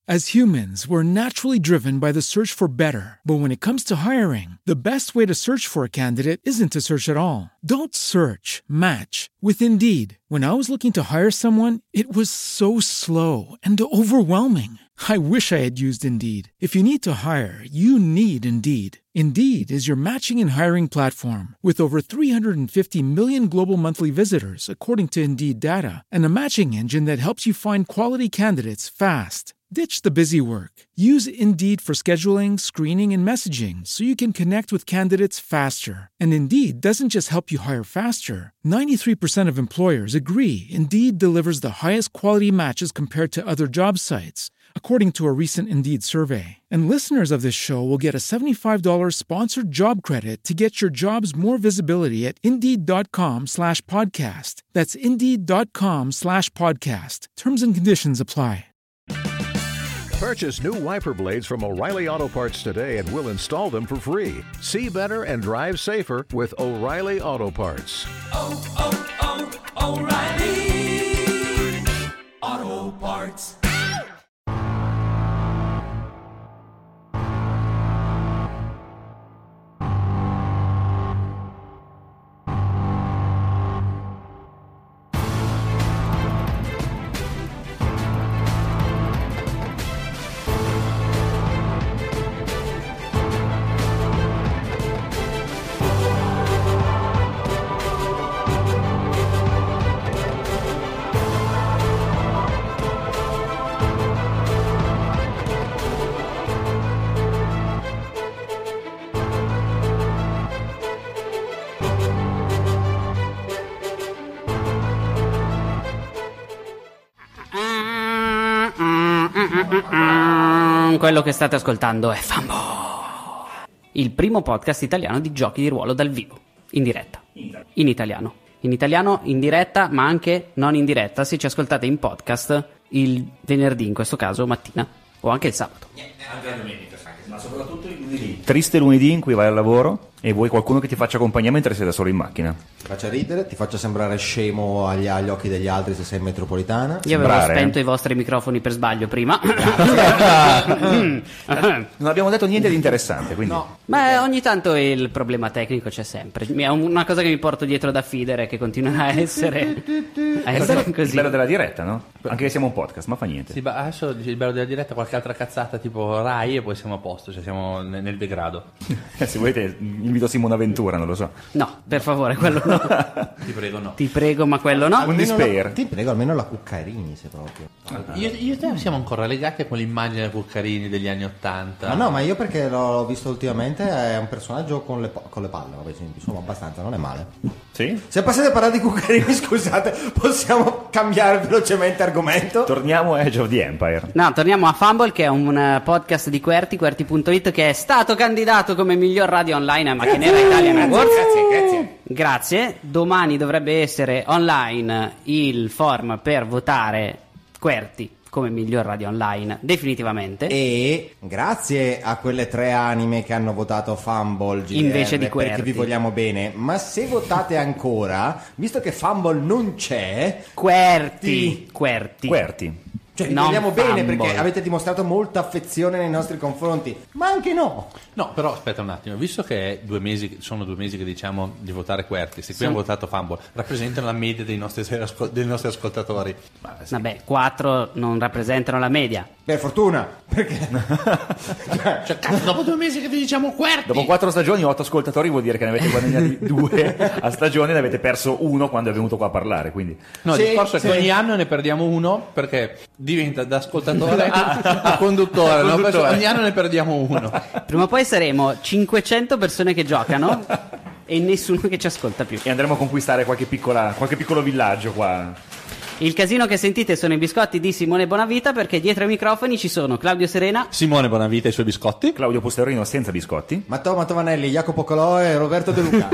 As humans, we're naturally driven by the search for better. But when it comes to hiring, the best way to search for a candidate isn't to search at all. Don't search, match with Indeed. When I was looking to hire someone, it was so slow and overwhelming. I wish I had used Indeed. If you need to hire, you need Indeed. Indeed is your matching and hiring platform with over 350 million global monthly visitors, according to Indeed data, and a matching engine that helps you find quality candidates fast. Ditch the busy work. Use Indeed for scheduling, screening, and messaging so you can connect with candidates faster. And Indeed doesn't just help you hire faster. 93% of employers agree Indeed delivers the highest quality matches compared to other job sites, according to a recent Indeed survey. And listeners of this show will get a $75 sponsored job credit to get your jobs more visibility at Indeed.com/podcast. That's Indeed.com/podcast. Terms and conditions apply. Purchase new wiper blades from O'Reilly Auto Parts today and we'll install them for free. See better and drive safer with O'Reilly Auto Parts. O'Reilly Auto Parts. Quello che state ascoltando è Fumble, il primo podcast italiano di giochi di ruolo dal vivo, in diretta, in italiano, in diretta, ma anche non in diretta se ci ascoltate in podcast il venerdì, in questo caso mattina, o anche il sabato. Anche la domenica, ma soprattutto il lunedì. Triste lunedì in cui vai al lavoro e vuoi qualcuno che ti faccia compagnia mentre sei da solo in macchina. Ti faccia ridere, ti faccia sembrare scemo agli occhi degli altri se sei in metropolitana. Io avevo spento i vostri microfoni per sbaglio prima. Non abbiamo detto niente di interessante, quindi. No. Ma ogni tanto il problema tecnico c'è sempre. È una cosa che mi porto dietro da feeder e che continuerà a essere così. Il bello della diretta, no? Anche che siamo un podcast, ma fa niente. Sì, ma adesso dici il bello della diretta, qualche altra cazzata tipo Rai e poi siamo a posto, cioè siamo nel degrado. Se volete invito Simona Ventura, non lo so. No, per favore, quello no. Ti prego, no. Ti prego, ma quello no. Un despair. Ti prego, almeno la Cuccarini, se proprio. Io e te siamo ancora legati a quell'immagine da Cuccarini degli anni '80. Ma no, ma io perché l'ho visto ultimamente, è un personaggio con le palle, vabbè, insomma, abbastanza, non è male. Sì? Se passate a parlare di Cuccarini, scusate, possiamo cambiare velocemente argomento? Torniamo a Age of the Empire. No, torniamo a Fumble, che è un podcast di QWERTY.it, che è stato candidato come miglior radio online a Macchinera Italian Awards. Grazie. Domani dovrebbe essere online il form per votare QWERTY come miglior radio online, definitivamente. E grazie a quelle 3 anime che hanno votato Fumble GDR, invece di perché QWERTY, vi vogliamo bene, ma se votate ancora, visto che Fumble non c'è, QWERTY. cioè vi Non vogliamo bene Fumble. perché avete dimostrato molta affezione nei nostri confronti, ma anche no. No, però aspetta un attimo, visto che è sono 2 mesi che diciamo di votare QWERTY, se qui abbiamo votato Fumble, rappresentano la media dei nostri ascoltatori. Ma, sì. Vabbè, 4 non rappresentano la media. Per fortuna, perché Cioè, cazzo, dopo 2 mesi che vi diciamo QWERTY. Dopo 4 stagioni, 8 ascoltatori vuol dire che ne avete guadagnati 2 a stagione, ne avete perso 1 quando è venuto qua a parlare, quindi. No, Sì, il discorso sì. è che ogni anno ne perdiamo 1 perché diventa da ascoltatore a conduttore, no? Ogni anno ne perdiamo 1. Prima o poi saremo 500 persone che giocano e nessuno che ci ascolta più. E andremo a conquistare qualche piccolo villaggio qua. Il casino che sentite sono i biscotti di Simone Bonavita, perché dietro ai microfoni ci sono Claudio Serena, Simone Bonavita e i suoi biscotti. Claudio Posterino senza biscotti. Matteo Mantovannelli, Jacopo Colò e Roberto De Luca.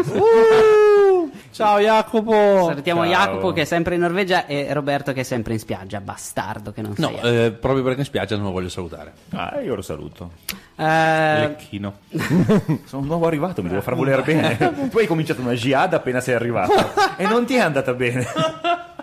Ciao Jacopo. salutiamo Ciao. Jacopo che è sempre in Norvegia e Roberto che è sempre in spiaggia, bastardo che non No, sei. proprio perché in spiaggia non lo voglio salutare. Io lo saluto. Lecchino. Sono un nuovo arrivato, mi devo far voler bene. Tu hai cominciato una jihad appena sei arrivato e non ti è andata bene.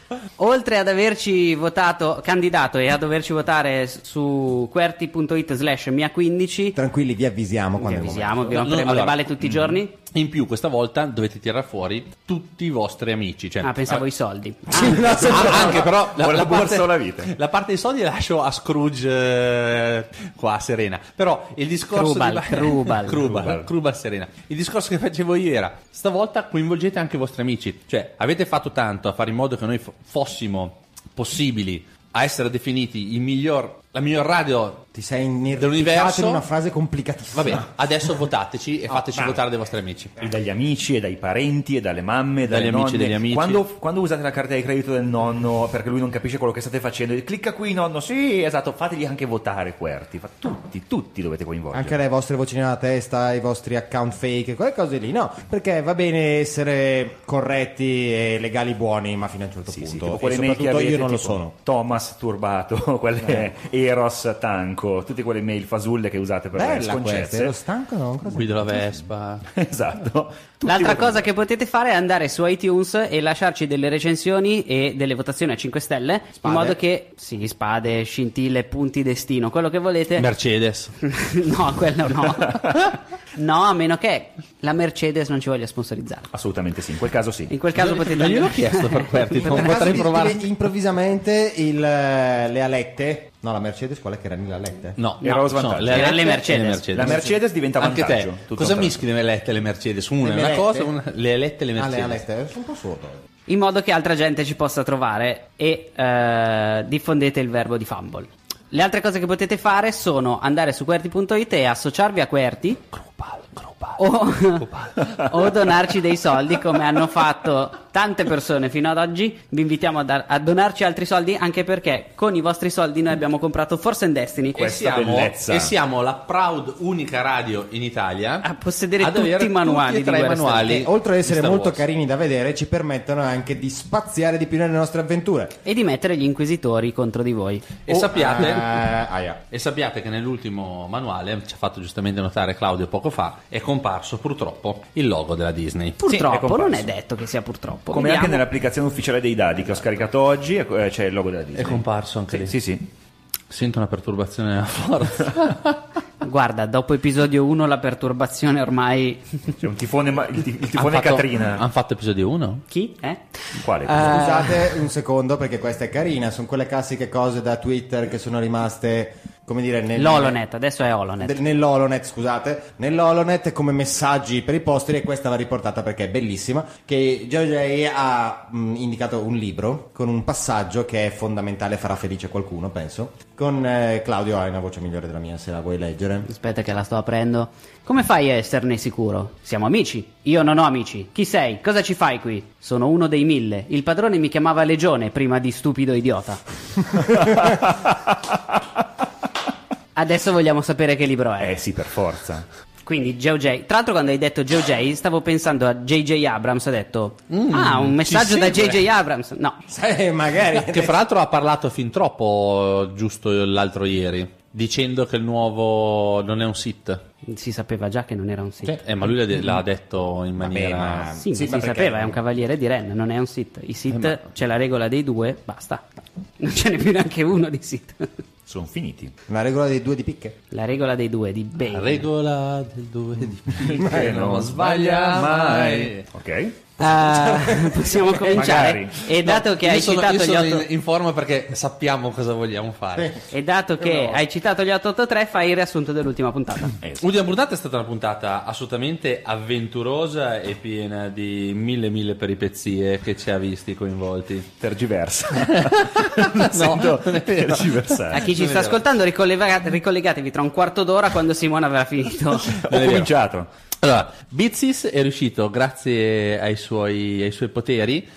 Oltre ad averci votato candidato e a doverci votare su QWERTY.it/mia15, Tranquilli, vi avvisiamo quando vi è il momento. avvisiamo, vi romperemo le balle tutti i giorni. In più questa volta dovete tirare fuori tutti i vostri amici. Cioè, Pensavo i soldi. anche però la borsa o la vita. La parte dei soldi la lascio a Scrooge qua a Serena. Però il discorso Krubal Serena. Il discorso che facevo io era: stavolta coinvolgete anche i vostri amici. Cioè, avete fatto tanto a fare in modo che noi fossimo possibili a essere definiti la miglior radio Ti sei dell'universo in una frase complicatissima. Vabbè, adesso votateci e fateci votare dei vostri amici. E dagli amici, e dai parenti, e dalle mamme, e dalle Dagli amici, nonne. degli amici. Quando usate la carta di credito del nonno perché lui non capisce quello che state facendo, clicca qui nonno, sì, esatto, fategli anche votare QWERTY. Tutti dovete coinvolgere. Anche le vostre vocine nella testa, i vostri account fake, quelle cose lì, no? Perché va bene essere corretti e legali buoni, ma fino a un certo Sì, punto. tipo E quelle mail che soprattutto avete, io non lo tipo sono. Thomas turbato, quelle Eros tanco, tutte quelle mail fasulle che usate per le Bella questa, sconcezze. ero stanco, no? Cosa- Guido la Vespa. Esatto. Tutti L'altra votano. cosa che potete fare è andare su iTunes e lasciarci delle recensioni e delle votazioni a 5 stelle, Spade. in modo che spade, scintille, punti destino, quello che volete. Mercedes. No, quello no. No, a meno che la Mercedes non ci voglia sponsorizzare. Assolutamente sì, in quel caso sì. In quel caso potete Non gliel'ho chiesto per QWERTY, non potrei provare. Improvvisamente le alette, no, la Mercedes qual è che era le alette? No, Era lo svantaggio. le Erano alette le e Mercedes. La Mercedes diventa Anche te, vantaggio. tutto cosa un mischi le elette e le Mercedes? Una è Le una elette? cosa, le elette e le Ah, Mercedes. le alette, sono un po' sordo. in modo che altra gente ci possa trovare e diffondete il verbo di Fumble. Le altre cose che potete fare sono andare su QWERTY.it e associarvi a QWERTY o donarci dei soldi come hanno fatto tante persone fino ad oggi. Vi invitiamo a donarci altri soldi, anche perché con i vostri soldi noi abbiamo comprato Force and Destiny Questa bellezza. E siamo la proud unica radio in Italia a possedere ad tutti avere i manuali tutti e tre di i Guerra manuali E oltre ad essere di Star molto Wars. carini da vedere, ci permettono anche di spaziare di più nelle nostre avventure. e di mettere gli inquisitori contro di voi. E sappiate Aia. E sappiate che nell'ultimo manuale, ci ha fatto giustamente notare Claudio poco fa, è comparso purtroppo il logo della Disney. è Purtroppo, comparso. non è detto che sia purtroppo. Come Vediamo. anche nell'applicazione ufficiale dei dadi che ho scaricato oggi, c'è il logo della Disney. È comparso anche lì. Sì. Sento una perturbazione nella forza. Guarda, dopo episodio 1 la perturbazione ormai... C'è un tifone, il tifone Katrina. Hanno fatto episodio 1? Chi? Quale? Scusate un secondo perché questa è carina, sono quelle classiche cose da Twitter che sono rimaste, come dire, L'Holonet, adesso è Holonet. nell'Holonet, scusate, nell'Holonet come messaggi per i posteri, e questa va riportata perché è bellissima, che JJ ha indicato un libro con un passaggio che è fondamentale, farà felice qualcuno, penso. Con Claudio hai una voce migliore della mia, se la vuoi leggere. Aspetta che la sto aprendo. Come fai a esserne sicuro? Siamo amici. Io non ho amici. Chi sei? Cosa ci fai qui? Sono uno dei 1000. Il padrone mi chiamava Legione prima di stupido idiota. Adesso vogliamo sapere che libro è. Sì, per forza. Quindi JJ, tra l'altro quando hai detto JJ stavo pensando a JJ Abrams, ho detto un messaggio da segue. JJ Abrams. No, Magari. Che fra l'altro ha parlato fin troppo giusto l'altro ieri, dicendo che il nuovo non è un Sith. si sapeva già che non era un Sith. Ma lui l'ha detto in maniera... ma- Sì, Sì, ma ma si perché- sapeva, è un cavaliere di Ren, non è un Sith. I Sith c'è la regola dei due, basta. Non ce n'è più neanche uno di Sith. Sono finiti. La regola dei due di picche. La regola dei due di Bane. La regola del 2 di Che non sbaglia mai. Ok. Possiamo cominciare. Magari. E dato che hai citato io gli sono 8 in forma perché sappiamo cosa vogliamo fare. e dato che hai citato gli 883, fai il riassunto dell'ultima puntata. L'ultima puntata è stata una puntata assolutamente avventurosa e piena di mille peripezie che ci ha visti coinvolti. Tergiversa. No, non è vero. Tergiversare. A chi ci sta ascoltando, ricollegatevi tra un quarto d'ora quando Simone avrà finito. Ho cominciato. Allora, Bizis è riuscito, grazie ai suoi poteri,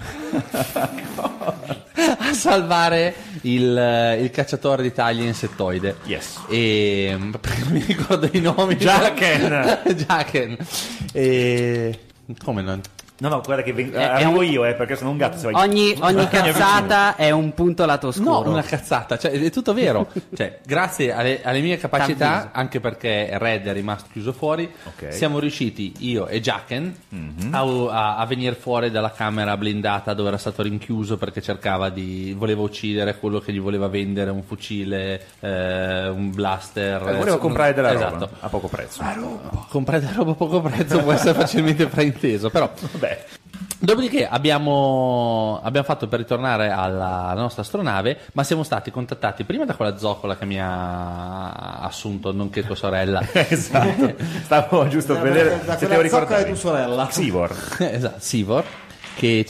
a salvare il cacciatore di taglie insettoide. Yes. E perché non mi ricordo i nomi. Jacken. Jacken. E come non? No, guarda che arrivo io, perché sono un gatto. Se ogni cazzata è un punto lato oscuro. No, una cazzata, cioè, è tutto vero. Cioè, grazie alle mie capacità, anche perché Red è rimasto chiuso fuori, siamo riusciti, io e Jacken, a venire fuori dalla camera blindata dove era stato rinchiuso perché voleva uccidere quello che gli voleva vendere un fucile, un blaster. Voleva comprare della roba a poco prezzo. Comprare della roba a poco prezzo può essere facilmente frainteso, però vabbè. Dopodiché abbiamo fatto per ritornare alla nostra astronave, ma siamo stati contattati prima da quella zoccola che mi ha assunto, nonché tua sorella. Esatto, stavo giusto per vedere se te lo ricordavi. È tua sorella. Sivor. Esatto, Sivor, che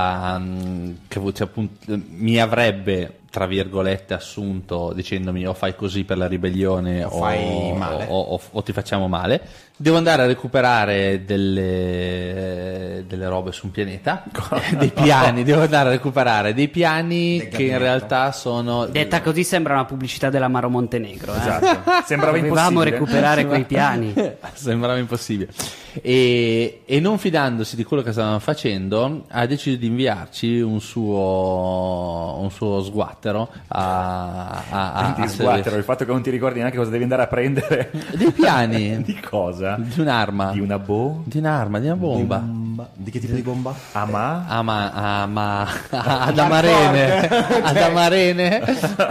mi avrebbe, tra virgolette, assunto dicendomi o fai così per la ribellione o ti facciamo male. Devo andare a recuperare delle robe su un pianeta, dei piani, devo andare a recuperare dei piani che in realtà sono... Detta così sembra una pubblicità dell'Amaro Montenegro. Esatto, sembrava Dovevamo impossibile recuperare quei piani. Sembrava impossibile. E non fidandosi di quello che stavamo facendo, ha deciso di inviarci un suo sguattero sguattero, il fatto che non ti ricordi neanche cosa devi andare a prendere. Dei piani. Di cosa? Di un'arma. Di una Di un'arma, di una bomba. Di che tipo di bomba? Ad Amarene. Ad Amarene.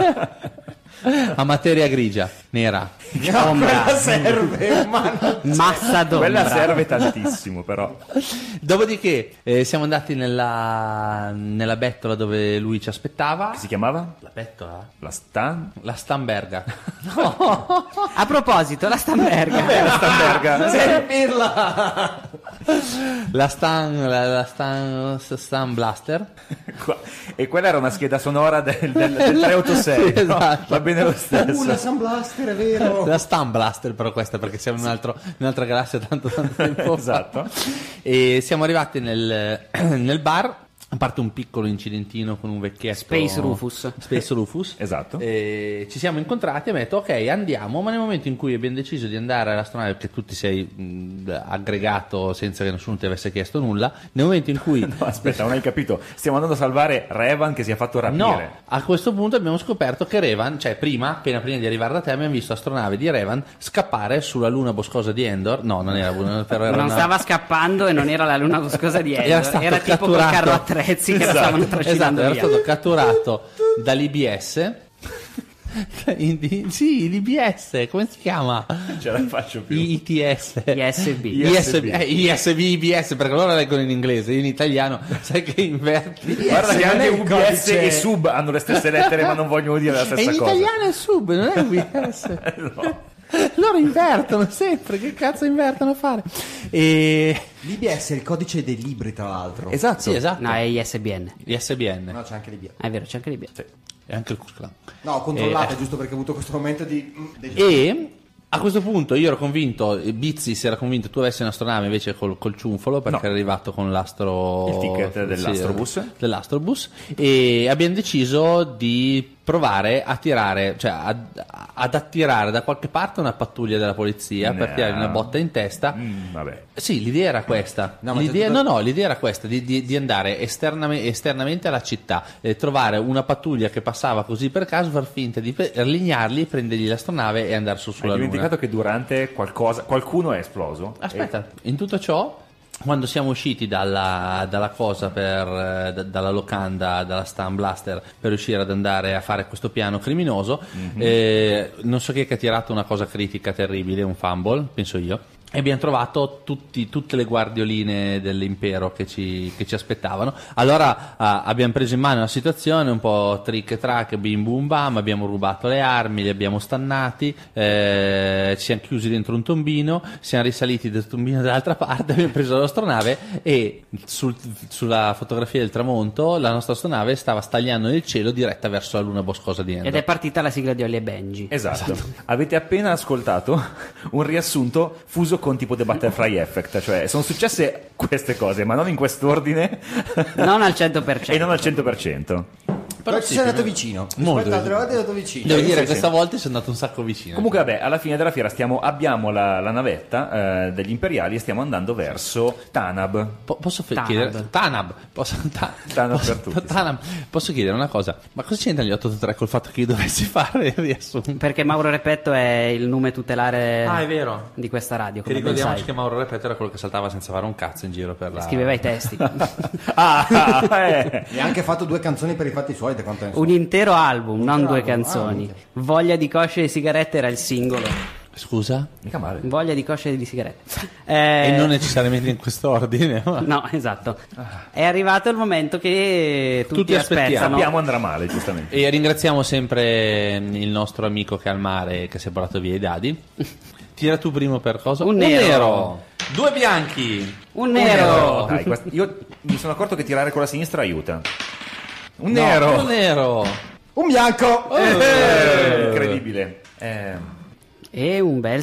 A materia grigia, nera. Quella serve, massa d'ombra. Quella serve tantissimo, però. Dopodiché siamo andati nella bettola dove lui ci aspettava. Che si chiamava? La bettola? La Stamberga. No. A proposito, la Stamberga. La Stamberga. Servirla. La Stan Blaster. E quella era una scheda sonora del 386. Sì, esatto. No? Va bene lo stesso. La Sun Blaster, è vero. La Stan Blaster, però questa perché siamo in un'altra galassia tanto tempo fa. Esatto. E siamo arrivati nel bar. A parte un piccolo incidentino con un vecchietto Space Rufus. Esatto. Ci siamo incontrati e mi ha detto ok, andiamo, ma nel momento in cui abbiamo deciso di andare all'astronave, perché tu ti sei aggregato senza che nessuno ti avesse chiesto nulla, nel momento in cui no, aspetta, non hai capito, stiamo andando a salvare Revan che si è fatto rapire. No, a questo punto abbiamo scoperto che Revan, cioè appena di arrivare da te abbiamo visto l'astronave di Revan scappare sulla luna boscosa di Endor. No, non era però era non stava scappando e non era la luna boscosa di Endor, era tipo col carro attrezzi che lo stavano trascinando era via. stato catturato dall'IBS. Sì, l'IBS, come si chiama? Ce la faccio più. ITS. ISB, IBS, perché loro leggono in inglese, io in italiano, sai che inverti. Guarda che anche UBS e sub hanno le stesse lettere ma non vogliono dire la stessa cosa. E in italiano è sub, non è UBS. No. Loro invertono sempre, che cazzo invertono a fare? E... L'IBS è il codice dei libri, tra l'altro. Esatto. Sì, esatto. No, è ISBN. ISBN. No, c'è anche l'IBS. È vero, c'è anche l'IBS. Sì. E anche il Cusclan. No, controllate, giusto perché ho avuto questo momento di... E a questo punto io ero convinto, Bizzi si era convinto tu avessi un'astronave invece col ciunfolo, perché era arrivato con il ticket dell'astrobus. Dell'astrobus, e abbiamo deciso di provare a tirare, cioè ad attirare da qualche parte una pattuglia della polizia per tirare una botta in testa. Vabbè. Sì, l'idea era questa. L'idea era questa di andare esternamente alla città, trovare una pattuglia che passava così per caso, far finta di lignarli, prendergli l'astronave e andare su sulla Luna. Hai dimenticato che durante qualcuno è esploso? Aspetta, in tutto ciò, quando siamo usciti dalla cosa dalla locanda, dalla Stan Blaster, per riuscire ad andare a fare questo piano criminoso, non so chi è che ha tirato una cosa critica terribile, un fumble, penso io. E abbiamo trovato tutte le guardioline dell'impero che ci aspettavano. Allora abbiamo preso in mano la situazione, un po' trick e track, bim bum bam, abbiamo rubato le armi, li abbiamo stannati, ci siamo chiusi dentro un tombino, siamo risaliti dal tombino dall'altra parte, abbiamo preso l'astronave e sulla fotografia del tramonto la nostra astronave stava stagliando nel cielo diretta verso la luna boscosa di Endor. Ed è partita la sigla di Ollie e Benji. Esatto. Avete appena ascoltato un riassunto fuso con tipo The Butterfly Effect, cioè sono successe queste cose ma non in quest'ordine, non al 100%. E non al 100%. Però ci sei andato vicino. Molto Altre volte è andato vicino. Devo dire, sì. questa volta sono andato un sacco vicino. Comunque, vabbè, alla fine della fiera abbiamo la navetta degli imperiali e stiamo andando verso Tanab. Posso Tanab. chiedere? Tanab. Tanab per tutti. Tanab. Posso chiedere una cosa? Ma cosa c'entra gli 883 col fatto che io dovessi fare il riassunto? Perché Mauro Repetto è il nome tutelare Ah, è vero. di questa radio. Che Come ben ricordiamoci sai. che Mauro Repetto era quello che saltava senza fare un cazzo in giro per la... Scriveva i testi. E ha anche fatto 2 canzoni per i fatti suoi, da quanto ne so. Un intero album, non 2 album, canzoni. minchia. Voglia di cosce di sigarette era il singolo. Scusa? Mica male. Voglia di cosce di sigarette. E non necessariamente in quest'ordine. Ma... No, esatto. È arrivato il momento che tutti aspettiamo. aspettano. Sappiamo andrà male, giustamente. E ringraziamo sempre il nostro amico che è al mare che si è portato via i dadi. Tira tu primo per cosa? Un nero. 2 bianchi. Un nero. Dai, io mi sono accorto che tirare con la sinistra aiuta. Un No, nero. un nero. Un bianco! Incredibile. E un bel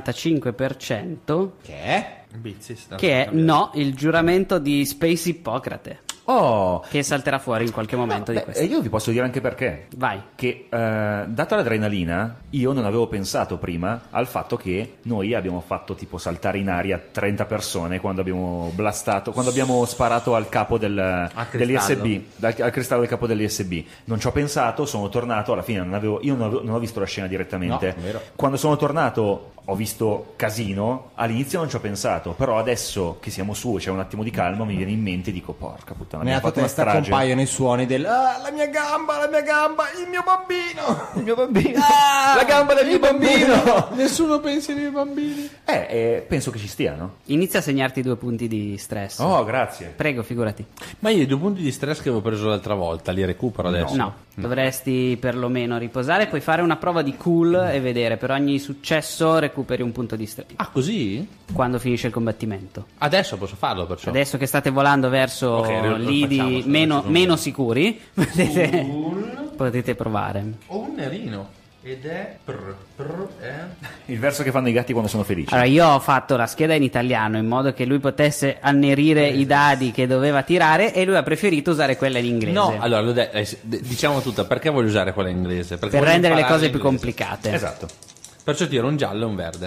65% Che è? che è no, il giuramento di Space Ippocrate, Oh, che salterà fuori in qualche momento di beh, questo. e io vi posso dire anche perché. Vai. Che data l'adrenalina, io non avevo pensato prima al fatto che noi abbiamo fatto tipo saltare in aria 30 persone quando abbiamo blastato, quando abbiamo sparato al capo dell'ISB, al cristallo del capo dell'ISB. Non ci ho pensato, sono tornato, alla fine non ho visto la scena direttamente. No, vero. Quando sono tornato ho visto casino, all'inizio non ci ho pensato, però adesso che siamo su e c'è un attimo di calma mi viene in mente e dico porca puttana, Nella abbiamo tua fatto una testa strage. compaiono i suoni del la mia gamba, il mio bambino. Il mio bambino, la gamba del mio bambino. Nessuno pensa ai miei bambini. Penso che ci stia, no? Inizia a segnarti 2 punti di stress. Oh, grazie. Prego, figurati. Ma io i 2 punti di stress che avevo preso l'altra volta li recupero adesso? No, dovresti perlomeno riposare, puoi fare una prova di cool e vedere, per ogni successo recuperi un punto di stress Ah, così? quando finisce il combattimento. Adesso posso farlo perciò. Adesso che state volando verso Ok, lo lidi facciamo, meno sicuri, potete provare. Ho un nerino. Ed è Il verso che fanno i gatti quando sono felici. Allora, io ho fatto la scheda in italiano in modo che lui potesse annerire i dadi che doveva tirare e lui ha preferito usare quella in inglese. No, allora diciamo tutta, perché voglio usare quella in inglese? Perché per voglio rendere le imparare cose più l'inglese. complicate. Esatto. Perciò tiro un giallo e un verde.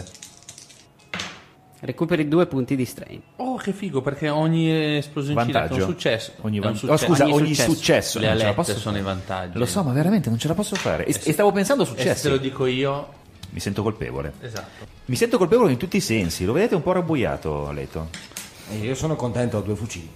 Recuperi 2 punti di strain. Oh, che figo, perché ogni esplosioncina è un Vantaggio. successo. Ogni È un vantaggio. Oh, scusa, Ogni ogni successo. successo. Le non ce la alette posso sono fare. i vantaggi. Lo so, ma veramente non ce la posso fare. E stavo pensando a E se te successi. lo dico io, Mi sento colpevole. esatto. Mi sento colpevole in tutti i sensi. Lo vedete un po' rabbuiato, Leto? E io sono contento, ho 2 fucili.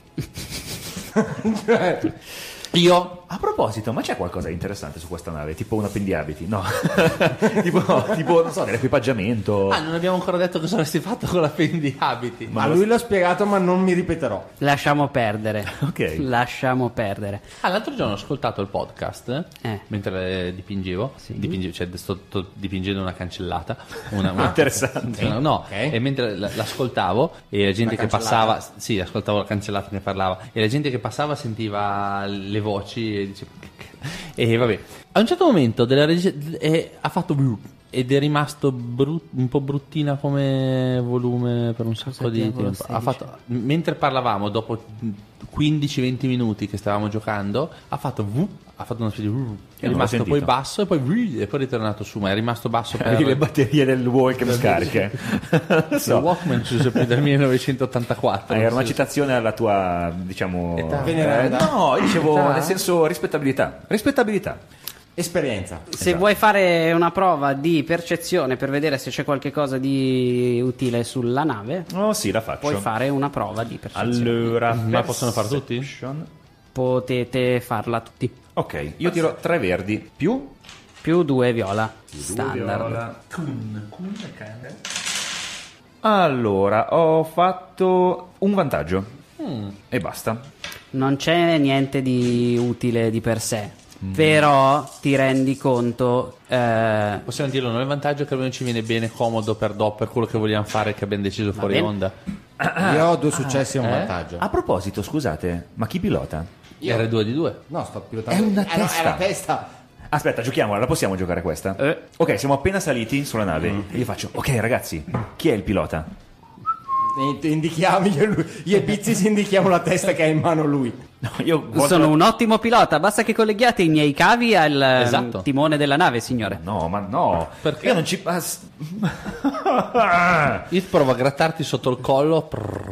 Io A proposito, ma c'è qualcosa di interessante su questa nave? Tipo un appendiabiti? No. tipo, non so, dell'equipaggiamento. non abbiamo ancora detto cosa avresti fatto con la di abiti. Ma lui l'ha spiegato, ma non mi ripeterò. Lasciamo perdere. Ok. Lasciamo perdere. L'altro giorno ho ascoltato il podcast mentre dipingevo. Sto dipingendo una cancellata. Una Interessante. No, Ok. e mentre l'ascoltavo e la gente che passava, sì, ascoltavo la cancellata che parlava e la gente che passava sentiva le voci e diceva e vabbè. A un certo momento ha fatto ed è rimasto un po' bruttina come volume per un sacco di tempo. Mentre parlavamo, dopo 15-20 minuti che stavamo giocando, ha fatto una specie di è non l'ho rimasto poi sentito. basso e poi è ritornato su, ma è rimasto basso per Avevi le batterie del Walkman scariche. Non il so. Walkman si usa più dal 1984. Era una citazione alla tua, diciamo... Veneranda. no, io dicevo nel senso rispettabilità. Rispettabilità. Esperienza. Se vuoi fare una prova di percezione per vedere se c'è qualche cosa di utile sulla nave, Oh sì, la faccio. puoi fare una prova di percezione. Allora, Ma possono fare tutti? perception. Potete farla tutti. Ok, io tiro 3 verdi più Più 2 viola. Standard. viola. Allora, ho fatto un vantaggio e basta. Non c'è niente di utile di per sé, però ti rendi conto Possiamo dirlo, non è il vantaggio che a noi ci viene bene comodo per quello che vogliamo fare, che abbiamo deciso fuori bene. onda. Io ho 2 successi e un vantaggio. A proposito, scusate, ma chi pilota? R2 di 2. No, sto pilotando. È una no, testa. è la testa. Aspetta, giochiamola, la possiamo giocare questa? Ok, siamo appena saliti sulla nave e io faccio, ok ragazzi, chi è il pilota? Indichiamo io e Bizzis indichiamo la testa che ha in mano lui. No, Sono un ottimo pilota, basta che colleghiate i miei cavi al Esatto. timone della nave, signore. No, ma no. Perché? Io non ci... Io provo a grattarti sotto il collo.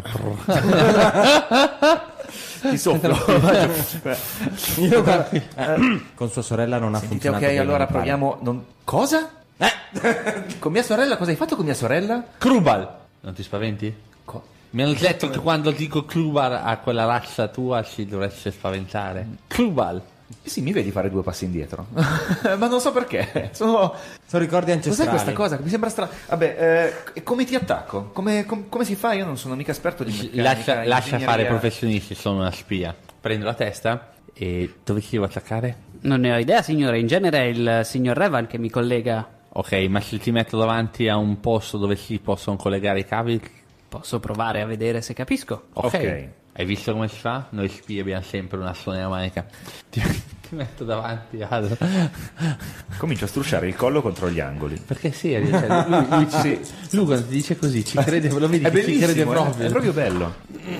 Ti soffro. Io, con sua sorella non ha Sentite, funzionato. ok, bene, allora mi pare. proviamo... Cosa? Con mia sorella? Cosa hai fatto con mia sorella? Krubal. Non ti spaventi? Mi hanno detto che quando dico Krubal a quella razza tua si dovreste spaventare. Krubal. Sì, mi vedi fare 2 passi indietro. Ma non so perché. Sono ricordi ancestrali. Cos'è questa cosa? Mi sembra strano. Vabbè, come ti attacco? Come si fa? Io non sono mica esperto di meccanica. Lascia ingegneria. fare i professionisti, sono una spia. Prendo la testa e dove ci devo attaccare? Non ne ho idea, signore. In genere è il signor Revan che mi collega. Ok, ma se ti metto davanti a un posto dove si possono collegare i cavi. Posso provare a vedere se capisco. Ok. Hai visto come si fa? Noi spie abbiamo sempre un asso nella manica. Ti metto davanti al... Comincio a strusciare il collo contro gli angoli. Perché serio? Cioè, lui quando ti dice così ci crede, lo vedi È che ci crede bellissimo, proprio. è proprio bello.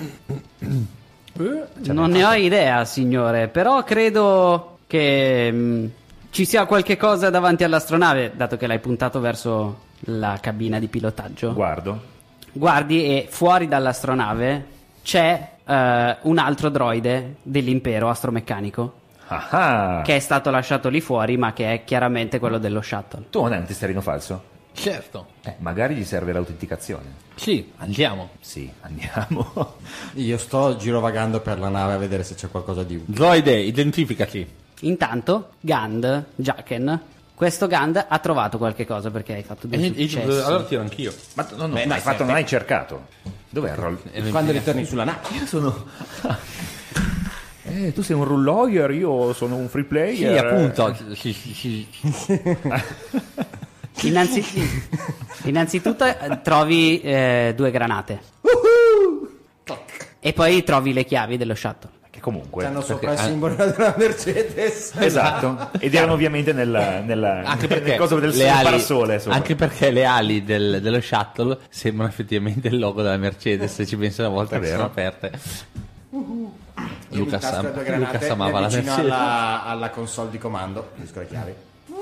Non ne ho idea, signore, però credo che ci sia qualche cosa davanti all'astronave, dato che l'hai puntato verso la cabina di pilotaggio. Guardi e fuori dall'astronave c'è un altro droide dell'impero astromeccanico che è stato lasciato lì fuori, ma che è chiaramente quello dello shuttle. Tu non hai un tesserino falso? Certo. Magari gli serve l'autenticazione. Sì, andiamo. Sì, andiamo. Io sto girovagando per la nave a vedere se c'è qualcosa di utile. Droide, identificati. Intanto Gand, Jacken, questo Gand ha trovato qualche cosa, perché hai fatto 2 successi. Allora tiro anch'io. Ma non hai cercato. Dov'è il roll? Quando ritorni sulla nave. Io sono... tu sei un rule lawyer, io sono un free player. Sì, appunto. Sì. Innanzitutto trovi 2 granate. E poi trovi le chiavi dello shuttle. Che comunque... Hanno sopra il simbolo della Mercedes. Esatto. Ed erano ovviamente Anche perché nel coso del parasole. Sopra. Anche perché le ali dello shuttle sembrano effettivamente il logo della Mercedes, se ci pensi una volta È che vero. sono aperte. Io mi tasco le 2 granate, Lucas amava la vicino Mercedes. alla console di comando. Finisco le chiavi.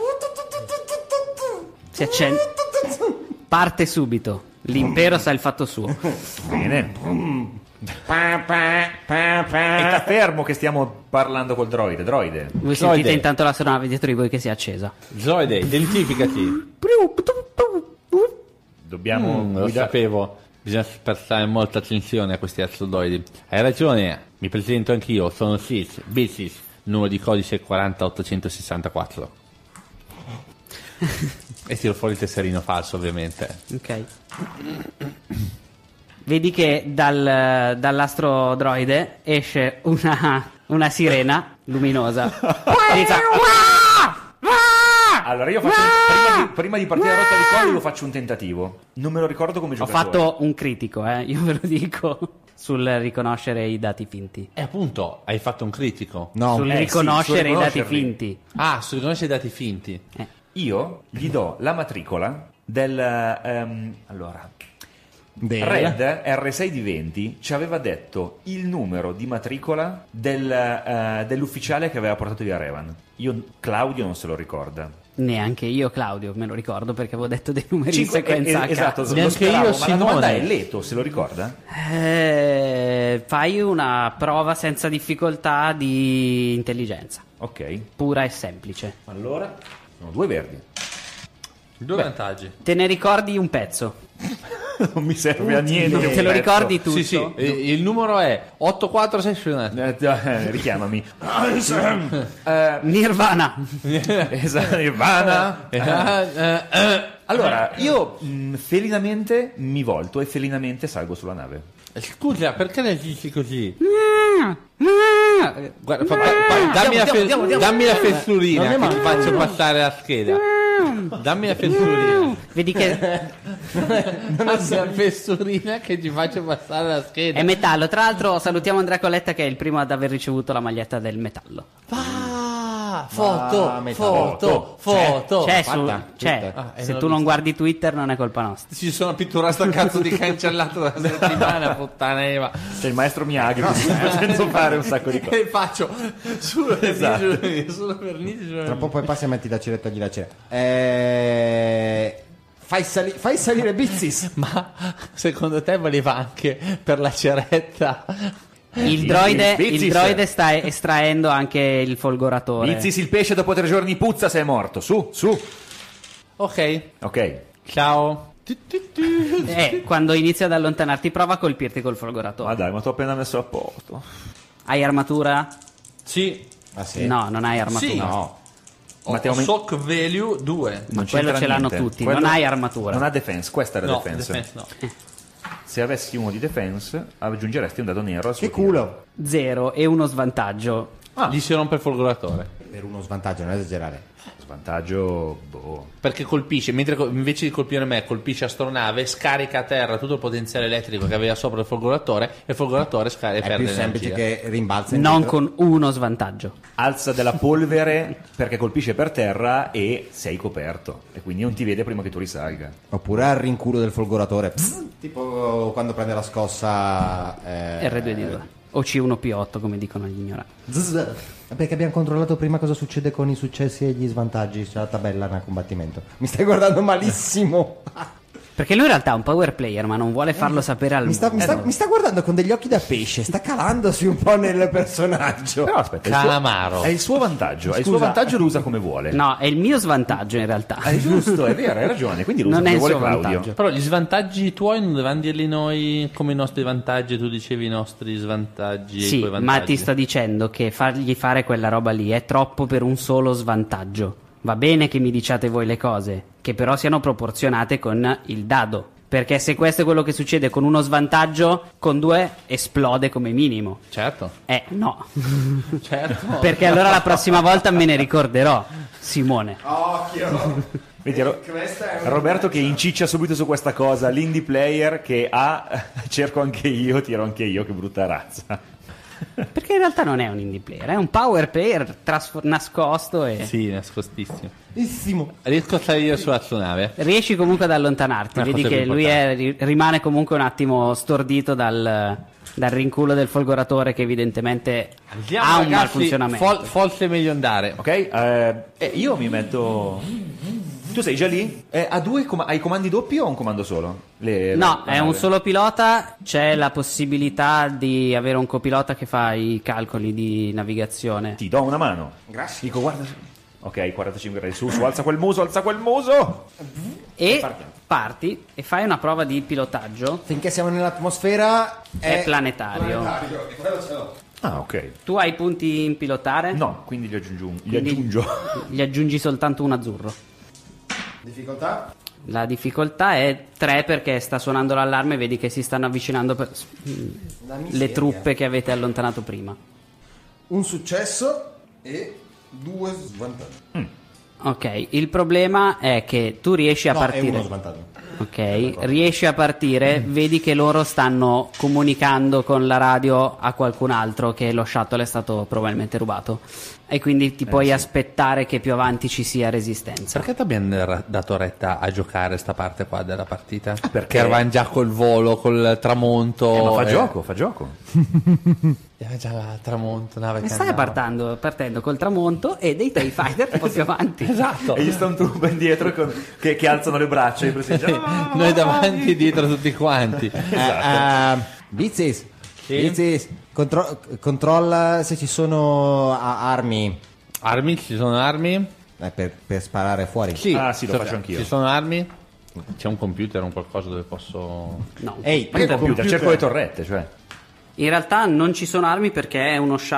Si accende. Parte subito. L'impero sa il fatto suo. Bene. E sta fermo che stiamo parlando col droide. Voi sentite intanto l'astronave dietro di voi che si è accesa. Droide, identificati. Dobbiamo Lo sapevo. Bisogna prestare molta attenzione a questi astrodoidi. Hai ragione, mi presento anch'io, sono Sis, Bisis, numero di codice 40864. E tiro fuori il tesserino falso, ovviamente. Ok. Vedi che dall'astro droide esce una sirena luminosa. Allora io faccio prima di partire la rotta di collo faccio un tentativo. Non me lo ricordo come Ho giocatore. fatto un critico, io ve lo dico, sul riconoscere i dati finti. E appunto, hai fatto un critico. No. Sul sì, riconoscere sul i dati riconoscerli. finti. Ah, su riconoscere i dati finti. Io gli do la matricola del... allora... Del. Red R6 di 20 ci aveva detto il numero di matricola dell'ufficiale che aveva portato via Revan. Claudio non se lo ricorda. Neanche io, Claudio, me lo ricordo perché avevo detto dei numeri in sequenza H. Esatto, lo Neanche speravo, io, ma la Simone. domanda è Leto, se lo ricorda? Fai una prova senza difficoltà di intelligenza, Ok, pura e semplice. allora sono 2 verdi. 2 vantaggi. Te ne ricordi un pezzo? Non mi serve a niente. Te lo ricordi tutto? Sì, il numero è 846. Richiamami. Nirvana. Esatto, Nirvana. Allora, io felinamente mi volto e felinamente salgo sulla nave. Scusa, perché reagisci così? Guarda, Andiamo. dammi la fessurina che ti faccio passare la scheda. Dammi la fessurina. Vedi che Dammi la fessurina che ti faccio passare la scheda. è metallo. Tra l'altro salutiamo Andrea Coletta che è il primo ad aver ricevuto la maglietta del metallo. foto. Se tu non guardi Twitter non è colpa nostra. Ci sono pitturato sto cazzo di cancellato da settimana, puttana Eva. C'è il maestro Miyagi che sta facendo fare un sacco di cose. E faccio sulla vernice. Tra poco poi passi a metti la cera e togli la cera. Fai salire Bizzis. Ma secondo te valeva anche per la ceretta? Il droide sta estraendo anche il folgoratore. Bizzis, il pesce dopo 3 giorni puzza se è morto. Su. Ok. Ciao. Quando inizi ad allontanarti prova a colpirti col folgoratore. Ma dai, ma t'ho appena messo a posto. Hai armatura? Sì. Ah, sì? No, non hai armatura. Sì. No. Ma te shock value 2. Ma quello ce l'hanno tutti. Non hai armatura. Non ha defense, questa era defense. No. Se avessi uno di defense aggiungeresti un dado nero al suo Che culo. 0 e uno svantaggio. Gli si rompe il folgoratore. Per uno svantaggio, non esagerare. Svantaggio, Perché colpisce, mentre invece di colpire me, colpisce astronave, scarica a terra tutto il potenziale elettrico che aveva sopra il folgoratore e il folgoratore perde È più energia. semplice che rimbalza Non indietro. con uno svantaggio. alza della polvere perché colpisce per terra e sei coperto e quindi non ti vede prima che tu risalga. Oppure al rinculo del folgoratore. Tipo quando prende la scossa R2D2 o C1P8 come dicono gli ignoranti. Perché abbiamo controllato prima cosa succede con i successi e gli svantaggi. C'è la tabella nel combattimento. Mi stai guardando malissimo. Perché lui in realtà è un power player, ma non vuole farlo sapere al mondo. Mi sta guardando con degli occhi da pesce. Sta calandosi un po' nel personaggio. Però aspetta, Calamaro. è il suo vantaggio. È il suo vantaggio, lo usa come vuole. No, è il mio svantaggio in realtà. È giusto, è vero, hai ragione. Quindi lo usa Non è come il vuole suo Claudio. vantaggio. Però gli svantaggi tuoi non dovevamo dirli noi come i nostri vantaggi, tu dicevi i nostri svantaggi e i Sì, tuoi vantaggi. ma ti sto dicendo che fargli fare quella roba lì è troppo per un solo svantaggio. Va bene che mi diciate voi le cose, che però siano proporzionate con il dado. Perché se questo è quello che succede con uno svantaggio, con due esplode come minimo. Certo. No. Certo. Perché allora la prossima volta me ne ricorderò, Simone. Occhio. Vedi, Roberto che inciccia subito su questa cosa, l'indie player che cerco anche io, tiro anche io, che brutta razza. Perché in realtà non è un indie player, è un power player nascosto e Sì, nascostissimo. Bellissimo. Riesco a salire sull'astronave? riesci comunque ad allontanarti. La Vedi cosa che più lui rimane comunque un attimo stordito dal rinculo del folgoratore che evidentemente Andiamo, ha un ragazzi, malfunzionamento. forse è meglio andare. Ok, io mi metto... Tu sei già lì? Hai comandi doppi o un comando solo? No, è un solo pilota, c'è la possibilità di avere un copilota che fa i calcoli di navigazione. Ti do una mano. Grazie. Dico, guarda... Ok, 45 gradi su, alza quel muso! E parti e fai una prova di pilotaggio. Finché siamo nell'atmosfera È planetario. Ah, ok. Tu hai punti in pilotare? No, quindi gli Quindi aggiungo. Gli aggiungi soltanto un azzurro. Difficoltà? La difficoltà è 3 perché sta suonando l'allarme e vedi che si stanno avvicinando le truppe che avete allontanato prima. Un successo e 2 svantaggi. Ok, il problema è che tu riesci a È partire. uno svantaggio. Ok, riesci a partire, vedi che loro stanno comunicando con la radio a qualcun altro che lo shuttle è stato probabilmente rubato e quindi ti puoi aspettare che più avanti ci sia resistenza. Perché ti abbiamo dato retta a giocare sta parte qua della partita? Perché eravamo già col volo, col tramonto. Ma fa gioco. Era già il tramonto, nave che Stai andava. partendo col tramonto e dei TIE Fighter un po' più avanti. Esatto. E gli Stormtrooper dietro che alzano le braccia e Noi davanti e dietro tutti quanti. Bizzis. Bizzis. Controlla se ci sono armi. Armi? Ci sono armi? Per sparare fuori. Sì, Ah, sì, lo faccio anch'io. Ci sono armi? C'è un computer o un qualcosa dove posso... No. Ehi, Ma che computer? Cerco le torrette, cioè. In realtà non ci sono armi perché è uno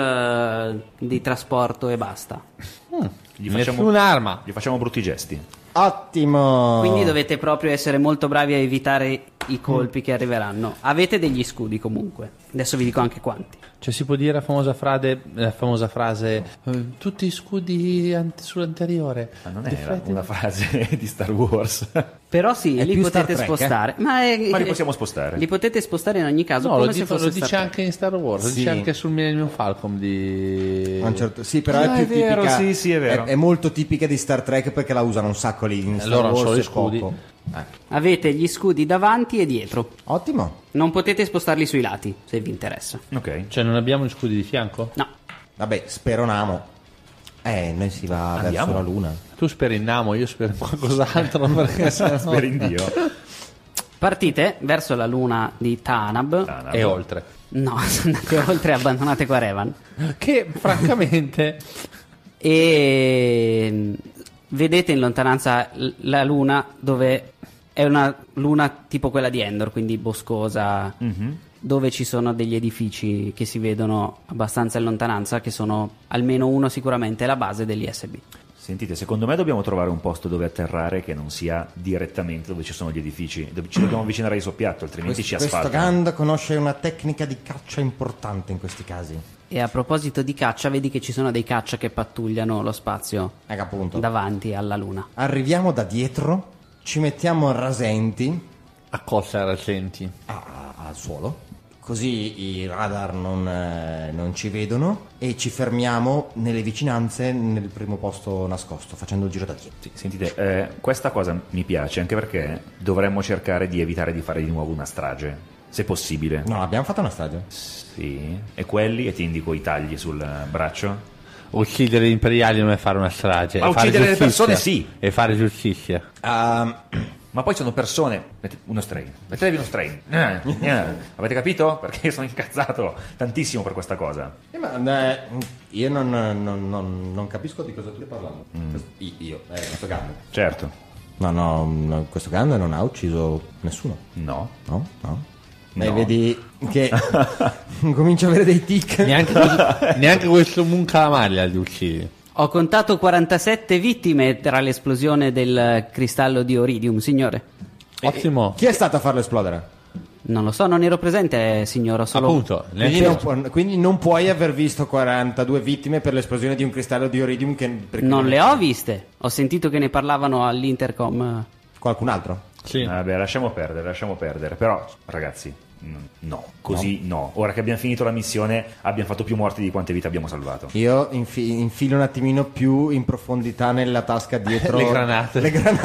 shuttle di trasporto e basta. Gli Nessun'arma. Gli facciamo brutti gesti. Ottimo. Quindi dovete proprio essere molto bravi a evitare i colpi che arriveranno. Avete degli scudi comunque. Adesso vi dico anche quanti. Cioè si può dire la famosa frase tutti scudi sull'anteriore. Ma non era una frase di Star Wars. Però sì, È li più potete Star Trek, spostare. Ma li possiamo spostare. Li potete spostare in ogni caso. No, come lo se dice, fosse lo dice Star Trek. anche in Star Wars, lo Sì. dice anche sul Millennium Falcon di... Sì, però è più vero, tipica. sì, è vero. È molto tipica di Star Trek perché la usano un sacco lì in Star Allora Wars solo e gli scudi. poco. Avete gli scudi davanti e dietro. Ottimo. Non potete spostarli sui lati, se vi interessa. Ok. Cioè non abbiamo gli scudi di fianco? No. Vabbè, speronamo. Noi si va Andiamo. verso la luna. Tu speri in Namo, io spero in qualcos'altro perché sennò... Per in Dio. Partite verso la luna di Tanab. E oltre. No, andate oltre e abbandonate Quarevan. Che francamente... E vedete in lontananza la luna, dove è una luna tipo quella di Endor, quindi boscosa, dove ci sono degli edifici che si vedono abbastanza in lontananza, che sono almeno uno sicuramente la base dell'ISB. Sentite, secondo me dobbiamo trovare un posto dove atterrare che non sia direttamente dove ci sono gli edifici. Ci dobbiamo avvicinare ai soppiatto, altrimenti ci Questo asfaltano. Gand conosce una tecnica di caccia importante in questi casi. E a proposito di caccia, vedi che ci sono dei caccia che pattugliano lo spazio Ecco appunto. davanti alla luna. Arriviamo da dietro, ci mettiamo rasenti A cosa rasenti? al suolo, così i radar non ci vedono e ci fermiamo nelle vicinanze nel primo posto nascosto, facendo il giro da dietro. Sì, sentite, questa cosa mi piace anche perché dovremmo cercare di evitare di fare di nuovo una strage, se possibile. No, abbiamo fatto una strage. Sì. E quelli, e ti indico i tagli sul braccio. Uccidere gli imperiali non è fare una strage. Ma è fare uccidere le giustizia. persone sì. E fare giustizia. Ma poi sono persone. Uno strain. Mettetevi uno strain. Avete capito? Perché sono incazzato tantissimo per questa cosa. Io non capisco di cosa tu stai parlando. Questo Gand. Certo. No, questo Gand non ha ucciso nessuno. No. No. No. Vedi che comincio a avere dei tic. Neanche questo Moon Calamari li uccidi. Ho contato 47 vittime tra l'esplosione del cristallo di Iridium, signore. Ottimo. Chi è stato a farlo esplodere? Non lo so, non ero presente, signore. Ho solo... Appunto. Quindi non puoi aver visto 42 vittime per l'esplosione di un cristallo di Iridium Non le ho viste. Ho sentito che ne parlavano all'intercom. Qualcun altro? Sì. Vabbè, lasciamo perdere. Però, ragazzi, no. Così no. Ora che abbiamo finito la missione, abbiamo fatto più morti di quante vite abbiamo salvato. Io infilo un attimino più in profondità nella tasca dietro Le granate.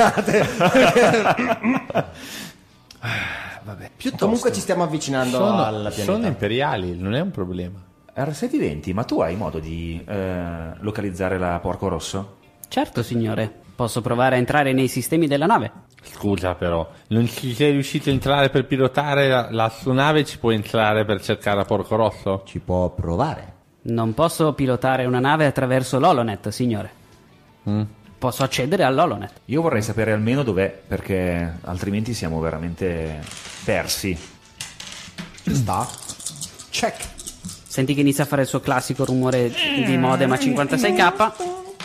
Vabbè, Comunque ci stiamo avvicinando al pianeta. Sono imperiali, non è un problema. R720, ma tu hai modo di localizzare la Porco Rosso? Certo, signore. Posso provare a entrare nei sistemi della nave? Scusa però, non ci sei riuscito a entrare per pilotare la sua nave, ci puoi entrare per cercare a Porco Rosso? Ci può provare. Non posso pilotare una nave attraverso l'Holonet, signore. Posso accedere all'Holonet. Io vorrei sapere almeno dov'è, perché altrimenti siamo veramente persi. Sta. Check. Senti che inizia a fare il suo classico rumore di modem a 56k.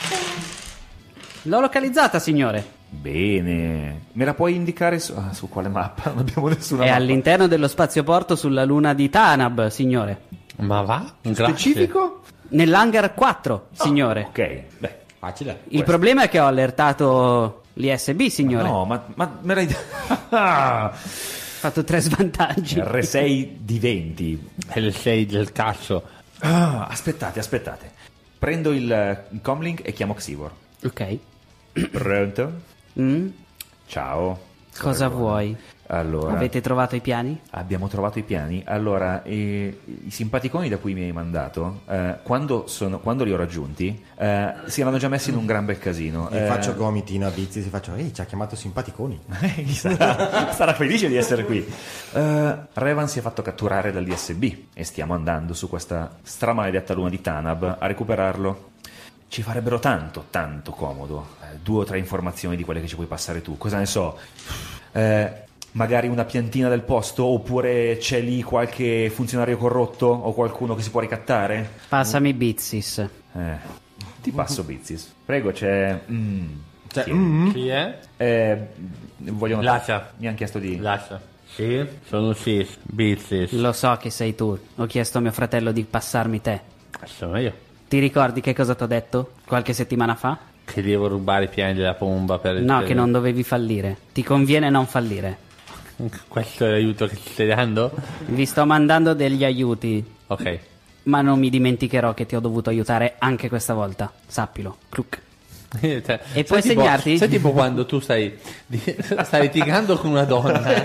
L'ho localizzata, signore. Bene. Me la puoi indicare su quale mappa? Non abbiamo nessuna È mappa. all'interno dello spazioporto sulla luna di Tanab, signore. Ma va? Grazie. Specifico? Nell'hangar 4, signore. Ok, beh. Facile. Il problema è che ho allertato l'ISB, signore. No, ma me l'hai... Ho fatto 3 svantaggi. R6 di 20. È le 6 del cazzo. Aspettate. Prendo il comlink e chiamo Xivor. Ok. Pronto? Ciao. Cosa vuoi? Allora, Avete trovato i piani? abbiamo trovato i piani. Allora, i simpaticoni da cui mi hai mandato, quando li ho raggiunti, si erano già messi in un gran bel casino. Gli faccio gomitino a Bizzi, si faccio, ci ha chiamato simpaticoni. Sarà felice di essere qui. Revan si è fatto catturare dall'ISB e stiamo andando su questa stramaledetta luna di Tanab a recuperarlo. Ci farebbero tanto comodo 2 o 3 informazioni di quelle che ci puoi passare tu. Cosa ne so? Magari una piantina del posto, oppure c'è lì qualche funzionario corrotto o qualcuno che si può ricattare? Passami Bitsis. Ti passo Bizzis. Prego, c'è Cioè, Chi è? Vogliono Lascia. Mi hanno chiesto di... Lascia. Sì, sono sis, bizis. Lo so che sei tu. Ho chiesto a mio fratello di passarmi te. Sono io. Ti ricordi che cosa ti ho detto qualche settimana fa? Che devo rubare i piani della pomba per... No, che non dovevi fallire. Ti conviene non fallire. Questo è l'aiuto che ti stai dando? Vi sto mandando degli aiuti, Ok. ma non mi dimenticherò che ti ho dovuto aiutare anche questa volta. Sappilo. Cluck. E puoi segnarti? Sai tipo quando tu stai litigando con una donna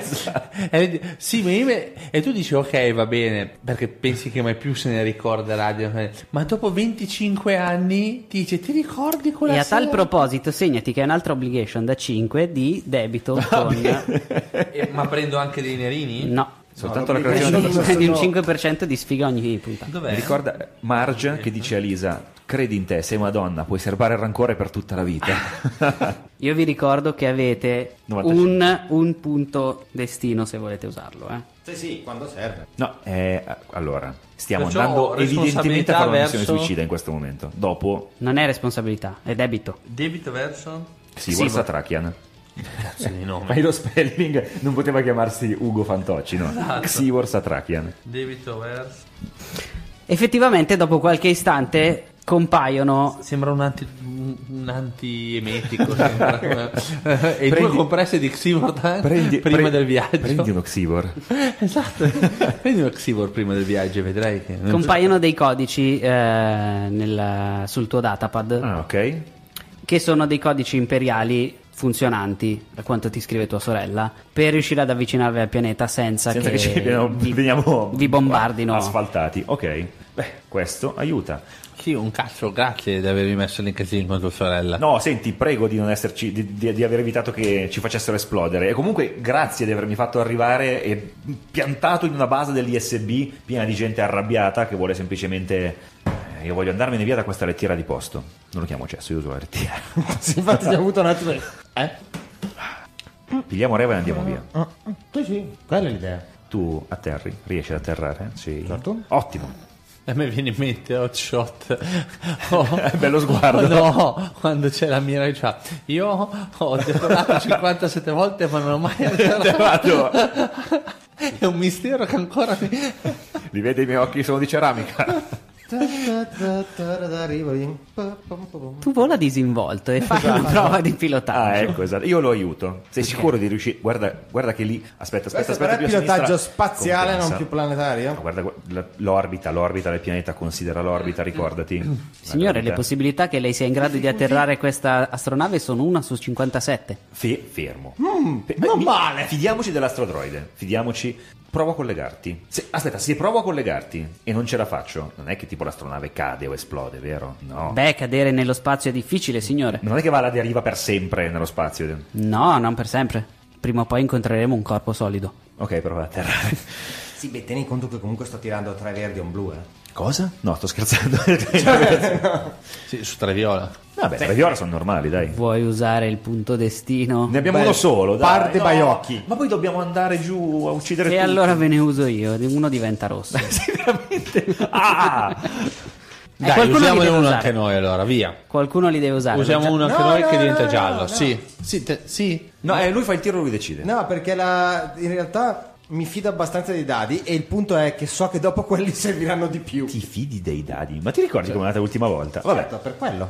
e tu dici ok, va bene, perché pensi che mai più se ne ricorderà, ma dopo 25 anni ti dice ti ricordi quella E a tal sera? proposito segnati che è un'altra obligation da 5 di debito con... Ma prendo anche dei nerini? No. Soltanto la creazione di... Prendi un 5% di sfiga ogni puntata. Dov'è? Mi ricorda Marge che dice a Lisa: credi in te, sei Madonna, puoi serbare il rancore per tutta la vita. Io vi ricordo che avete 95. un punto destino se volete usarlo, Sì, quando serve. No, allora, stiamo Perciò andando evidentemente a responsabilità fare una missione verso- suicida in questo momento. Dopo Non è responsabilità, è debito. Debito verso? Sivor Satrakian. Cazzo di nome. Fai lo spelling, non poteva chiamarsi Ugo Fantocci, no? Xivor Satrakian. Debito verso... Effettivamente dopo qualche istante compaiono... Sembra un antiemetico. Sembra. E due compresse di Xivor prima del viaggio. Prendi uno Xivor. Esatto. Prendi uno Xivor prima del viaggio e vedrai che... Compaiono dei codici sul tuo datapad Ah, ok. che sono dei codici imperiali funzionanti, da quanto ti scrive tua sorella, per riuscire ad avvicinarvi al pianeta senza che ci veniamo vi bombardino. asfaltati. Ok. Beh, questo aiuta. Sì, un cazzo, grazie di avermi messo in casino con tua sorella. No, senti, prego di non esserci, di aver evitato che ci facessero esplodere. E comunque grazie di avermi fatto arrivare e piantato in una base dell'ISB piena di gente arrabbiata che vuole semplicemente... io voglio andarmene via da questa lettiera di posto. Non lo chiamo cesso, io uso la lettiera. Sì, infatti abbiamo avuto un attimo. Pigliamo Reva e andiamo via. Sì, quella è l'idea. Tu atterri? Riesci ad atterrare? Sì. Certo. Ottimo. A me viene in mente Hotshot. Bello sguardo. No, quando c'è la mira che fa. Io ho decorato 57 volte ma non ho mai atterrato. È un mistero che ancora Li vedi, i miei occhi sono di ceramica. Tu vola disinvolto e fai una prova di pilotaggio. Ah, ecco, esatto. Io lo aiuto. Sei sicuro di riuscire? Guarda che lì. Aspetta, Questo più a però è pilotaggio sinistra. spaziale, Compensa. non più planetario. No, guarda l'orbita del pianeta, considera l'orbita, ricordati. Signore, le possibilità che lei sia in grado di atterrare questa astronave sono 1 su 57. Fermo. Non male. Fidiamoci dell'astrodroide. Fidiamoci. Prova a collegarti. Se provo a collegarti e non ce la faccio, non è che tipo l'astronave cade o esplode, vero? No. Beh, cadere nello spazio è difficile, signore. Non è che va alla deriva per sempre nello spazio. No, non per sempre. Prima o poi incontreremo un corpo solido. Ok, prova ad atterrare. Sì, beh, tieni conto che comunque sto tirando 3 verdi e un blu, Cosa? No, sto scherzando. Sì, su Traviola. Vabbè, le viola sono normali, dai. Vuoi usare il punto destino? Ne abbiamo Beh, uno solo, dai. par de baiocchi. Ma poi dobbiamo andare giù a uccidere E tutti. allora ve ne uso io, uno diventa rosso. Sì, veramente. Ah! Dai, qualcuno li usiamone deve uno usare. anche noi allora, via. Qualcuno li deve usare. Usiamo uno anche No, noi no, che diventa no, giallo. no. Sì, sì. No, lui fa il tiro e lui decide. No, perché in realtà mi fido abbastanza dei dadi e il punto è che so che dopo quelli serviranno di più. Ti fidi dei dadi? Ma ti ricordi come è andata l'ultima volta? Vabbè. Certo, per quello.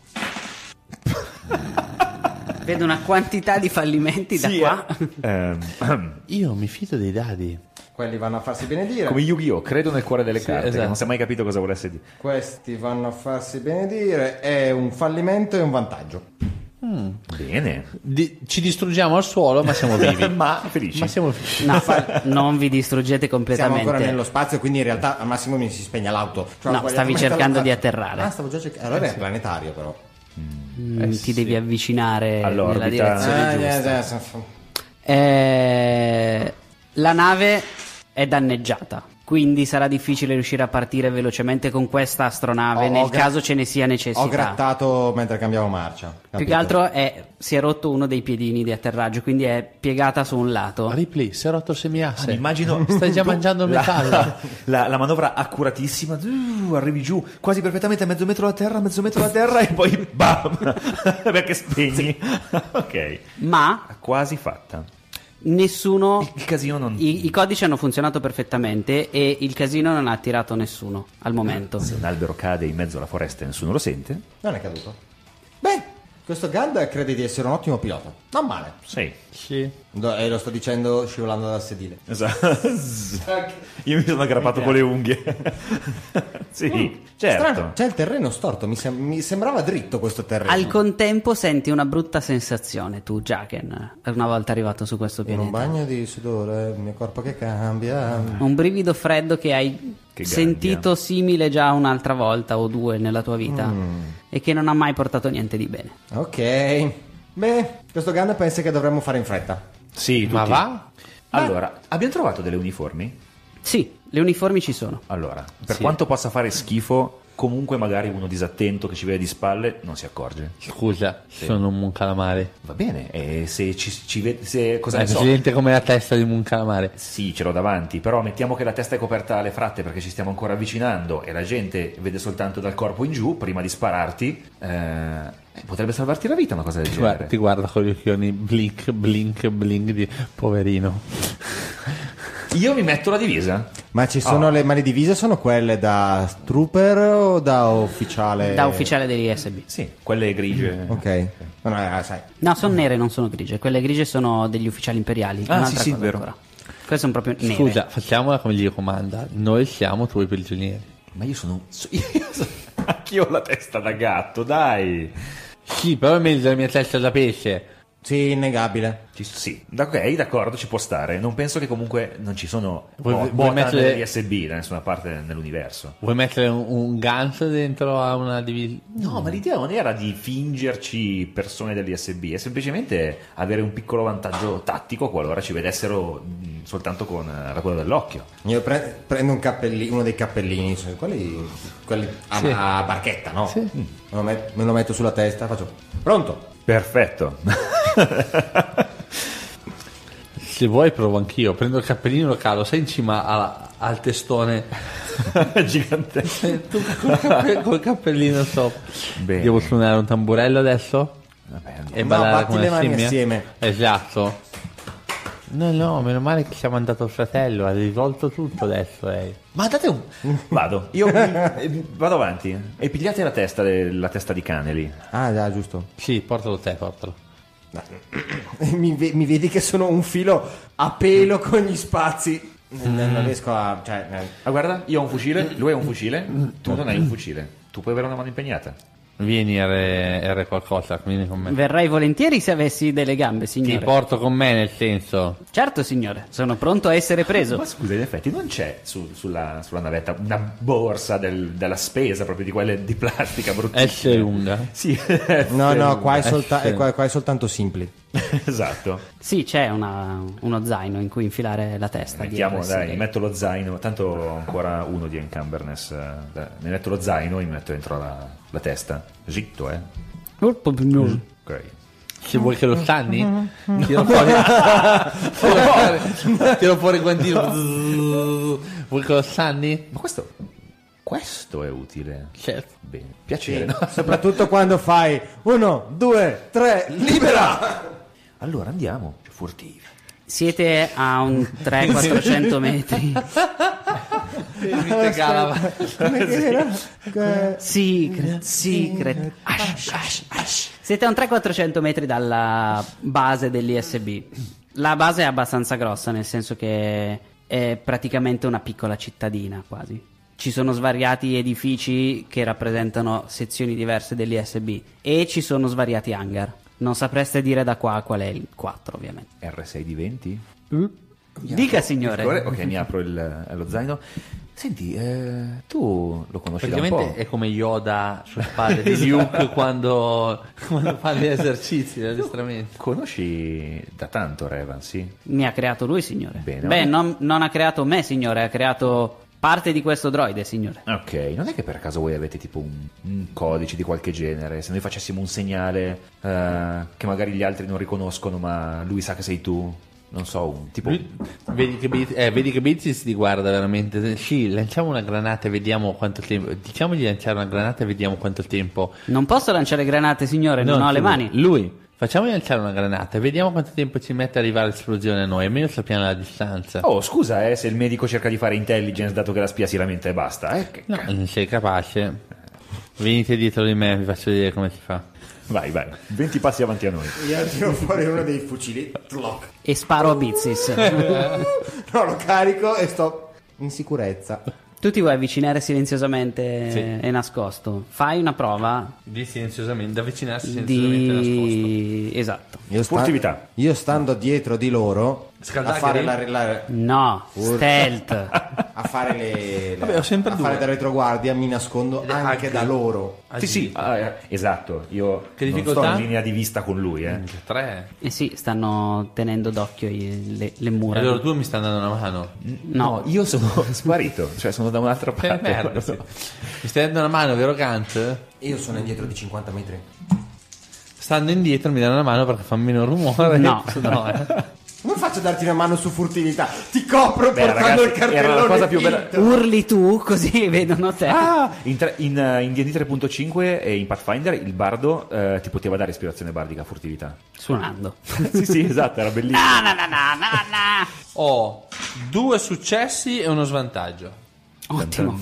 Vedo una quantità di fallimenti da qua. Io mi fido dei dadi. Quelli vanno a farsi benedire. Come Yu-Gi-Oh! Credo nel cuore delle carte. esatto. Che non si è mai capito cosa volesse dire. Questi vanno a farsi benedire. È un fallimento e un vantaggio. Bene. Ci distruggiamo al suolo, ma siamo vivi. Ma felici. Ma siamo vivi. No, non vi distruggete Siamo completamente. ancora nello spazio, quindi in realtà al massimo mi si spegne l'auto. Cioè, No, ho sbagliato stavi mettere cercando la- di atterrare. Ah, stavo già cercando. Allora è planetario, però. Ti devi avvicinare All'orbita. nella direzione giusta. Giusto. La nave è danneggiata. quindi sarà difficile riuscire a partire velocemente con questa astronave nel caso ce ne sia necessità. Ho grattato mentre cambiavo marcia. Capito? Più che altro si è rotto uno dei piedini di atterraggio, quindi è piegata su un lato. Ripley, si è rotto il semiasse. Immagino Stai già mangiando il metallo. La manovra accuratissima, arrivi giù quasi perfettamente, mezzo metro da terra e poi bam, perché spegni. Ok, ma quasi fatta. Nessuno, il casino non... I codici hanno funzionato perfettamente e il casino non ha attirato nessuno al momento. Se un albero cade in mezzo alla foresta e nessuno lo sente, non è caduto. Beh, questo Ganda crede di essere un ottimo pilota. Non male. Sì. E lo sto dicendo scivolando dal sedile. Esatto. Io mi sono aggrappato con le unghie. Sì, certo. Strano, c'è il terreno storto, mi sembrava dritto questo terreno. Al contempo senti una brutta sensazione tu, Jaken, una volta arrivato su questo pianeta. Un bagno di sudore, il mio corpo che cambia. Un brivido freddo che hai sentito simile già un'altra volta o due nella tua vita e che non ha mai portato niente di bene. Ok. Beh, questo Ganda pensa che dovremmo fare in fretta. Sì, tutti. Ma va? Allora, abbiamo trovato delle uniformi? Sì, le uniformi ci sono. Allora, per quanto possa fare schifo, comunque magari uno disattento che ci vede di spalle non si accorge. Scusa, sono un Muncalamare. Va bene, e se ci vede... cosa ne so? Presidente come la testa di Muncalamare. Sì, ce l'ho davanti, però mettiamo che la testa è coperta alle fratte perché ci stiamo ancora avvicinando e la gente vede soltanto dal corpo in giù prima di spararti. Potrebbe salvarti la vita una cosa del genere. Ti guarda con gli occhioni blink, blink, blink di poverino. Io mi metto la divisa. Ma ci sono le divise sono quelle da trooper o da ufficiale? Da ufficiale dell'ISB. Sì, quelle grigie. Ok. Sai. No, sono nere, non sono grigie. Quelle grigie sono degli ufficiali imperiali. Un'altra sì, cosa vero. ancora. Queste sono proprio nere. Scusa, facciamola come gli comanda. Noi siamo tuoi prigionieri. Ma io sono... Anch'io ho la testa da gatto, dai. Sì, però è meglio della mia testa da pesce. Sì, innegabile. Sì, ok, d'accordo, ci può stare. Non penso che comunque non ci sono vuoi bota mettere... dell'ISB da nessuna parte nell'universo. Vuoi mettere un Gans dentro a una divisione? No, ma l'idea non era di fingerci persone dell'ISB, è semplicemente avere un piccolo vantaggio tattico qualora ci vedessero soltanto con la coda dell'occhio. Io prendo un cappellino, uno dei cappellini, quelli a barchetta, no? Sì. Me lo metto sulla testa, faccio pronto. Perfetto. Se vuoi provo anch'io, prendo il cappellino e lo calo, sei in cima al testone gigante. Tu col cappellino sopra. Bene. Devo suonare un tamburello adesso? Vabbè, E No, ballare batti come le una mani scimmia? assieme. Esatto. No, meno male che ci ha mandato il fratello, ha risolto tutto adesso lei. Ma date un... Vado, io vado avanti e pigliate la testa di cane lì. Ah, già, giusto. Sì, portalo te, portalo. Mi vedi che sono un filo a pelo con gli spazi. Non riesco a... Ah, guarda, io ho un fucile, lui ha un fucile, tu non hai un fucile. Tu puoi avere una mano impegnata. Vieni R qualcosa, vieni con me. Verrei volentieri se avessi delle gambe, signore. Ti porto con me, nel senso. Certo, signore, sono pronto a essere preso. Ma scusa, in effetti non c'è sulla navetta una borsa della spesa, proprio di quelle di plastica bruttissime. S lunga. Sì. No, qua è soltanto simpli. Esatto. Sì, c'è uno zaino in cui infilare la testa. Mettiamo, di dai, RSD. metto lo zaino, tanto ho ancora uno di Encumbrance. Ne metto lo zaino e mi metto dentro la testa. Zitto, Ok. Se vuoi che lo stanni? Tiro fuori il guantino. Vuoi che lo stanni? Ma questo è utile. Certo. Bene, piacere. No? Soprattutto quando fai 1, 2, 3, libera! Allora andiamo, furtivi. Siete a un 300-400 metri. Come che era? Secret. Siete a un 300-400 metri dalla base dell'ISB. La base è abbastanza grossa, nel senso che è praticamente una piccola cittadina quasi. Ci sono svariati edifici che rappresentano sezioni diverse dell'ISB e ci sono svariati hangar. Non sapreste dire da qua qual è il 4, ovviamente. R6 di 20? Dica, signore. Ok, mi apro lo zaino. Senti, tu lo conosci da un Praticamente po'? è come Yoda sulle spalle di Luke quando fa gli esercizi, gli addestramenti. Conosci da tanto Revan, sì? Mi ha creato lui, signore. Bene. Beh, non ha creato me, signore, ha creato parte di questo droide, signore. Ok, non è che per caso voi avete tipo un codice di qualche genere? Se noi facessimo un segnale che magari gli altri non riconoscono, ma lui sa che sei tu? Non so, un tipo... Vedi che Bizzi ti guarda veramente. Sì, lanciamo una granata e vediamo quanto tempo. Diciamogli di lanciare una granata e vediamo quanto tempo. Non posso lanciare granate, signore, non ho le mani. Lui, facciamogli lanciare una granata e vediamo quanto tempo ci mette ad arrivare l'esplosione a noi. Almeno sappiamo la distanza. Oh, scusa, se il medico cerca di fare intelligence dato che la spia si lamenta e basta, Che No, non sei capace. Venite dietro di me, vi faccio vedere come si fa. Vai, 20 passi avanti a noi. Io tiro fuori uno dei fucili. Tloc. E sparo a Bizzis. No, lo carico e sto in sicurezza. Tu ti vuoi avvicinare silenziosamente Sì. e nascosto. Fai una prova Di silenziosamente, da avvicinarsi silenziosamente nascosto. di... Esatto. Sportività. Io stando dietro di loro a Scaldaccheri? fare No, stealth. a fare le Vabbè, ho sempre a due. fare da retroguardia mi nascondo anche da loro. Sì, esatto. Io Che non difficoltà? sto in linea di vista con lui, 3. Eh sì, stanno tenendo d'occhio le mura. E loro due mi stanno dando una mano. No, io sono sparito, cioè sono da un'altra Che parte. merda, sì. Mi stai dando una mano, vero Gant? Io sono indietro di 50 metri. Stando indietro mi danno una mano perché fa meno rumore. No. Come faccio a darti una mano su furtività? Ti copro Beh, portando ragazzi, il cartellone. era la cosa più bella. finto. urli tu così vedono te. In D&D 3.5 e in Pathfinder il bardo ti poteva dare ispirazione bardica, furtività. Suonando. sì, esatto, era bellissimo. No. Ho 2 successi e uno svantaggio. Ottimo.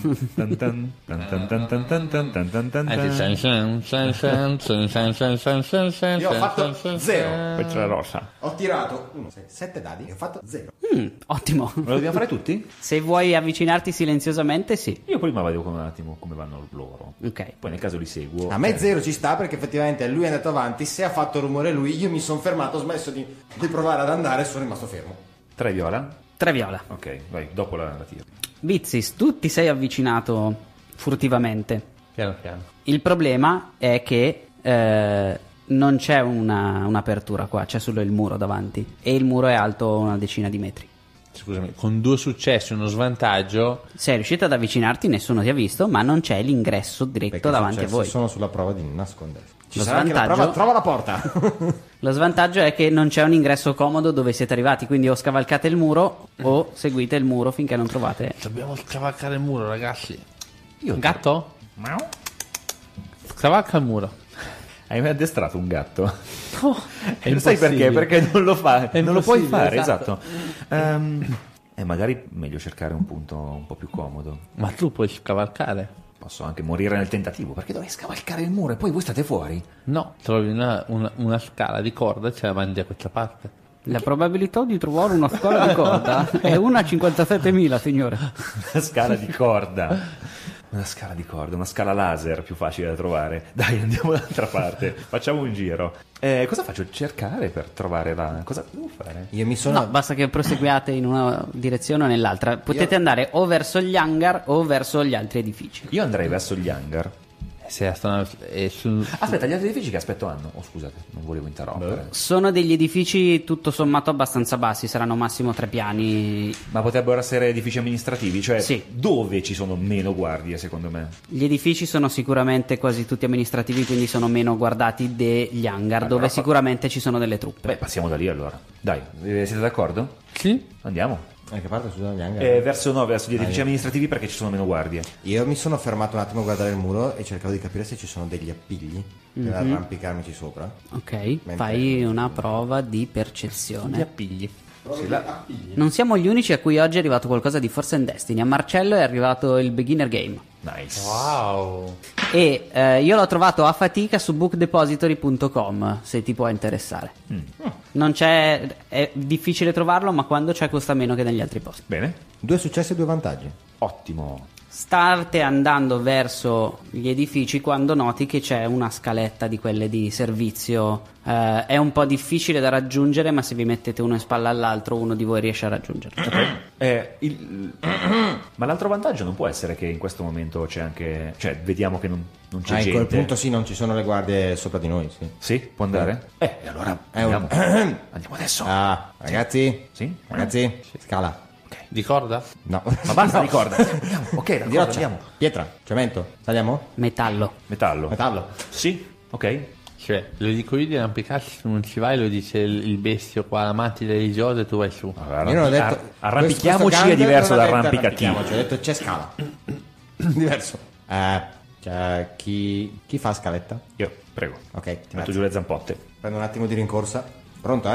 Io ho fatto 0. Petra rossa. Ho tirato 7 dadi e ho fatto 0. Ottimo. Lo dobbiamo fare tutti? Se vuoi avvicinarti silenziosamente, sì. Io prima vedo un attimo come vanno loro. Ok. Poi nel caso li seguo. A me 0 ci sta perché effettivamente lui è andato avanti, se ha fatto rumore lui, io mi sono fermato, ho smesso di provare ad andare e sono rimasto fermo. 3 viola? 3 viola. Ok, vai, dopo la tiro. Bizzis, tu ti sei avvicinato furtivamente. Piano piano. Il problema è che non c'è un'apertura qua, c'è solo il muro davanti. E il muro è alto una decina di metri. Scusami, con 2 successi e uno svantaggio. Sei riuscito ad avvicinarti, nessuno ti ha visto, ma non c'è l'ingresso diretto davanti a voi. Sono sulla prova di nascondersi. Ci Lo sarà anche la svantaggio- prova, trova la porta. Lo svantaggio è che non c'è un ingresso comodo dove siete arrivati, quindi o scavalcate il muro o seguite il muro finché non trovate. Dobbiamo scavalcare il muro, ragazzi. Io Gatto? Scavalca il muro. Hai mai addestrato un gatto? È Lo sai perché? impossibile. Perché non lo fa, È non lo puoi impossibile, fare, esatto. Magari meglio cercare un punto un po' più comodo. Ma tu puoi scavalcare? Posso anche morire nel tentativo, perché dovrei scavalcare il muro e poi voi state fuori. No, trovi una scala di corda e ce la mandi a questa parte. La probabilità di trovare una scala di corda è 1 a 57.000, signore. Una scala di corda. Una scala di corda, una scala laser più facile da trovare. Dai, andiamo dall'altra parte. Facciamo un giro. Cosa faccio? Cercare per trovare la... Cosa devo fare? Io mi sono No, basta che proseguiate in una direzione o nell'altra. Potete andare o verso gli hangar o verso gli altri edifici. Io andrei verso gli hangar. Se è sul... Aspetta, gli altri edifici che aspetto hanno? Oh, scusate, non volevo interrompere. Sono degli edifici tutto sommato abbastanza bassi, saranno massimo 3 piani. Ma potrebbero essere edifici amministrativi? Cioè, Sì. dove ci sono meno guardie, secondo me? Gli edifici sono sicuramente quasi tutti amministrativi, quindi sono meno guardati degli hangar, dove sicuramente ci sono delle truppe. Beh, passiamo da lì allora. Dai, siete d'accordo? Sì? Andiamo. che parte scusa gli hangar? Verso gli edifici amministrativi perché ci sono meno guardie. Io mi sono fermato un attimo a guardare il muro e cercavo di capire se ci sono degli appigli per arrampicarmici sopra. Ok, fai una prova di percezione. Gli appigli. Non siamo gli unici a cui oggi è arrivato qualcosa di Force and Destiny. A Marcello è arrivato il Beginner Game. Nice. Wow. E io l'ho trovato a fatica su bookdepository.com, se ti può interessare. Non c'è, è difficile trovarlo, ma quando c'è costa meno che negli altri posti. Bene. 2 successi e 2 vantaggi. Ottimo. State andando verso gli edifici quando noti che c'è una scaletta di quelle di servizio. È un po' difficile da raggiungere, ma se vi mettete uno in spalla all'altro, uno di voi riesce a raggiungerlo. Ma l'altro vantaggio non può essere che in questo momento c'è anche... Cioè, vediamo che non c'è gente. In quel punto sì, non ci sono le guardie sopra di noi, sì. Sì? Può andare? E allora andiamo. Andiamo adesso. Ragazzi? Sì? Ragazzi? Scala. Di corda? No. Ma basta, No. ricorda. Andiamo. Ok, Di d'accordo, roccia. andiamo. Pietra. Cemento. Saliamo? Metallo. Metallo. Sì? Ok. Cioè, lo dico io di arrampicarsi, tu non ci vai, lo dice il bestio qua, l'amante religioso, e tu vai su. Allora, Io non ho detto... arrampichiamoci questo è Gandalf diverso non da ha detto arrampicati. arrampichiamoci, ho detto c'è scala. Diverso. Cioè, chi fa scaletta? Io, prego. Ok, ti Metto metto giù le zampotte. Prendo un attimo di rincorsa. Pronto,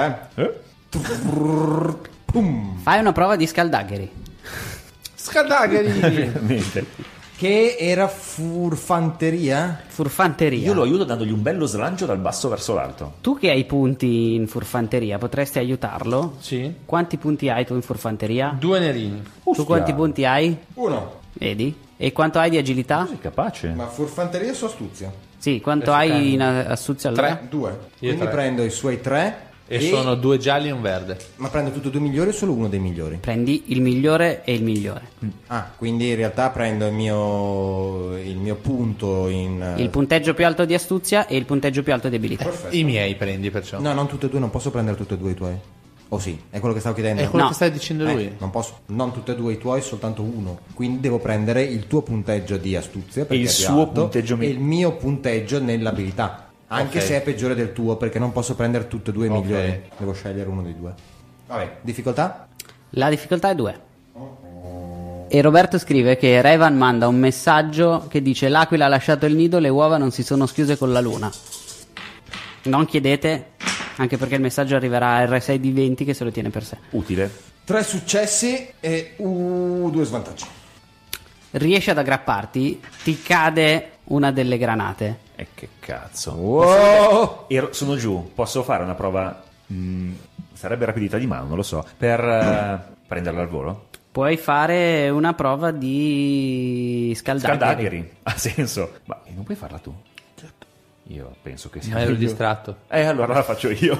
Pum. Fai una prova di scaldagheri. Scaldagheri! Niente. Che era furfanteria? Furfanteria. Io lo aiuto dandogli un bello slancio dal basso verso l'alto. Tu che hai punti in furfanteria, potresti aiutarlo? Sì. Quanti punti hai tu in furfanteria? 2 nerini. Tu quanti punti hai? 1. Vedi? E quanto hai di agilità? Sei capace? Ma furfanteria su astuzia? Sì, quanto hai in astuzia allora? 2. Quindi 3. prendo i suoi 3 E sono 2 gialli e un verde. Ma prendo tutti e 2 migliori o solo uno dei migliori? Prendi il migliore e il migliore. Quindi in realtà prendo il mio punto in... Il punteggio più alto di astuzia e il punteggio più alto di abilità. Perfetto. I miei prendi perciò. No, non tutti e 2, non posso prendere tutti e 2 i tuoi. Oh sì, è quello che stavo chiedendo. È quello No. che stai dicendo lui. Non posso, non tutti e 2 i tuoi, soltanto uno. Quindi devo prendere il tuo punteggio di astuzia perché il è più suo alto, punteggio e il mio punteggio nell'abilità. Anche Ok. se è peggiore del tuo, perché non posso prendere tutti e 2 i Ok. migliori. Devo scegliere uno dei 2. Vabbè, difficoltà? La difficoltà è 2. E Roberto scrive che Revan manda un messaggio che dice: l'aquila ha lasciato il nido, le uova non si sono schiuse con la luna. Non chiedete, anche perché il messaggio arriverà a R6 di 20 che se lo tiene per sé. Utile. 3 successi e 2 svantaggi. Riesci ad aggrapparti, ti cade una delle granate. E che cazzo. Wow! Sono giù. Posso fare una prova... sarebbe rapidità di mano, non lo so. Per prenderla al volo? Puoi fare una prova di scaldagheri. Scaldagheri. Ha senso. Ma non puoi farla tu? Certo. Io penso che sia... Ma ero meglio. distratto. Allora la faccio io.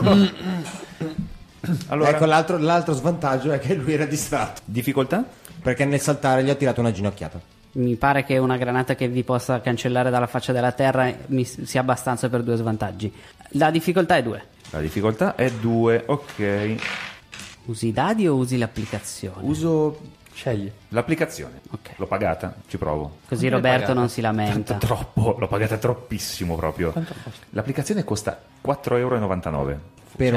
Allora, Ecco, l'altro svantaggio è che lui era distratto. difficoltà? Perché nel saltare gli ho tirato una ginocchiata. Mi pare che una granata che vi possa cancellare dalla faccia della terra sia abbastanza per 2 svantaggi. La difficoltà è 2. La difficoltà è 2, ok. Usi i dadi o usi l'applicazione? Uso Scegli. l'applicazione. Ok. L'ho pagata, ci provo. Così Quanto l'hai Roberto pagata? non si lamenta. Troppo, l'ho pagata troppissimo proprio. L'applicazione costa 4,99 euro.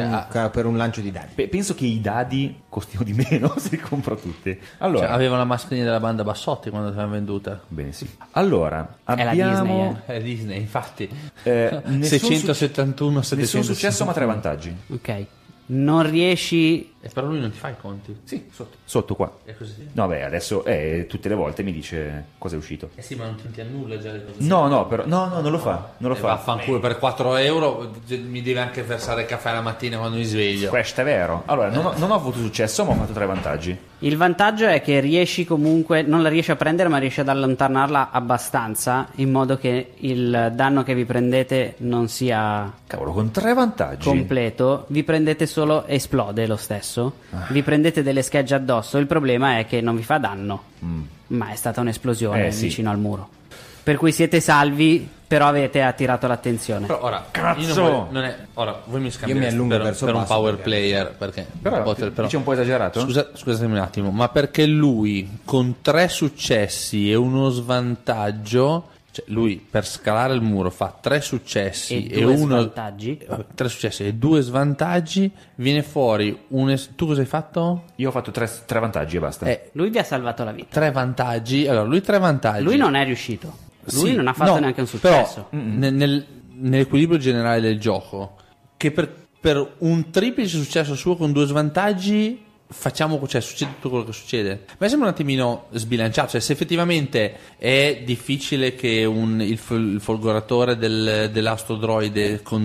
Per un lancio di dadi. Penso che i dadi costino di meno se li compro tutti. Allora, Cioè, aveva la mascherina della banda Bassotti quando te l'hanno venduta. bene sì. Allora, la abbiamo Disney, È Disney, infatti. nessun 671, nessun 700. successo ma 3 vantaggi. Ok. Non riesci... E però lui non ti fa i conti. Sì, sotto qua. È così. No, beh, adesso tutte le volte mi dice cosa è uscito. Eh sì, ma non ti annulla già le cose. No, però no, non lo fa, non lo fa. Vaffanculo, per 4 euro mi deve anche versare il caffè la mattina quando mi sveglio. Questo è vero. Allora, non ho avuto successo, ma ho fatto 3 vantaggi. Il vantaggio è che riesci comunque, non la riesci a prendere, ma riesci ad allontanarla abbastanza in modo che il danno che vi prendete non sia Cavolo, con 3 vantaggi. completo. Vi prendete solo, esplode lo stesso. Vi prendete delle schegge addosso. Il problema è che non vi fa danno, ma è stata un'esplosione Sì. vicino al muro. Per cui siete salvi, però avete attirato l'attenzione. Però ora, Cazzo! io non è, ora voi mi scambiate allungo verso per un basso power perché- player perché Però dice un po' esagerato? Scusatemi un attimo, ma perché lui con 3 successi e uno svantaggio, cioè lui per scalare il muro fa 3 successi E e 2 uno svantaggi. 3 successi e 2 svantaggi, viene fuori tu cosa hai fatto? Io ho fatto 3 vantaggi e basta. Lui vi ha salvato la vita. 3 vantaggi. Allora, lui 3 vantaggi. Lui non è riuscito. Lui Sì, non ha fatto no, neanche un successo. Però nell'equilibrio generale del gioco, che per un triplice successo suo con 2 svantaggi facciamo, cioè succede tutto quello che succede. Ma sembra un attimino sbilanciato, cioè se effettivamente è difficile che il folgoratore dell'astrodroide con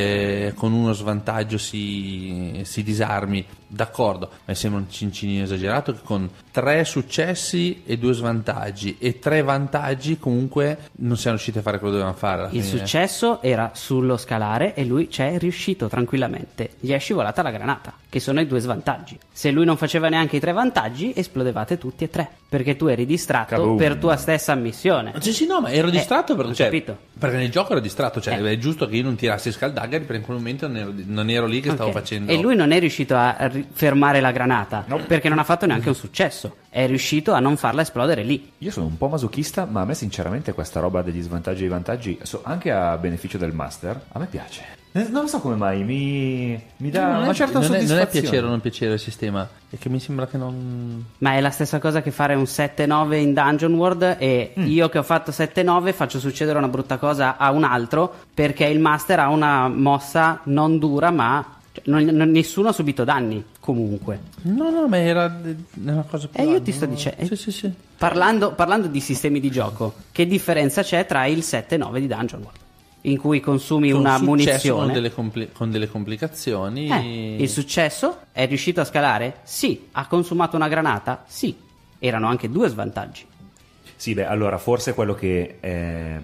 uno svantaggio si disarmi, d'accordo, ma sembra un cincinino esagerato che con 3 successi e 2 svantaggi e 3 vantaggi comunque non siamo riusciti a fare quello che dovevamo fare alla il fine. successo era sullo scalare e lui c'è riuscito tranquillamente, gli è scivolata la granata, che sono i 2 svantaggi. Se lui non faceva neanche i 3 vantaggi, esplodevate tutti e 3, perché tu eri distratto Kaboom. per tua stessa missione. Sì, no, ma ero distratto ho perché, capito. perché nel gioco ero distratto, cioè è giusto che io non tirassi scaldagari, perché in quel momento non ero lì che stavo Ok. facendo. E lui non è riuscito a fermare la granata, perché non ha fatto neanche un successo, è riuscito a non farla esplodere lì. Io sono un po' masochista, ma a me sinceramente questa roba degli svantaggi e i vantaggi, anche a beneficio del master, a me piace. Non so come mai, mi dà una certa non soddisfazione. è piacere o non piacere il sistema, è che mi sembra che non... Ma è la stessa cosa che fare un 7-9 in Dungeon World e io che ho fatto 7-9 faccio succedere una brutta cosa a un altro perché il master ha una mossa non dura, ma nessuno ha subito danni comunque. No, ma era una cosa più... Io ti sto dicendo... Sì. Parlando di sistemi di gioco, che differenza c'è tra il 7-9 di Dungeon World? In cui consumi Con una successo, munizione con delle complicazioni. Il successo è riuscito a scalare? Sì. Ha consumato una granata? Sì. Erano anche 2 svantaggi. Sì, beh, allora forse quello che è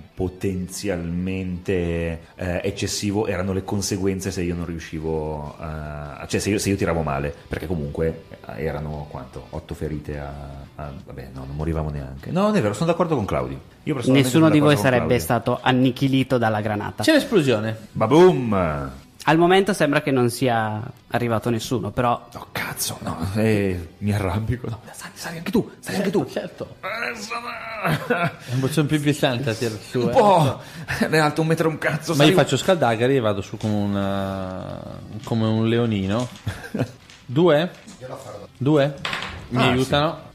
potenzialmente eccessivo erano le conseguenze se io non riuscivo cioè se io tiravo male, perché comunque erano 8 ferite vabbè, no, non morivamo neanche. No, non è vero, sono d'accordo con Claudio. Io personalmente Nessuno sono di voi d'accordo con sarebbe Claudio. stato annichilito dalla granata. C'è l'esplosione. Baboom! Al momento sembra che non sia arrivato nessuno, però Oh cazzo, no, mi arrambico. No, sali anche tu, sali anche tu. Certo. È un boccone più pesante a tirare su. Un po', è alto 1 metro e un cazzo. Ma sali io faccio scaldagari e vado su come un leonino. 2? 2? Mi Ah, aiutano?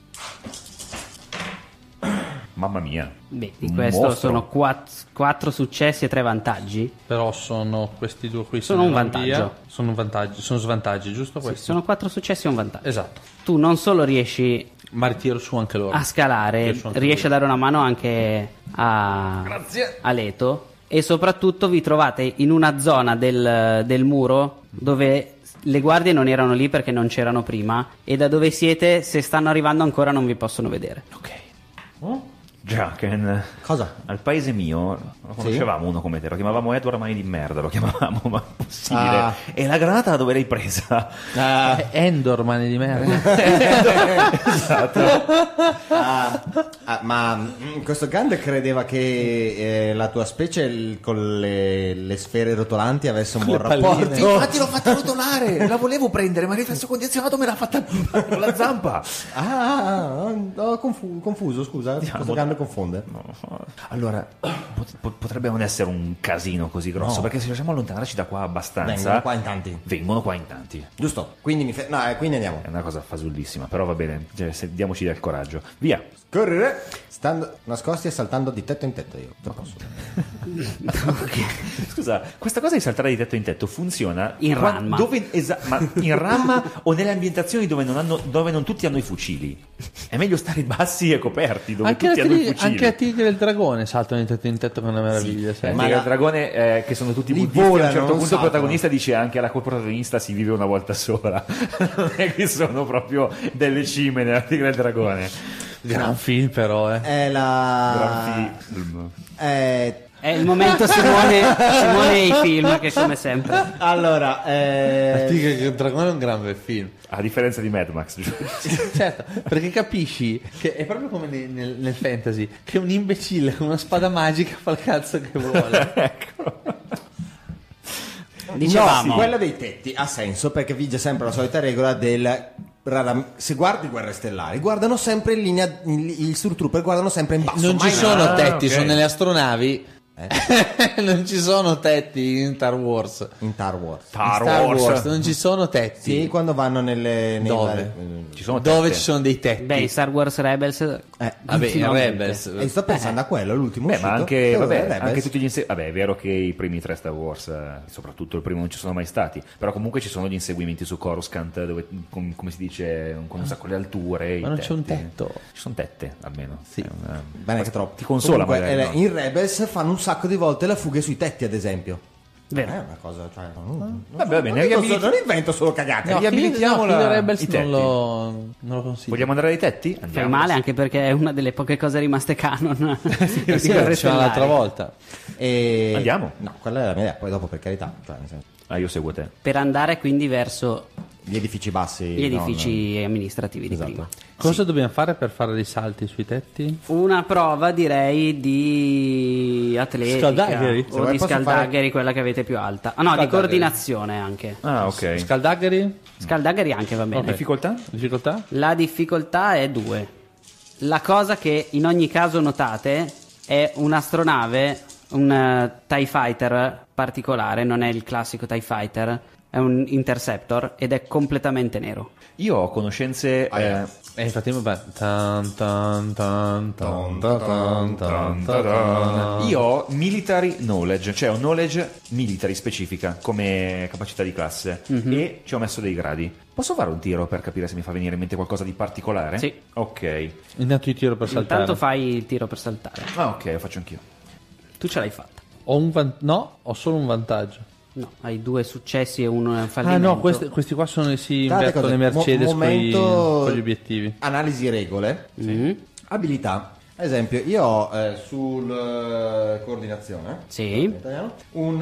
Mamma mia. beh, di Un questo mostro. sono 4 successi e 3 vantaggi. Però sono questi 2 qui. Sono se un ne vanno vantaggio. via. Sono un vantaggio. Sono svantaggi, giusto Sì, questo? sono 4 successi e un vantaggio. Esatto. Tu non solo riesci Ma ritiro su anche loro. a scalare, Tiro su anche riesci a loro. dare una mano anche a Leto, e soprattutto vi trovate in una zona del muro dove le guardie non erano lì perché non c'erano prima, e da dove siete, se stanno arrivando ancora, non vi possono vedere. Ok. Jacken. Cosa? Al paese mio lo conoscevamo uno come te, lo chiamavamo Edward Mani di merda, lo chiamavamo, ma è possibile. Ah. E la granata dove l'hai presa? Endor, mani di merda. Ma questo Gandalf credeva che la tua specie con le sfere rotolanti avesse un buon rapporto. Infatti l'ho fatta rotolare, la volevo prendere, ma il riflesso condizionato me l'ha fatta con la zampa. Confuso, scusa. Questo Gandalf confonde. Allora, potrebbe non essere un casino così grosso, No. perché se riusciamo a allontanarci da qua abbastanza... Vengono qua in tanti. Vengono qua in tanti. Giusto? Quindi quindi andiamo. È una cosa fasullissima, però va bene, cioè, diamoci del coraggio. Via. Correre. Stando nascosti e saltando di tetto in tetto io. Te lo posso. Scusa, questa cosa di saltare di tetto in tetto funziona In ramma. ma in ramma o nelle ambientazioni dove non tutti hanno i fucili? È meglio stare bassi e coperti dove tutti hanno i fucili. Anche a Tigre e il Dragone saltano in tetto con una meraviglia. sai. Ma il dragone che sono tutti Li buddisti, a un volano, certo non punto il saltano. protagonista dice anche alla protagonista si vive una volta sola. Non è che sono proprio delle cime nella Tigre e il Dragone. Gran film però, È la. Gran film. È il momento Simone e i film, che come sempre. Allora, Tigre e il Dragone è un gran bel film. A differenza di Mad Max, giusto? Certo, perché capisci che è proprio come nel fantasy, che un imbecille con una spada magica fa il cazzo che vuole. Ecco. Dicevamo, quella dei tetti ha senso perché vige sempre la solita regola se guardi Guerre Stellari, guardano sempre in linea, il Stormtrooper guardano sempre in basso. Non ci mai sono in alto. tetti, ok. sono nelle astronavi. Non ci sono tetti in Star Wars. In Star Wars. Star Wars non ci sono tetti. Sì, quando vanno nei Dove? Ci sono Dove tette. ci sono dei tetti? Beh, in Star Wars Rebels. Vabbè, in ultimamente. Rebels. E sto pensando a quello, l'ultimo Beh, uscito. ma anche, che vabbè, Rebels. anche tutti gli vabbè, è vero che i primi 3 Star Wars, soprattutto il primo, non ci sono mai stati, però comunque ci sono gli inseguimenti su Coruscant dove, come si dice, con un sacco di alture. Ma non c'è un tetto. Ci sono tette, almeno. Sì. Bene che troppo. Ti consola Comunque, magari, no? in Rebels fanno un sacco di volte la fuga sui tetti, ad esempio. Vero. È una cosa, cioè, Va bene, non invento solo cagate. riabilitiamo Fine i Rebels tetti. non lo consiglio. Vogliamo andare ai tetti? Fai Andiamo. male anche perché è una delle poche cose rimaste canon. Sì, lo dicevamo l'altra volta. E... Andiamo? No, quella è la mia idea, poi dopo per carità. Cioè, nel senso, Io seguo te. Per andare quindi verso gli edifici bassi. gli edifici amministrativi Esatto. di prima. Cosa dobbiamo fare per fare dei salti sui tetti? Una prova direi di atletica Scaldagheri? Se o vuoi di posso scaldagheri, quella che avete più alta. Ah no, di Scaldagheri. coordinazione anche. Ah, ok. Scaldagheri? Scaldagheri anche va bene. Difficoltà? Difficoltà? La difficoltà è 2. La cosa che in ogni caso notate è un'astronave, un TIE Fighter particolare, non è il classico TIE Fighter, è un Interceptor ed è completamente nero. Io ho conoscenze... Infatti tan tan tan tan tan tan tan. Io ho military knowledge, cioè ho knowledge military specifica come capacità di classe e ci ho messo dei gradi. Posso fare un tiro per capire se mi fa venire in mente qualcosa di particolare? Sì. Ok. Intanto io tiro per saltare. Intanto fai il tiro per saltare. Ah, ok, lo faccio anch'io. Tu ce l'hai fatta. No, ho solo un vantaggio. No, hai 2 successi e uno fallimento. Ah no, questi qua sono si Guardate invertono cos'è? le Mercedes Momento- con gli obiettivi. Analisi regole. Mhm. Abilità. Ad esempio, io ho sul coordinazione. Sì. in italiano,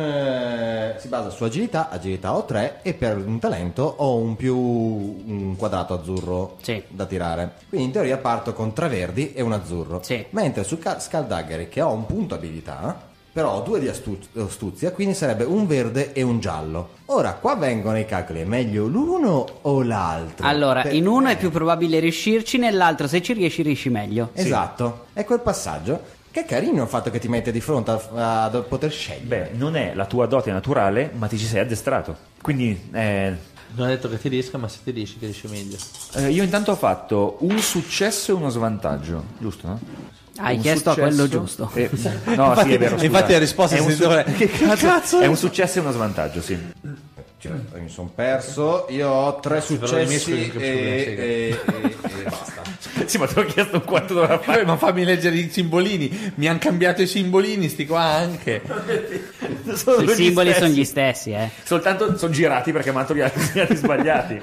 si basa su agilità ho 3 e per un talento ho un quadrato azzurro Sì. da tirare. Quindi in teoria parto con 3 verdi e un azzurro. Sì. Mentre su Scaldagheri, che ho un punto abilità, però ho 2 di astuzia, quindi sarebbe un verde e un giallo. Ora, qua vengono i calcoli, è meglio l'uno o l'altro? Allora, in uno è più probabile riuscirci, nell'altro se ci riesci meglio. Esatto, è quel passaggio. Che carino il fatto che ti mette di fronte a poter scegliere. Beh, non è la tua dote naturale, ma ti ci sei addestrato. Quindi, Non ho detto che ti riesca, ma se ti riesci, che riesci meglio. io intanto ho fatto un successo e uno svantaggio, giusto, no? Hai Un chiesto a successo quello giusto. No, sì, è vero. scusa. infatti la risposta è è un, sì, dov'è? che cazzo? È un successo e uno svantaggio, sì. Cioè, mi sono perso, io ho 3 successi e basta. Sì, ma te l'ho chiesto un quanto dovrà fare. Ma fammi leggere i simbolini. Mi hanno cambiato i simbolini, sti qua anche. I simboli sono gli stessi, Soltanto sono girati perché mi hanno segnati sbagliati.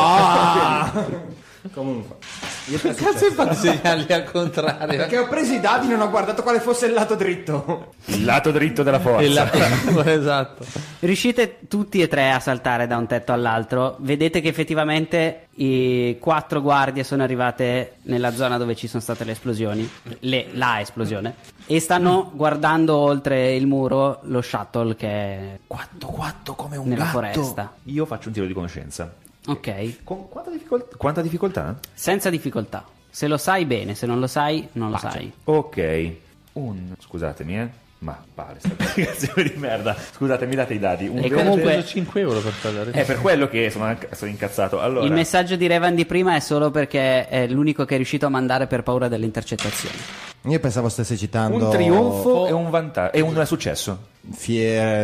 Comunque, io Che cazzo hai fatto segnarli al contrario? perché ho preso i dadi e non ho guardato quale fosse il lato dritto. Il lato dritto della forza. Esatto. Riuscite tutti e 3 a saltare da un tetto all'altro. Vedete che effettivamente i 4 guardie sono arrivate nella zona dove ci sono state le esplosioni, la esplosione, e stanno guardando oltre il muro lo shuttle che è Quatto come un nella gatto. foresta. Io faccio un tiro di conoscenza. Ok, Con quanta difficoltà? senza difficoltà. Se lo sai bene, se non lo sai, non lo sai. Ok. Scusatemi, ma pare sta applicazione di merda. Scusate, mi date i dadi. Un E verde- comunque- Ho preso 5 euro per parlare. È per quello che sono incazzato. Allora, Il messaggio di Revan di prima è solo perché è l'unico che è riuscito a mandare per paura delle intercettazioni. Io pensavo stesse citando un trionfo e un vantaggio. E un successo. Fiere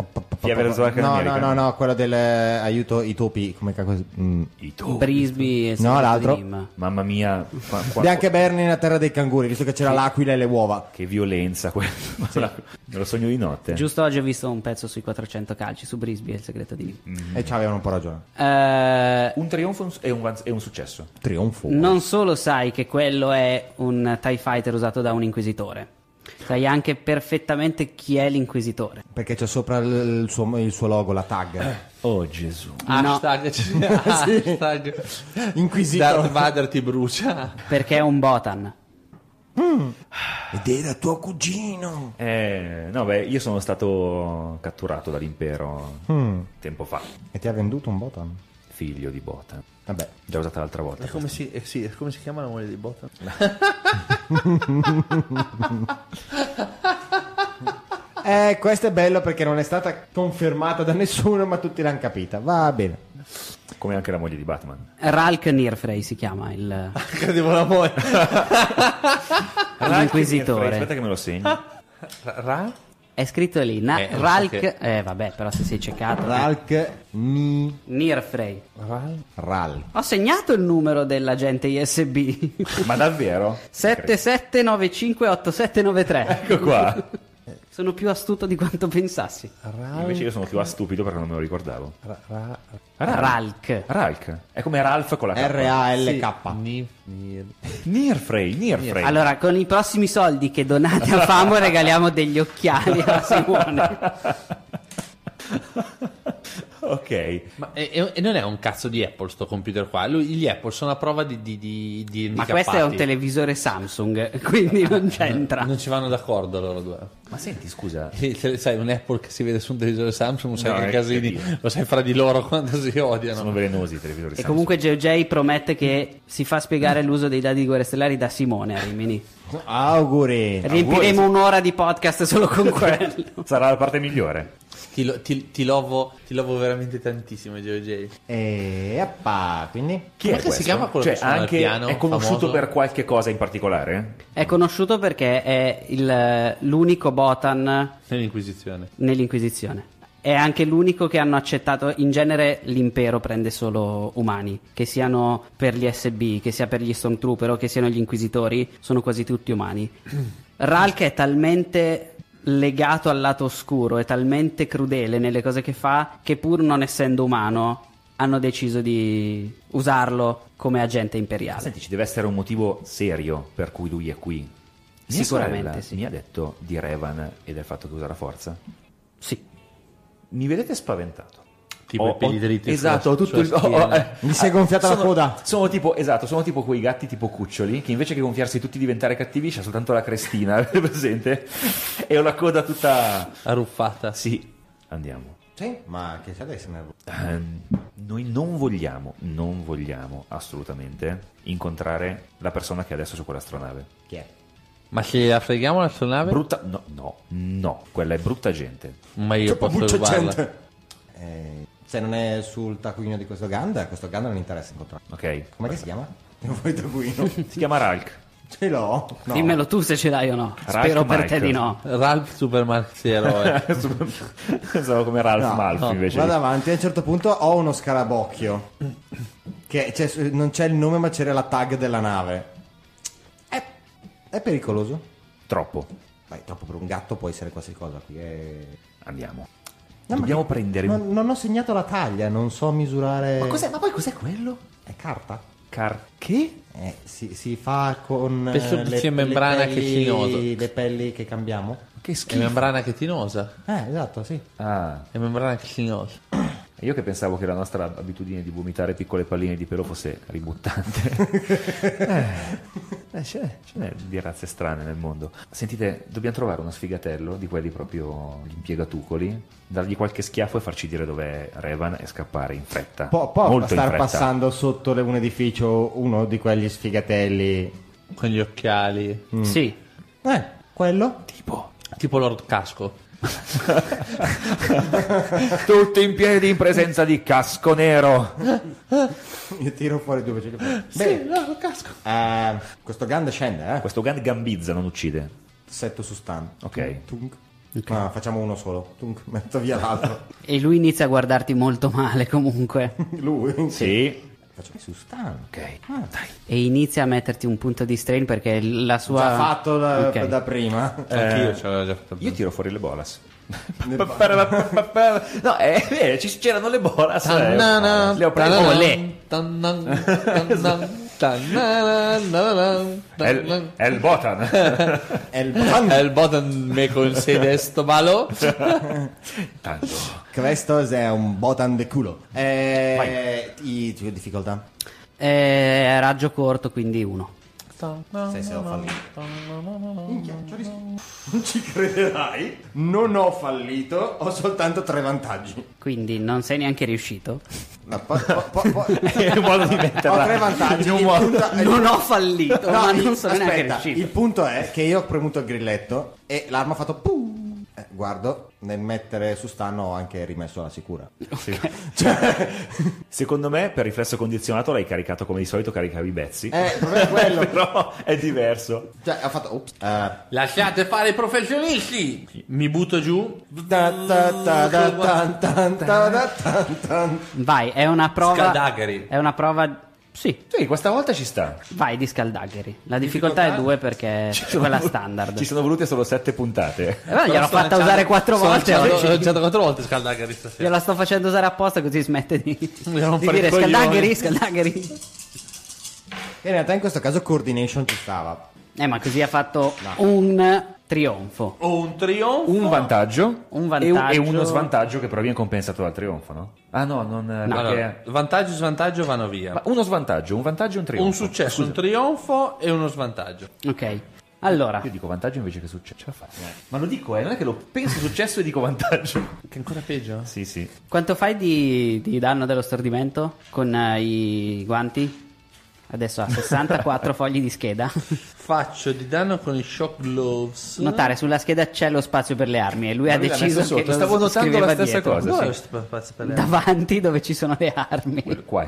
no, quello del aiuto i topi, come cacchio I topi. Brisby e No, l'altro. Dream. Mamma mia, Bianca e Bernie nella terra dei canguri, visto che c'era l'aquila e le uova. che violenza quella. Me lo sogno di notte. Giusto oggi ho visto un pezzo sui 400 calci su Brisby e il segreto di E ci avevano un po' ragione. Un trionfo e un successo. Trionfo. Non solo sai che quello è un TIE Fighter usato da un inquisitore, sai anche perfettamente chi è l'inquisitore. Perché c'è sopra il suo logo, la tag. Oh Gesù. Hashtag, hashtag Inquisitore. Darth Vader ti brucia. Perché è un Botan. Ed era tuo cugino. No, beh, io sono stato catturato dall'impero tempo fa. E ti ha venduto un Botan? Figlio di Botan. Vabbè. Già usata l'altra volta. È come si chiama la moglie di Botan? Questo è bello perché non è stata confermata da nessuno, ma tutti l'hanno capita. Va bene. Come anche la moglie di Batman. Ralk Nirfrey si chiama il Credevo la moglie. l'inquisitore. Aspetta che me lo segno. È scritto lì, Ralk. Vabbè, però se sei ceccato. Ralk Nirfrey. Ral. Ho segnato il numero dell'agente ISB. Ma davvero? 77958793. Ecco qua. Sono più astuto di quanto pensassi. Invece io sono più astupido perché non me lo ricordavo. Ralk. Ralk. È come Ralph con la K. R-A-L-K. Nirfrey. Allora, con i prossimi soldi che donate a Famo regaliamo degli occhiali a Simone. Ok. Ma e non è un cazzo di Apple sto computer qua. Gli Apple sono a prova di Ma questo è un televisore Samsung, quindi non c'entra. Non ci vanno d'accordo loro due. Ma senti, scusa. Sai, un Apple che si vede su un televisore Samsung, sai No, che è casini, cattivo. lo sai fra di loro quando si odiano. Sono velenosi i televisori E Samsung. comunque GeoJ promette che si fa spiegare l'uso dei dati di Guerre Stellari da Simone a Rimini. Auguri. Riempiremo un'ora di podcast solo con quello. Sarà la parte migliore. Ti lovo veramente tantissimo, GeoJ. E appa, quindi? Chi Come è che si questo? chiama quello Cioè, che suona il anche piano, è conosciuto famoso? per qualche cosa in particolare? È conosciuto perché è l'unico Botan Nell'Inquisizione. nell'Inquisizione. È anche l'unico che hanno accettato. In genere l'impero prende solo umani, che siano per gli SB, che sia per gli Stormtrooper o che siano gli Inquisitori, sono quasi tutti umani. Ralk è talmente legato al lato oscuro, è talmente crudele nelle cose che fa, che pur non essendo umano hanno deciso di usarlo come agente imperiale. Senti, ci deve essere un motivo serio per cui lui è qui. Mia Sicuramente sorella sì. mi ha detto di Revan e del fatto che usa la forza. Sì. Mi vedete spaventato. Tipo i peli dritti esatto, ho tutto sulla schiena. Mi si è gonfiata la coda. Sono tipo quei gatti tipo cuccioli che invece che gonfiarsi tutti e diventare cattivi c'ha soltanto la crestina, presente? E ho la coda tutta Arruffata. Sì, andiamo. Sì, ma che c'è da essere nervoso? Noi non vogliamo assolutamente incontrare la persona che è adesso su quell'astronave. Chi è? Ma se la freghiamo l'astronave? Brutta no, quella è brutta gente. Ma io posso rubarla. Se non è sul taccuino di questo Ganda non interessa incontrare. Ok. Come si chiama? Non vuoi taccuino? Si chiama Ralk. Ce l'ho. No. Dimmelo tu se ce l'hai o no. Ralph Spero per Michael. te di no. Ralph Supermarket eroe. Pensavo come Ralph No, Malf no, invece. Vado avanti, a un certo punto ho uno scarabocchio. Non c'è il nome, ma c'era la tag della nave. È pericoloso? Troppo. Beh, troppo per un gatto può essere qualsiasi cosa. Qui è... Andiamo. No, Dobbiamo ma- prendere Non ho segnato la taglia, non so misurare. Ma poi cos'è quello? È carta? Che? Si fa con Penso che sia membrana chitinosa. le pelli che cambiamo? Che È schifo. membrana chitinosa. Esatto, sì. Ah, È membrana chitinosa. io che pensavo che la nostra abitudine di vomitare piccole palline di pelo fosse ributtante. Ce n'è di razze strane nel mondo. Sentite, dobbiamo trovare uno sfigatello di quelli proprio gli impiegatucoli, dargli qualche schiaffo e farci dire dov'è Revan e scappare in fretta. Può Molto in star fretta. passando sotto un edificio uno di quegli sfigatelli. Con gli occhiali. Sì. Quello? Tipo Lord Casco. Tutti in piedi in presenza di Casco Nero. Io tiro fuori due ce li fai. Sì, Lord Casco. Questo Gand scende, Questo gun gambizza, non uccide. Setto su stun. Ok. Tunk. Ma facciamo uno solo. Tunk, metto via l'altro. E lui inizia a guardarti molto male comunque. Lui? Sì. Facciamo su stun. Ok. Dai. E inizia a metterti un punto di strain perché la sua... Già fatto da, Ok. da prima. Anch'io ce l'avevo già fatto. Io tiro fuori le bolas. No, è vero, c'erano le bolas. Le ho prese. Oh, le. È il Botan. È il Botan. El Botan me concede sto ballo. Tanto. Questo è un Botan de culo. Difficoltà? Raggio corto, quindi 1. Se ho fallito. Minchia, non ci crederai. Non ho fallito, ho soltanto 3 vantaggi. Quindi non sei neanche riuscito. No, È un modo di metterla. ho 3 vantaggi. In un Il modo. punto è- Non ho fallito, No, ma non sono neanche aspetta, riuscito. il punto è che io ho premuto il grilletto e l'arma ha fatto Guardo, nel mettere su Stan ho anche rimesso la sicura. Sì. Cioè, secondo me per riflesso condizionato l'hai caricato come di solito caricavi i bezzi. Proprio è quello. Però è diverso. Cioè, ha fatto... Ops. Lasciate fare i professionisti. Mi butto giù. Vai, è una prova. Scaldagheri. È una prova. Sì. Sì, questa volta ci sta. Vai di Scaldagheri. La difficoltà è 2 perché è quella standard. Ci sono volute solo 7 puntate. Gliel'ho fatta usare 4 volte oggi. Ho usato 4 volte Scaldagheri stasera. Gliela sto facendo usare apposta così smette di Vogliamo fare dire i coglioni. Scaldagheri. In realtà in questo caso coordination ci stava. Ma così ha fatto un trionfo. Un trionfo. Un vantaggio, Un vantaggio. e uno svantaggio che però viene compensato dal trionfo, no? Ah no, non Allora, perché... vantaggio e svantaggio vanno via. Ma uno svantaggio, un vantaggio e un trionfo. Un successo, un trionfo e uno svantaggio. Ok. Allora, Io dico vantaggio invece che successo. Ce la fai? Ma lo dico, non è che lo penso successo e dico vantaggio. Che è ancora peggio? Sì. quanto fai di danno dello stordimento con i guanti? Adesso ha 64 fogli di scheda. Faccio di danno con i shock gloves. Notare sulla scheda c'è lo spazio per le armi e lui ha lui l'ha deciso messo che sotto, lo stavo notando scriveva la stessa dietro. cosa. Dov'è Sì. lo spazio per le Davanti dove ci sono le armi. Qua.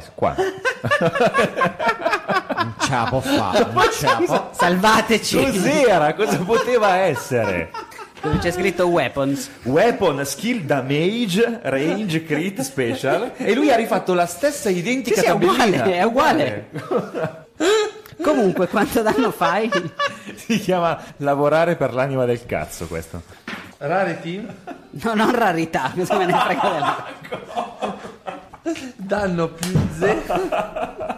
Un ciapo fa. Un ciapo. Salvateci. Cos'era? Cosa poteva essere? Dove c'è scritto weapons. Weapon, skill, damage, range, crit, special. E lui ha rifatto la stessa identica Sì, è tabellina. uguale, è uguale. Comunque, quanto danno fai? Si chiama lavorare per l'anima del cazzo questo. Rarity. No, non rarità, cosa me ne frega della... Danno più 0.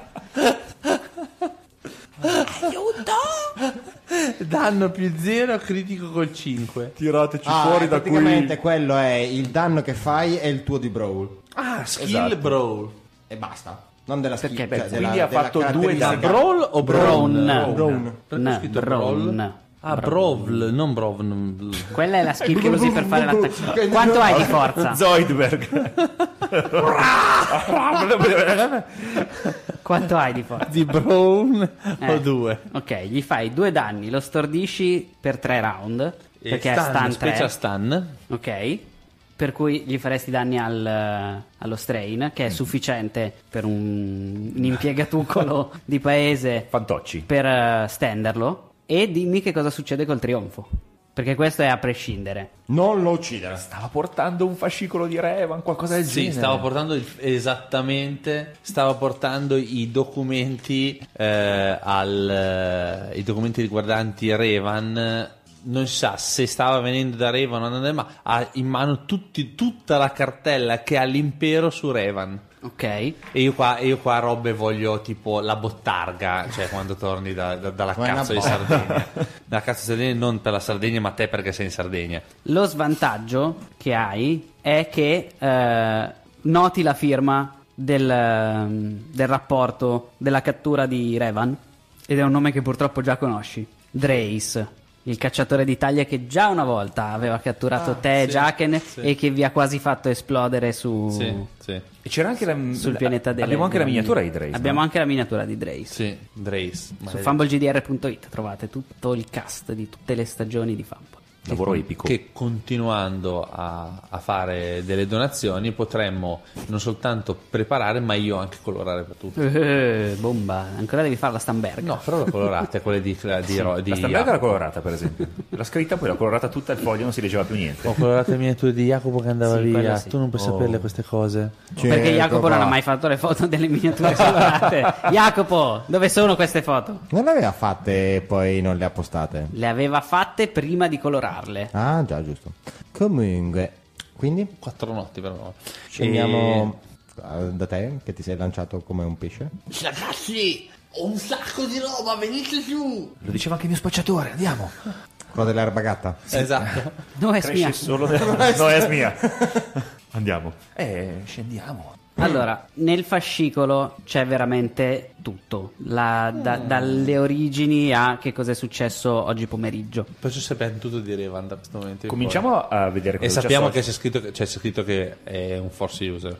Danno più 0, critico col 5. Tirateci fuori da qui. Praticamente quello è il danno che fai e il tuo di brawl. Ah, skill Esatto. brawl. E basta. Non della skill. Perché? Cioè, Quindi della- ha fatto della due Ma danni. brawl o brawl? Brawl. Perché ho scritto brawl? Ah, brawl, non brawl. Quella è la skill che usi per fare l'attacco. Quanto hai di forza? Zoidberg. Quanto hai di forza? Di brawl ho 2. Ok, gli fai 2 danni, lo stordisci per 3 round. Perché è stun 3. Special stun. Ok. Per cui gli faresti danni allo strain, che è sufficiente per un impiegatucolo di paese Fantocci. per stenderlo. E dimmi che cosa succede col trionfo. Perché questo è a prescindere. Non lo uccidere. Stava portando un fascicolo di Revan, qualcosa del Sì, genere. stavo portando i documenti i documenti riguardanti Revan. Non si sa se stava venendo da Revan o andando, ma ha in mano tutta la cartella che ha l'impero su Revan. Ok. E io qua robe voglio tipo la bottarga, cioè quando torni dalla Come cazzo di una Sardegna. Dalla cazzo di Sardegna, non per la Sardegna, ma te perché sei in Sardegna. Lo svantaggio che hai è che noti la firma del rapporto della cattura di Revan, ed è un nome che purtroppo già conosci. Drace, il cacciatore d'Italia che già una volta aveva catturato te e sì, Jaqen sì. e che vi ha quasi fatto esplodere su... Sì. E c'era anche sul pianeta delle... Abbiamo anche la miniatura di Drace. Abbiamo no? anche la miniatura di Drace. Sì, Drace. Su fumblegdr.it trovate tutto il cast di tutte le stagioni di Fumble. Lavoro epico. Che continuando a fare delle donazioni potremmo non soltanto preparare, ma io anche colorare per tutti. Bomba, ancora devi fare la Stamberg. No, però la colorate, quelle di La Stamberg era colorata, per esempio. La scritta poi l'ha colorata tutta il foglio, non si leggeva più niente. Ho colorato le miniature di Jacopo che andava Sì, via. quello sì. Tu non puoi saperle queste cose. Perché Jacopo non ha mai fatto le foto delle miniature colorate. Jacopo, dove sono queste foto? Non le aveva fatte e poi non le ha postate. Le aveva fatte prima di colorarle. Ah, già, giusto. Comunque, quindi 4 notti però. scendiamo da te che ti sei lanciato come un pesce. Ragazzi, ho un sacco di roba, venite giù. Lo diceva anche il mio spacciatore, andiamo. Quello dell'erba gatta. Esatto. No, è Cresce mia. solo no, è mia. Andiamo. Scendiamo. Allora, nel fascicolo c'è veramente tutto, dalle origini a che cosa è successo oggi pomeriggio. Perciò sappiamo tutto di Revan da questo momento. in Cominciamo a vedere poi. cosa E sappiamo c'è che c'è scritto che è un force user.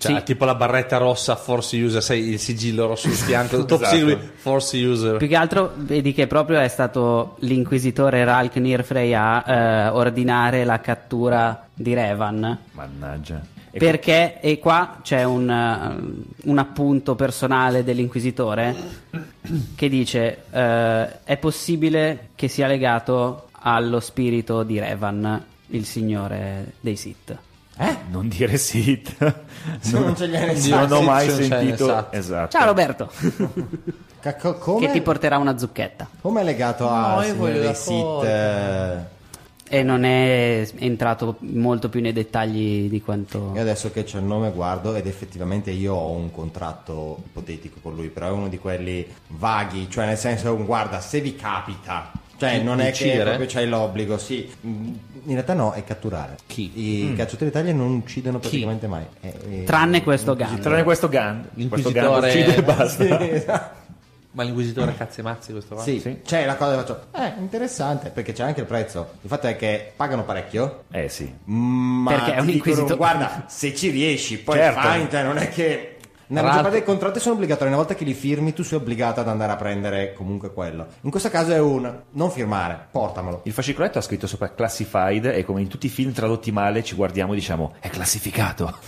Cioè, tipo la barretta rossa, force user, sai, il sigillo rosso sul fianco, top Esatto. secret, force user. Più che altro vedi che proprio è stato l'inquisitore Ralk Nirfrey a ordinare la cattura di Revan. Mannaggia. Perché, e qua c'è un appunto personale dell'inquisitore che dice è possibile che sia legato allo spirito di Revan, il signore dei Sith. Non dire Sith. Non ce li hai nel Non ho mai Sith, cioè, sentito. esatto. Esatto. Ciao Roberto, Come che ti porterà una zucchetta. è legato al io Signore voglio dei la Sith? foto. E non è entrato molto più nei dettagli di quanto... Io adesso che c'è il nome guardo ed effettivamente io ho un contratto ipotetico con lui, però è uno di quelli vaghi, cioè nel senso, guarda, se vi capita, cioè non è che uccidere? proprio c'hai l'obbligo, sì. In realtà no, è catturare. Chi? I cacciatori d'Italia non uccidono praticamente mai. Tranne questo Gun. Tranne questo Gun. Questo Gun L'inquisitore- uccide e basta. Sì, esatto. Ma l'inquisitore cazzi e mazzi questo qua? Sì, c'è la cosa che faccio. Interessante, perché c'è anche il prezzo. Il fatto è che pagano parecchio. Sì. Ma Perché è un ti dicono, inquisitore. guarda, se ci riesci, poi Certo. fai, cioè, non è che. Nella maggior parte dei contratti sono obbligatori, una volta che li firmi tu sei obbligato ad andare a prendere comunque quello. In questo caso è un non firmare, portamelo. Il fascicoletto ha scritto sopra classified e come in tutti i film tradotti male ci guardiamo e diciamo è classificato.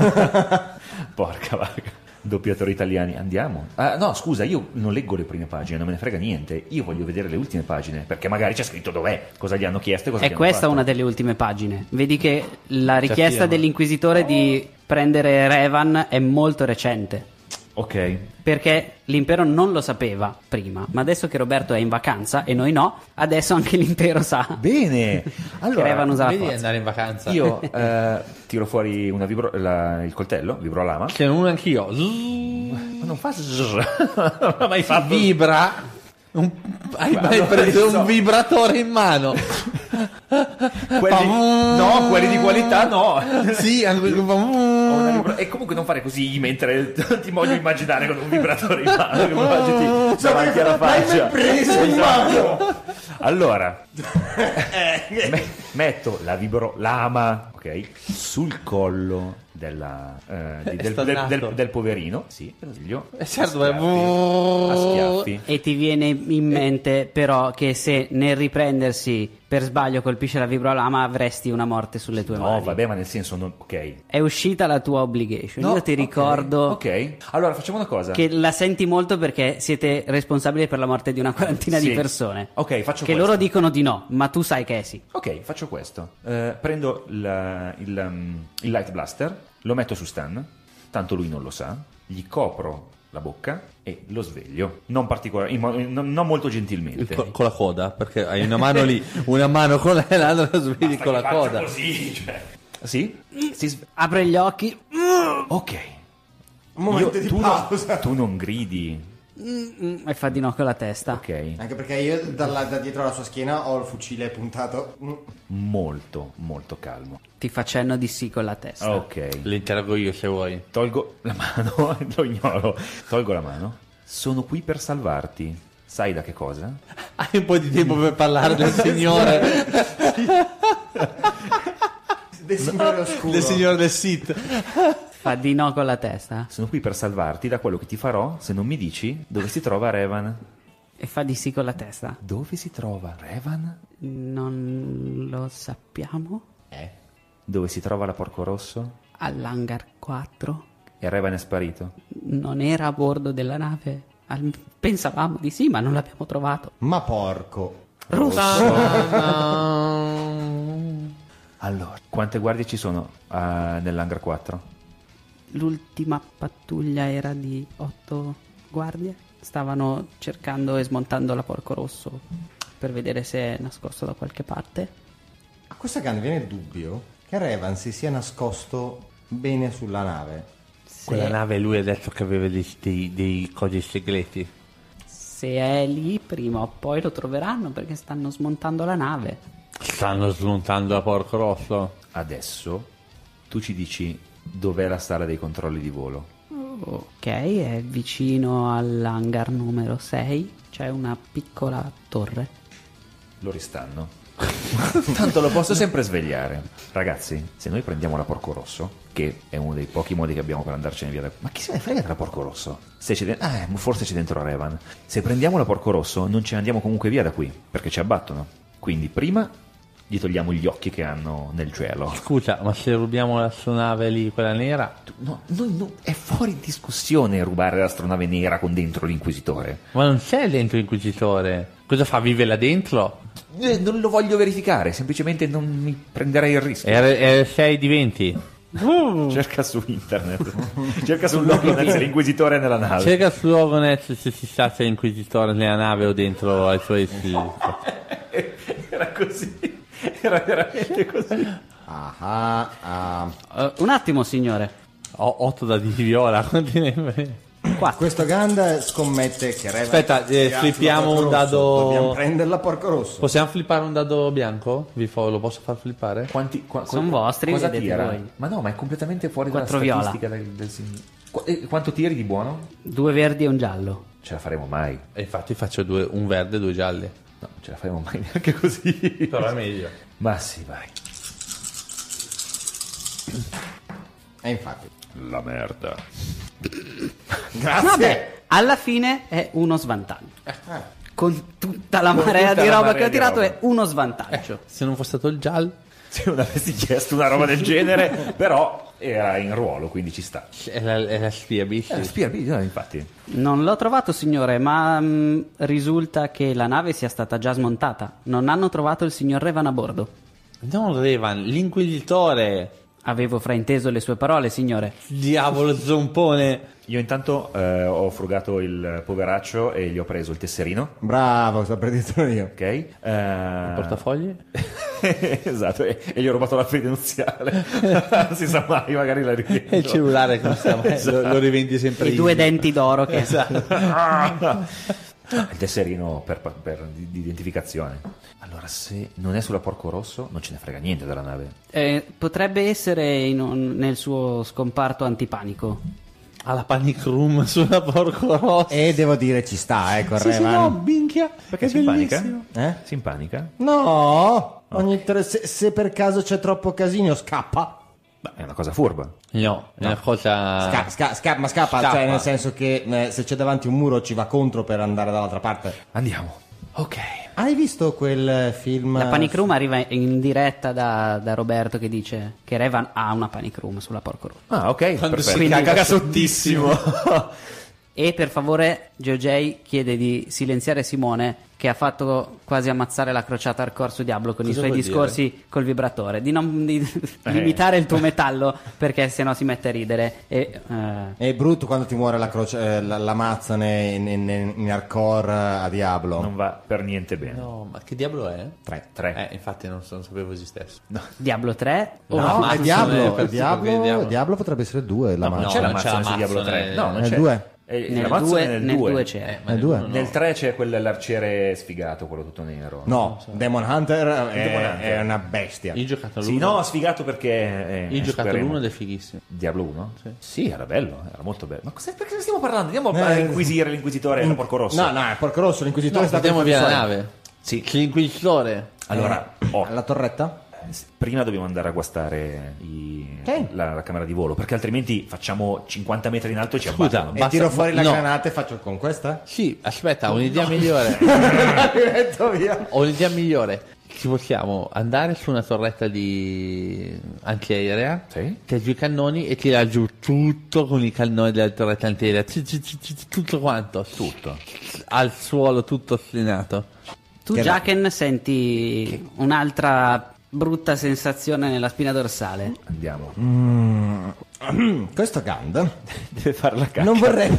Porca vaga. Doppiatori italiani, andiamo. No, scusa, io non leggo le prime pagine, non me ne frega niente. Io voglio vedere le ultime pagine, perché magari c'è scritto dov'è, cosa gli hanno chiesto e cosa gli È hanno questa fatto. una delle ultime pagine. Vedi che la richiesta firma. dell'inquisitore di prendere Revan è molto recente. Ok. Perché l'impero non lo sapeva prima, ma adesso che Roberto è in vacanza e noi no, adesso anche l'impero sa Bene. che Allora, Revan usa la Vedi forza. andare in vacanza? io tiro fuori il coltello, vibrolama. C'è uno anch'io. Ma non fa non l'ho mai fatto. Vibra. Hai mai preso un vibratore in mano? No, quelli di qualità no. Sì, anche E comunque non fare così mentre ti voglio immaginare con un vibratore in mano che immagini davanti alla faccia. preso in mano? Allora metto la vibrolama, ok, sul collo del poverino. Sì, Brasilio. certo, a schiaffi. E ti viene in mente però che se nel riprendersi per sbaglio colpisce la vibrolama avresti una morte sulle tue No, mani. vabbè, ma nel senso ok. È uscita la tua obligation. No, Io ti ok, ricordo ok, allora facciamo una cosa. che la senti molto perché siete responsabili per la morte di una quarantina Sì. di persone. Ok, faccio che questo. loro dicono di no, ma tu sai che è sì. Ok, faccio questo. Prendo il Light Blaster, lo metto su Stan, tanto lui non lo sa, gli copro la bocca e lo sveglio. Non non molto gentilmente. con la coda, perché hai una mano lì, una mano con lei, l'altra lo svegli con la Faccio coda. così, cioè. Sì? Apre gli occhi. Ok. Un momento di pausa. Tu non gridi. E fa di no con la testa. Ok. Anche perché io da dietro la sua schiena ho il fucile puntato. Molto, molto calmo. Ti fa cenno di sì con la testa. Ok. Le interrogo io se vuoi. Tolgo la mano, lo ignoro. Tolgo la mano. Sono qui per salvarti. Sai da che cosa? Hai un po' di tempo per parlare del signore, Del signore oscuro. del signore del Sith. Fa di no con la testa. Sono qui per salvarti da quello che ti farò se non mi dici dove si trova Revan. E fa di sì con la testa. Dove si trova Revan? Non lo sappiamo. Dove si trova la Porco Rosso? All'hangar 4. E Revan è sparito. Non era a bordo della nave. Pensavamo di sì, ma non l'abbiamo trovato. Ma porco. Allora, quante guardie ci sono nell'hangar 4? L'ultima pattuglia era di 8 guardie. Stavano cercando e smontando la Porco Rosso per vedere se è nascosto da qualche parte. A questa Gun viene il dubbio che Revan si sia nascosto bene sulla nave. Quella nave lui ha detto che aveva dei codici segreti. Se è lì, prima o poi lo troveranno perché stanno smontando la nave. Stanno smontando la Porco Rosso. Adesso tu ci dici dov'è la sala dei controlli di volo. Ok, è vicino all'hangar numero 6. C'è una piccola torre. Loro stanno. Tanto lo posso sempre svegliare. Ragazzi, se noi prendiamo la Porco Rosso, che è uno dei pochi modi che abbiamo per andarcene via ma chi se ne frega della Porco Rosso? Se c'è forse c'è dentro Revan. Se prendiamo la Porco Rosso non ce ne andiamo comunque via da qui, perché ci abbattono. Quindi prima gli togliamo gli occhi che hanno nel cielo. Scusa, ma se rubiamo l'astronave lì, quella nera? No, è fuori discussione rubare l'astronave nera con dentro l'Inquisitore. Ma non c'è dentro l'Inquisitore. Cosa fa? Vive là dentro? Non lo voglio verificare, semplicemente non mi prenderei il rischio. R6 di 20. Cerca su internet. Cerca sul Logonet l'Inquisitore nella nave. Cerca su Logonet se si sa se è l'Inquisitore nella nave o dentro ai suoi Era così. Era veramente così. Un attimo, signore. Ho 8 dadi di viola. Questo Gand scommette che Revan. Aspetta, flippiamo un dado. Dobbiamo prenderla, Porco Rosso. Possiamo flippare un dado bianco? Lo posso far flippare? Sono vostri, cosa vedete tira? voi. Ma no, ma è completamente fuori 4 dalla statistica del quanto tiri di buono? 2 verdi e un giallo. Ce la faremo mai. E infatti faccio un verde e 2 gialli. No, non ce la faremo mai neanche così. Però è meglio. Ma sì, vai. E infatti. La merda. Grazie. Vabbè, alla fine è uno svantaggio. Con tutta la marea di roba che ho tirato è uno svantaggio. Se non fosse stato il giallo. Se non avessi chiesto una roba del genere, però era in ruolo, quindi ci sta. È la spia bici. Spia, no, infatti. Non l'ho trovato, signore, ma risulta che la nave sia stata già smontata. Non hanno trovato il signor Revan a bordo. Non Revan, l'Inquisitore. Avevo frainteso le sue parole, signore. Diavolo zompone. Io intanto ho frugato il poveraccio e gli ho preso il tesserino. Bravo, sto per dirtelo io. Ok. Il portafogli? Esatto, e gli ho rubato la fede nuziale. Non si sa mai, magari la rivendo. E il cellulare come stiamo? Esatto. Lo rivendi sempre I 2 denti d'oro che... Esatto. Il tesserino di identificazione. Allora, se non è sulla Porco Rosso, non ce ne frega niente della nave. Potrebbe essere nel suo scomparto antipanico. Alla panic room sulla Porco Rosso. E devo dire ci sta, Sì, Revan. no, minchia. Perché si impanica? Eh? Si impanica? No, se per caso c'è troppo casino scappa. Beh, è una cosa furba. No, è una cosa... Scappa, cioè nel senso che se c'è davanti un muro ci va contro per andare dall'altra parte. Andiamo. Ok. Hai visto quel film? La panic room arriva in diretta da Roberto che dice che Revan ha una panic room sulla Porco Rosso. Ah, ok. Quando Perfetto. si caga sottissimo. E per favore GeoJ chiede di silenziare Simone che ha fatto quasi ammazzare la crociata al corso Diablo con i suoi discorsi col vibratore, di non limitare il tuo metallo perché sennò si mette a ridere. È brutto quando ti muore l'amazzano in hardcore a Diablo. Non va per niente bene. No, ma che Diablo è? 3. Infatti non sapevo esistesse. Diablo 3 No, è Diablo. Diablo. Diablo potrebbe essere 2. La non no, c'è non la c'è mazza su Diablo 3. No, non È c'è. 2. nel 2 c'è. Nel 2. Nel 3 c'è l'arciere sfigato, quello tutto nero. No, Demon Hunter Demon Hunter è una bestia. Io ho giocato Sì, l'1. no, sfigato perché Io ho giocato Superemo. l'1 ed è fighissimo. Diablo 1? Sì. Sì, era bello, era molto bello. Ma perché ne stiamo parlando? Andiamo a inquisire l'Inquisitore da Porco Rosso. No, è Porco Rosso, l'Inquisitore sta Andiamo per via la fuori. nave. Sì. L'Inquisitore. Allora, La torretta? prima dobbiamo andare a guastare la camera di volo, perché altrimenti facciamo 50 metri in alto e ci Scusa, abbattono. E tiro fuori la no. granata e faccio con questa? Sì, aspetta, ho un'idea migliore. Metto via. Ho un'idea migliore. Ci possiamo andare su una torretta di antiaerea, Sì. che giù i cannoni e tirare giù tutto con i cannoni della torretta antiaerea. Tutto quanto. Tutto. Al suolo, tutto ostinato. Tu, Che Jaken, senti un'altra brutta sensazione nella spina dorsale. Andiamo. Questo Gand Deve fare la cacca. non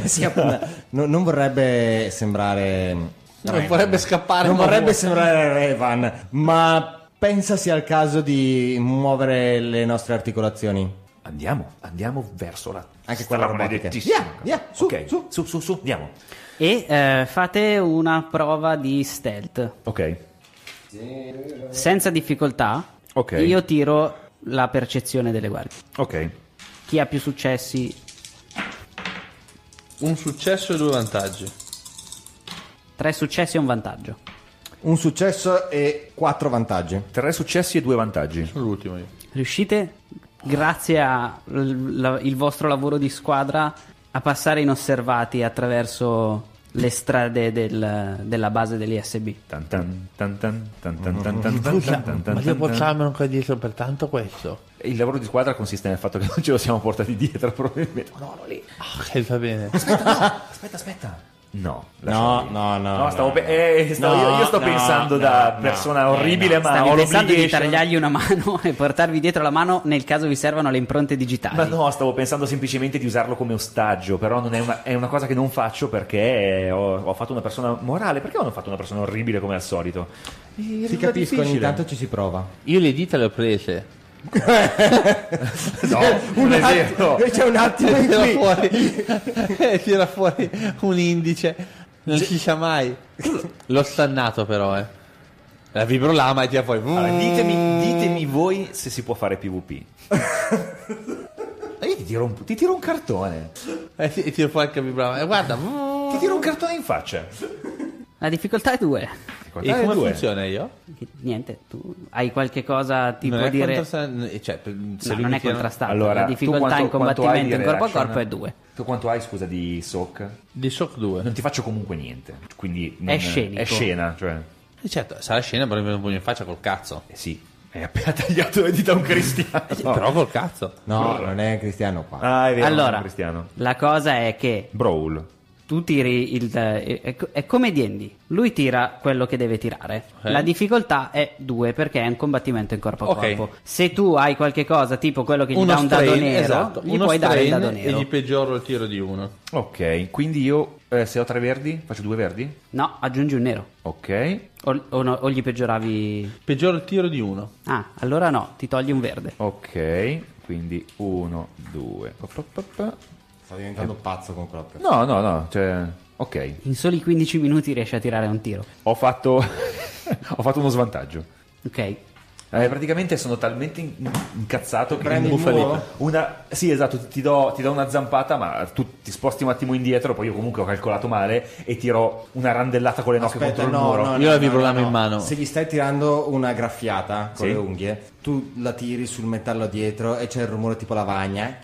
vorrebbe sembrare Non vorrebbe scappare. non ma vorrebbe vuole. sembrare Revan, ma pensa sia il caso di muovere le nostre articolazioni. Andiamo verso la Anche quella strada robotica. maledettissima. Via, su, Ok, su. andiamo. E fate una prova di stealth. Ok. Senza difficoltà. Ok. Io tiro la percezione delle guardie. Ok. Chi ha più successi? Un successo e 2 vantaggi. 3 successi e un vantaggio. Un successo e 4 vantaggi. 3 successi e 2 vantaggi. Sono l'ultimo io. Riuscite grazie al vostro lavoro di squadra, a passare inosservati attraverso le strade della base dell'ISB. Scusa, ma io portarmelo qua dietro per tanto questo? Il lavoro di squadra consiste nel fatto che non ce lo siamo portati dietro, probabilmente. No, lì. Ok, va bene. Aspetta. No, No, io sto pensando da persona orribile, ma Stavi ho pensando di l'obligation. tagliargli una mano e portarvi dietro la mano nel caso vi servano le impronte digitali. Ma no, stavo pensando semplicemente di usarlo come ostaggio, però non è una cosa che non faccio perché ho fatto una persona morale. Perché ho fatto una persona orribile come al solito? Si capisco, ogni tanto ci si prova. Io le dita le ho prese. No, non è vero. C'è un attimo in Tira fuori un indice. Non si sa mai. L'ho stannato però, La vibrolama e tira fuori. Allora, ditemi voi se si può fare PvP. Io ti tiro un cartone. Sì, tiro fuori anche la vibrolama. Guarda. Ti tiro un cartone in faccia. La difficoltà è 2. E come funziona io? Niente, tu hai qualche cosa tipo Non è dire... cioè, No, se lui non mi è tira- contrastato. Allora, la tu difficoltà in quanto hai combattimento di in corpo a reaction? corpo è 2. Tu quanto hai, scusa, di SOC? Di Shock 2. Non ti faccio comunque niente. Quindi È scenico. È scena, cioè. Certo, sarà scena per un pugno in faccia col cazzo. Sì. Hai appena tagliato le dita a un cristiano. Però col cazzo. No, non è Cristiano qua. Ah, è vero, non è Allora, un cristiano. la cosa è che Brawl. tu tiri è come D&D. Lui tira quello che deve tirare. Ok. La difficoltà è 2 perché è un combattimento in corpo a Ok. corpo. Se tu hai qualche cosa tipo quello che gli Uno dà un dado strain, nero, esatto. gli Uno puoi dare il strain dado nero. e gli peggioro il tiro di 1. Ok, quindi io se ho 3 verdi, faccio 2 verdi? No, aggiungi un nero. Ok. O gli peggioravi... Peggioro il tiro di 1. Ah, allora no, ti togli un verde. Ok, quindi 1, 2. Sta diventando pazzo con quello. No, cioè, ok. In soli 15 minuti riesci a tirare un tiro. Ho fatto ho fatto uno svantaggio. Ok. Praticamente sono talmente incazzato che Prendi il muro? Sì, esatto, ti do una zampata, ma tu ti sposti un attimo indietro, poi io comunque ho calcolato male e tiro una randellata con le nocche contro il muro. Io la vibrolama in mano. Se gli stai tirando una graffiata con Sì. le unghie, tu la tiri sul metallo dietro e c'è il rumore tipo lavagna.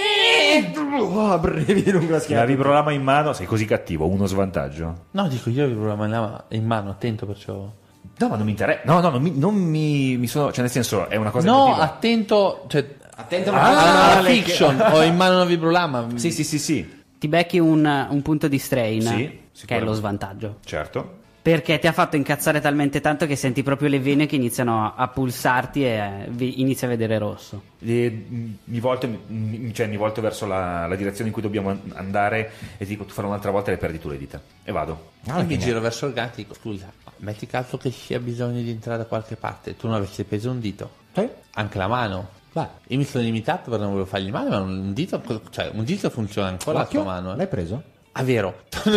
Brevidi lungo la La schiena. vibrolama in mano, sei così cattivo, uno svantaggio. No, dico io la vibrolama in mano, attento perciò. No, ma non mi interessa. No, non mi sono, cioè nel senso è una cosa No, emotiva. attento, cioè Attento alla alle fiction, ho in mano una vibrolama. Sì, Ti becchi un punto di strain, Sì, che è sicuramente. lo svantaggio. certo. Perché ti ha fatto incazzare talmente tanto che senti proprio le vene che iniziano a pulsarti e inizi a vedere rosso. Mi volto verso la direzione in cui dobbiamo andare e ti dico tu farai un'altra volta e le perdi tu le dita. E vado. Io mi giro verso il gatto e dico, scusa, metti caso che ci sia bisogno di entrare da qualche parte, tu non avessi preso un dito, anche la mano. Va. Io mi sono limitato perché non volevo fargli male, ma un dito funziona ancora la tua mano. L'hai preso? Ah, vero.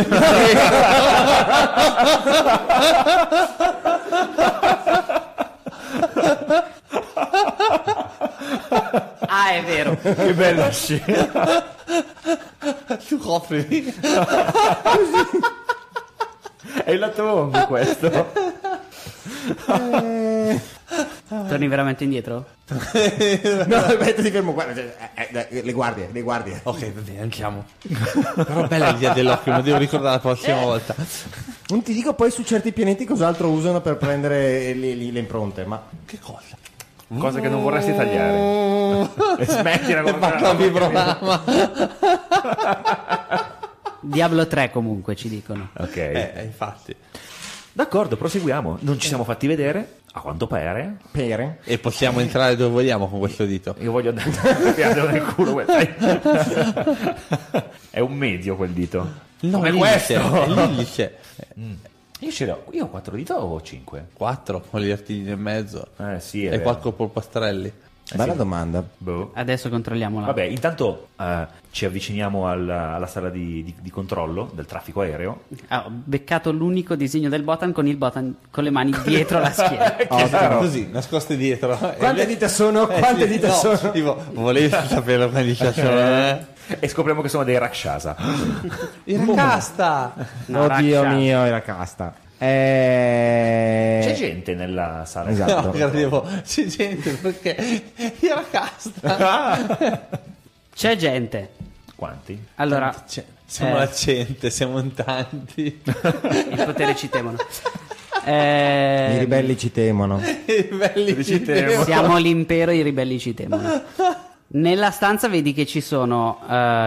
Ah, è vero. Che bella scena. Tu coprimi. È il latongo questo. Torni veramente indietro? No, mettiti fermo, guarda, le guardie. Ok, va bene, andiamo. Però bella l'idea dell'occhio, me lo devo ricordare la prossima volta. Non ti dico poi su certi pianeti cos'altro usano per prendere le impronte, ma Che cosa? Cosa che non vorresti tagliare. E smettila con Basta il vibrolama. Diablo 3 comunque ci dicono. Ok. Infatti. D'accordo, proseguiamo. Non ci siamo fatti vedere, a quanto pare. pere. E possiamo entrare dove vogliamo con questo dito. Io voglio andare piano nel culo. Dai. È un medio quel dito. No, Come l'indice, questo? è l'indice. Io ce l'ho. Io ho 4 dita o 5? 4 con gli artigli e mezzo. Sì, è E vero. 4 polpastrelli. Bella domanda. Boh. Adesso controlliamola. Vabbè, intanto ci avviciniamo alla sala di controllo del traffico aereo. Ho beccato l'unico disegno del Botan con il Botan con le mani dietro la schiena. Così, nascoste dietro. Quante dita sono? Quante dita sono? Tipo, volevi saperlo quando dice E scopriamo che sono dei Rakshasa. Il casta! No, Oddio Raksha. mio, era casta. C'è gente nella sala. Esatto. No, credevo, c'è gente perché era casta. C'è gente. Quanti? Allora, Siamo la gente, siamo in tanti. il potere ci temono. I ribelli ci temono. I belli ci temono. Siamo l'impero, i ribelli ci temono. Nella stanza vedi che ci sono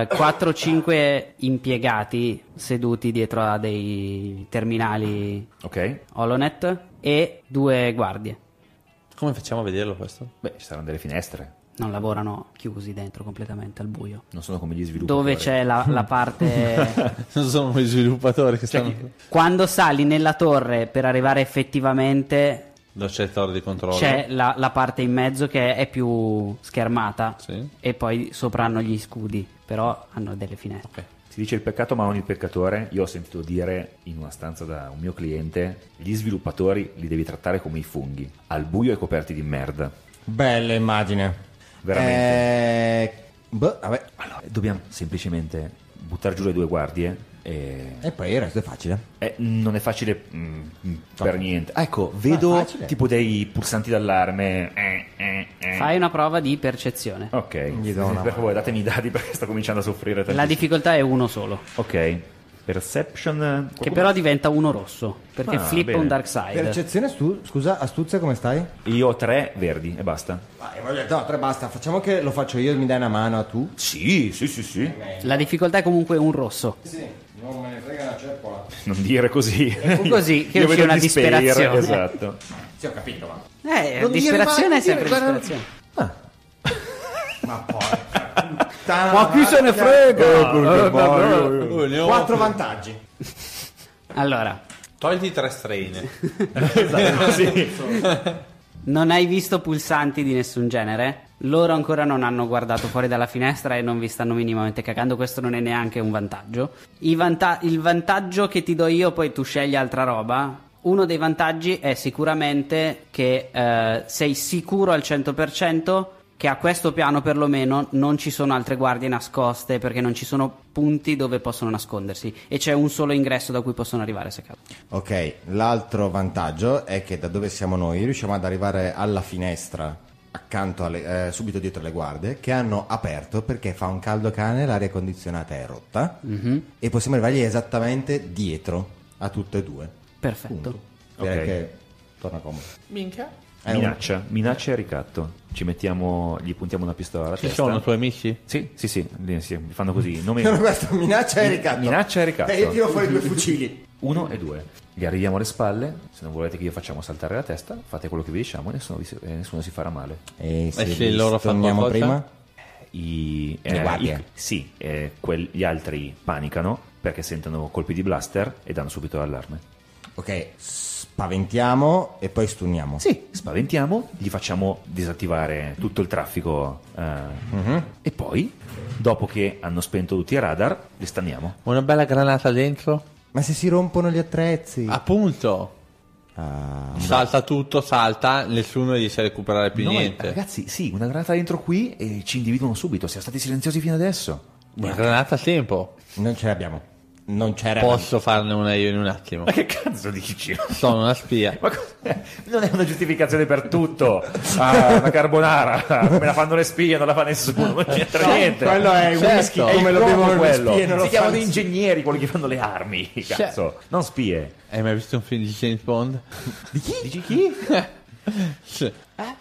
4-5 impiegati seduti dietro a dei terminali Ok. Holonet e 2 guardie. Come facciamo a vederlo questo? Beh, ci saranno delle finestre. Non lavorano chiusi dentro completamente al buio. Non sono come gli sviluppatori. Dove c'è la parte... Non sono gli sviluppatori che stanno... Quando sali nella torre per arrivare effettivamente... Dove c'è il torre di controllo? C'è la parte in mezzo che è più schermata. Sì. E poi sopra hanno gli scudi. Però hanno delle finestre. Ok. Si dice il peccato ma non il peccatore. Io ho sentito dire in una stanza da un mio cliente: gli sviluppatori li devi trattare come i funghi, al buio e coperti di merda. Bella immagine. Veramente. Vabbè. Allora, dobbiamo semplicemente buttare giù le 2 guardie E poi il resto è facile. non è facile per niente. Ecco, vedo facile. tipo dei pulsanti d'allarme. Fai una prova di percezione. Ok, Gli do una per favore datemi i dati perché sto cominciando a soffrire tantissimo. La difficoltà è 1 solo. Ok, perception. Che però diventa 1 rosso. Perché Ah, flippa bene. un dark side. Percezione, scusa, astuzia come stai? Io ho 3 verdi e basta. No, 3 basta. Facciamo che lo faccio io e mi dai una mano a tu. Sì. La difficoltà è comunque 1 rosso. Sì, non me ne frega una ceppola. Non dire così. Così, che Io c'è vedo una il despair, disperazione. Esatto. Sì, ho capito, ma. Disperazione è sempre guarda- disperazione. Ma porca puttana. Ma chi se ne frega? 4 vantaggi. Allora, Togliti 3 strain. non hai visto pulsanti di nessun genere? Loro ancora non hanno guardato fuori dalla finestra e non vi stanno minimamente cagando. Questo non è neanche un vantaggio. Il vantaggio che ti do io, poi tu scegli altra roba. Uno dei vantaggi è sicuramente che sei sicuro al 100% che a questo piano perlomeno non ci sono altre guardie nascoste, perché non ci sono punti dove possono nascondersi e c'è un solo ingresso da cui possono arrivare se caso. Ok, l'altro vantaggio è che da dove siamo noi riusciamo ad arrivare alla finestra accanto subito dietro le guardie, che hanno aperto perché fa un caldo cane, l'aria condizionata è rotta e possiamo arrivargli esattamente dietro a tutte e 2. Perfetto. Punto. Direi Ok. che torna comodo. Minchia. Minaccia e ricatto. Gli puntiamo una pistola alla Ci testa. sono tuoi amici? Sì, fanno così. Nome... No, questo minaccia e ricatto. Minaccia e ricatto. E io tiro fuori 2 fucili. 1 e 2. Gli arriviamo alle spalle. Se non volete che io facciamo saltare la testa, fate quello che vi diciamo e nessuno si farà male. E se se loro fanno torniamo qualcosa? prima? Le guardie? Gli altri panicano perché sentono colpi di blaster e danno subito l'allarme. Ok, spaventiamo e poi stunniamo. Sì, spaventiamo, gli facciamo disattivare tutto il traffico e poi, dopo che hanno spento tutti i radar, li stanniamo. Una bella granata dentro? Ma se si rompono gli attrezzi? Appunto. Salta tutto, salta, nessuno riesce a recuperare più Noi, niente. ragazzi, sì, una granata dentro qui e ci individuano subito. Siamo stati silenziosi fino adesso. Una granata a tempo. Non ce l'abbiamo. Non c'era. Posso farne una io in un attimo. Ma che cazzo dici? Sono una spia. Ma non è una giustificazione per tutto. Una carbonara, come la fanno le spie, non la fa nessuno, non c'entra niente. Quello è Certo. whisky, È come lo Proprio bevono le quello. spie, non lo Si chiamano fanno- ingegneri quelli che fanno le armi, cazzo, non spie. Hai mai visto un film di James Bond? Dici chi? Sì.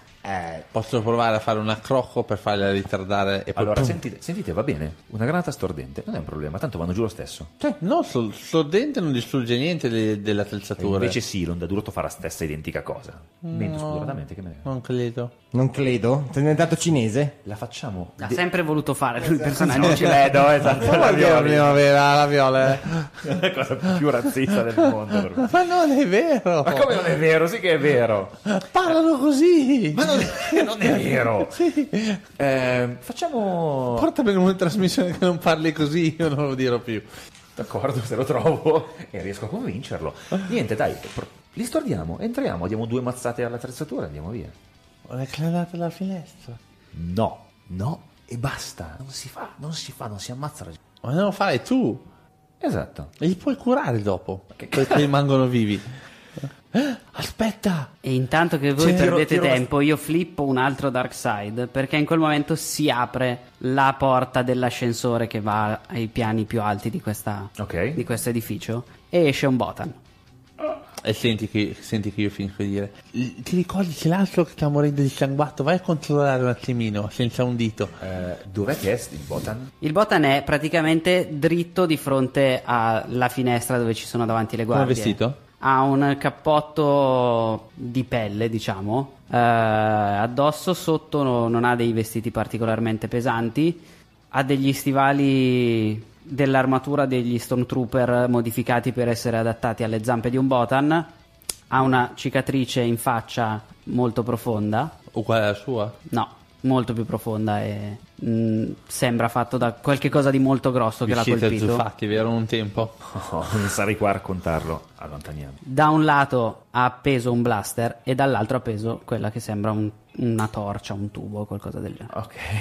Posso provare a fare un accrocco per farla ritardare e poi Allora, pum. sentite, va bene. Una granata stordente non è un problema, tanto vanno giù lo stesso. Cioè, no, sul dente non distrugge niente dell'attrezzatura. Invece sì, l'onda d'urto fa la stessa identica cosa. Mento spudoratamente che me ne... Non credo. Non credo. Sei diventato cinese? La facciamo... L'ha sempre voluto fare lui il personaggio. Non ci vedo, esatto. Ma perché la primavera, la viola? La cosa più razzista del mondo. per me. Ma non è vero! Ma come non è vero? Sì che è vero. Parlano così! Ma non è vero. Facciamo... Portami in una trasmissione che non parli così, io non lo dirò più. D'accordo, se lo trovo e riesco a convincerlo. Niente, dai, li stordiamo, entriamo, diamo 2 mazzate all'attrezzatura e andiamo via. Ho declarato la finestra. No, e basta. Non si fa, non si ammazza la gente. Ma non lo fai tu! Esatto. E li puoi curare dopo, perché rimangono vivi. Aspetta! E intanto che voi perdete tempo, io flippo un altro Dark Side, perché in quel momento si apre la porta dell'ascensore che va ai piani più alti di questo edificio e esce un Botan. E senti che io finisco di dire: ti ricordi c'è l'altro che sta morendo di sanguato? Vai a controllare un attimino senza un dito. Dov'è che è il Botan? Il Botan è praticamente dritto di fronte alla finestra dove ci sono davanti le guardie. Come è vestito? Ha un cappotto di pelle, diciamo, addosso, sotto non ha dei vestiti particolarmente pesanti, ha degli stivali dell'armatura degli Stormtrooper modificati per essere adattati alle zampe di un Botan, ha una cicatrice in faccia molto profonda. Uguale alla sua? No, molto più profonda e sembra fatto da qualche cosa di molto grosso che l'ha colpito. Siete zuffati, vero? Un tempo? Non sarei qua a raccontarlo. Allontaniamo. Da un lato ha appeso un blaster e dall'altro ha appeso quella che sembra una torcia, un tubo, qualcosa del genere.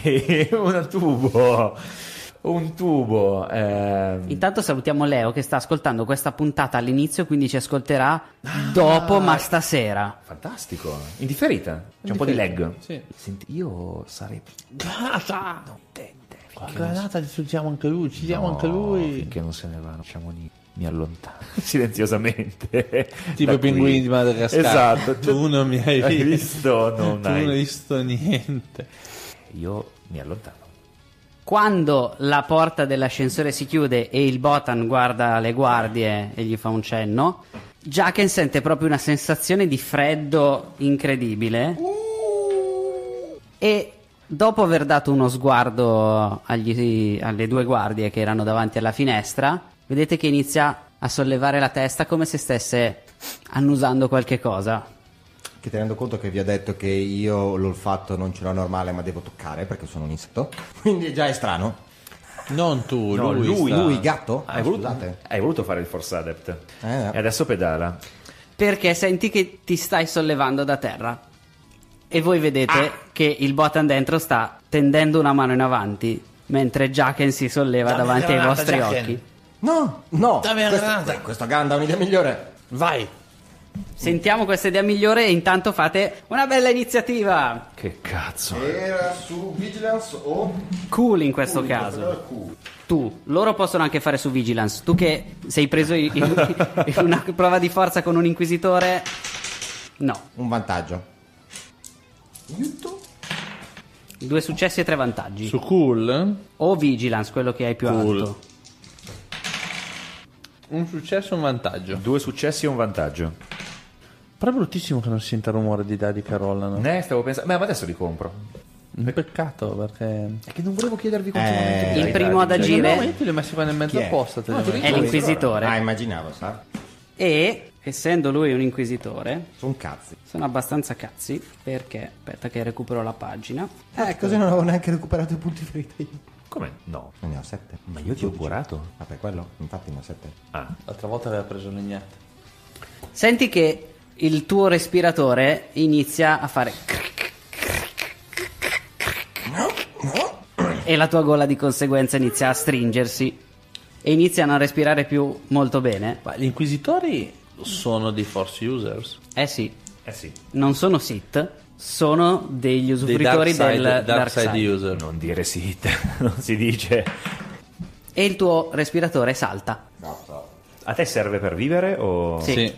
Ok, un tubo. Intanto salutiamo Leo che sta ascoltando questa puntata all'inizio, quindi ci ascolterà dopo, ma stasera. Fantastico. In differita. C'è un po' di lag. Sì. Senti, io sarei... Granata! La granata distruggiamo anche lui, uccidiamo anche lui. Finché non se ne va, facciamo mi allontano silenziosamente. Tipo i pinguini di Madagascar. Esatto. Tu non mi hai visto. Non hai visto niente. Io mi allontano. Quando la porta dell'ascensore si chiude e il Botan guarda le guardie e gli fa un cenno, Jaqen sente proprio una sensazione di freddo incredibile e dopo aver dato uno sguardo alle due guardie che erano davanti alla finestra, vedete che inizia a sollevare la testa come se stesse annusando qualche cosa. Che tenendo conto che vi ho detto che io l'olfatto non ce l'ho normale ma devo toccare perché sono un insetto, quindi già è strano. Non tu, no, lui gatto? Hai voluto fare il Force Adept no. E adesso pedala. Perché senti che ti stai sollevando da terra e voi vedete che il Botan dentro sta tendendo una mano in avanti mentre Jaqen si solleva davanti ai vostri occhi. No, questo Ganda ha un'idea migliore. Vai. Sentiamo questa idea migliore e intanto fate una bella iniziativa. Che cazzo. Era su Vigilance o Cool in questo caso. Tu, loro possono anche fare su Vigilance. Tu che sei preso in una prova di forza con un inquisitore. No. Un vantaggio. 2 successi e 3 vantaggi. Su Cool o Vigilance, quello che hai più alto. Un successo e un vantaggio. 2 successi e un vantaggio. Però è bruttissimo che non si senta rumore di dadi che rollano. Stavo pensando. Ma adesso li compro. Un peccato perché. È che non volevo chiedervi continuamente. Il primo ad agire. No, io te li ho messi qua nel mezzo apposta. È l'inquisitore. Immaginavo, sa? E essendo lui un inquisitore, Sono cazzi. sono abbastanza cazzi perché aspetta che recupero la pagina. Così non avevo neanche recuperato i punti ferita io. Come? No. Ne ho 7. Ma io ti ho curato. Vabbè, quello, infatti ne ho 7. L'altra volta aveva preso legnate. Senti che il tuo respiratore inizia a fare e la tua gola di conseguenza inizia a stringersi e iniziano a respirare più molto bene. Ma gli inquisitori sono dei force users? Eh sì, Sì. non sono Sith, sono degli usufruitori del dark side user. Non dire Sith. Non si dice. E il tuo respiratore salta. A te serve per vivere o... Sì.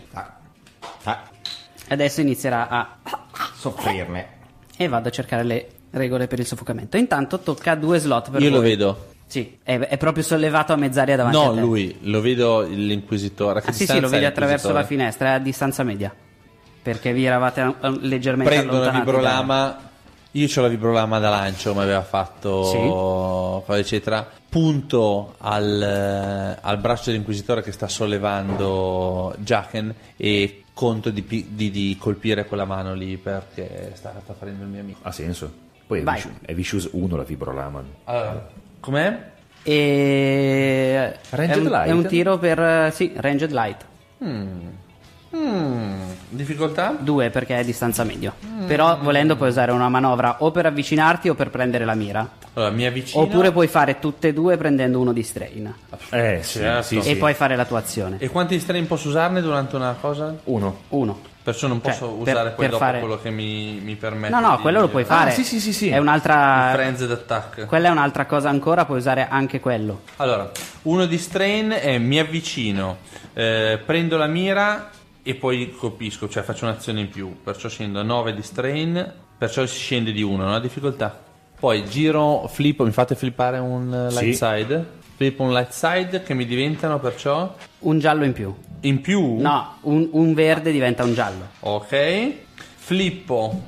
Adesso inizierà a Soffrirne. e vado a cercare le regole per il soffocamento. Intanto tocca 2 slot per Io voi. lo vedo. Sì, è proprio sollevato a mezz'aria davanti a No, te. lui, lo vedo l'inquisitore. Sì, lo vedi attraverso la finestra, è a distanza media. Perché vi eravate leggermente Prendo una allontanati. vibrolama. Io c'ho la vibrolama da lancio, mi aveva fatto eccetera. Punto al braccio dell'inquisitore che sta sollevando Jaqen e conto di colpire quella mano lì perché sta facendo il mio amico. Ha senso. Poi è Vicious 1 la vibrolama. Com'è? E Ranged Light? è un tiro per ranged light. Difficoltà? 2 perché è distanza medio. Però volendo puoi usare una manovra o per avvicinarti o per prendere la mira. Allora, mi avvicino. Oppure puoi fare tutte e due prendendo uno di strain. Certo. E poi fare la tua azione. E quanti strain posso usarne durante una cosa? Uno. Perciò non posso usare poi per dopo fare... quello che mi permette. No, quello lo puoi fare. Sì. È un'altra. Il frenzy attack. Quella è un'altra cosa ancora, puoi usare anche quello. Allora, uno di strain è mi avvicino, prendo la mira e poi colpisco, cioè faccio un'azione in più. Perciò scendo a 9 di strain, perciò si scende di 1, non ha difficoltà. Poi giro, flippo, mi fate flippare un light side. Flippo un light side che mi diventano perciò Un giallo in più. in più. No, un verde diventa un giallo. Ok. Flippo,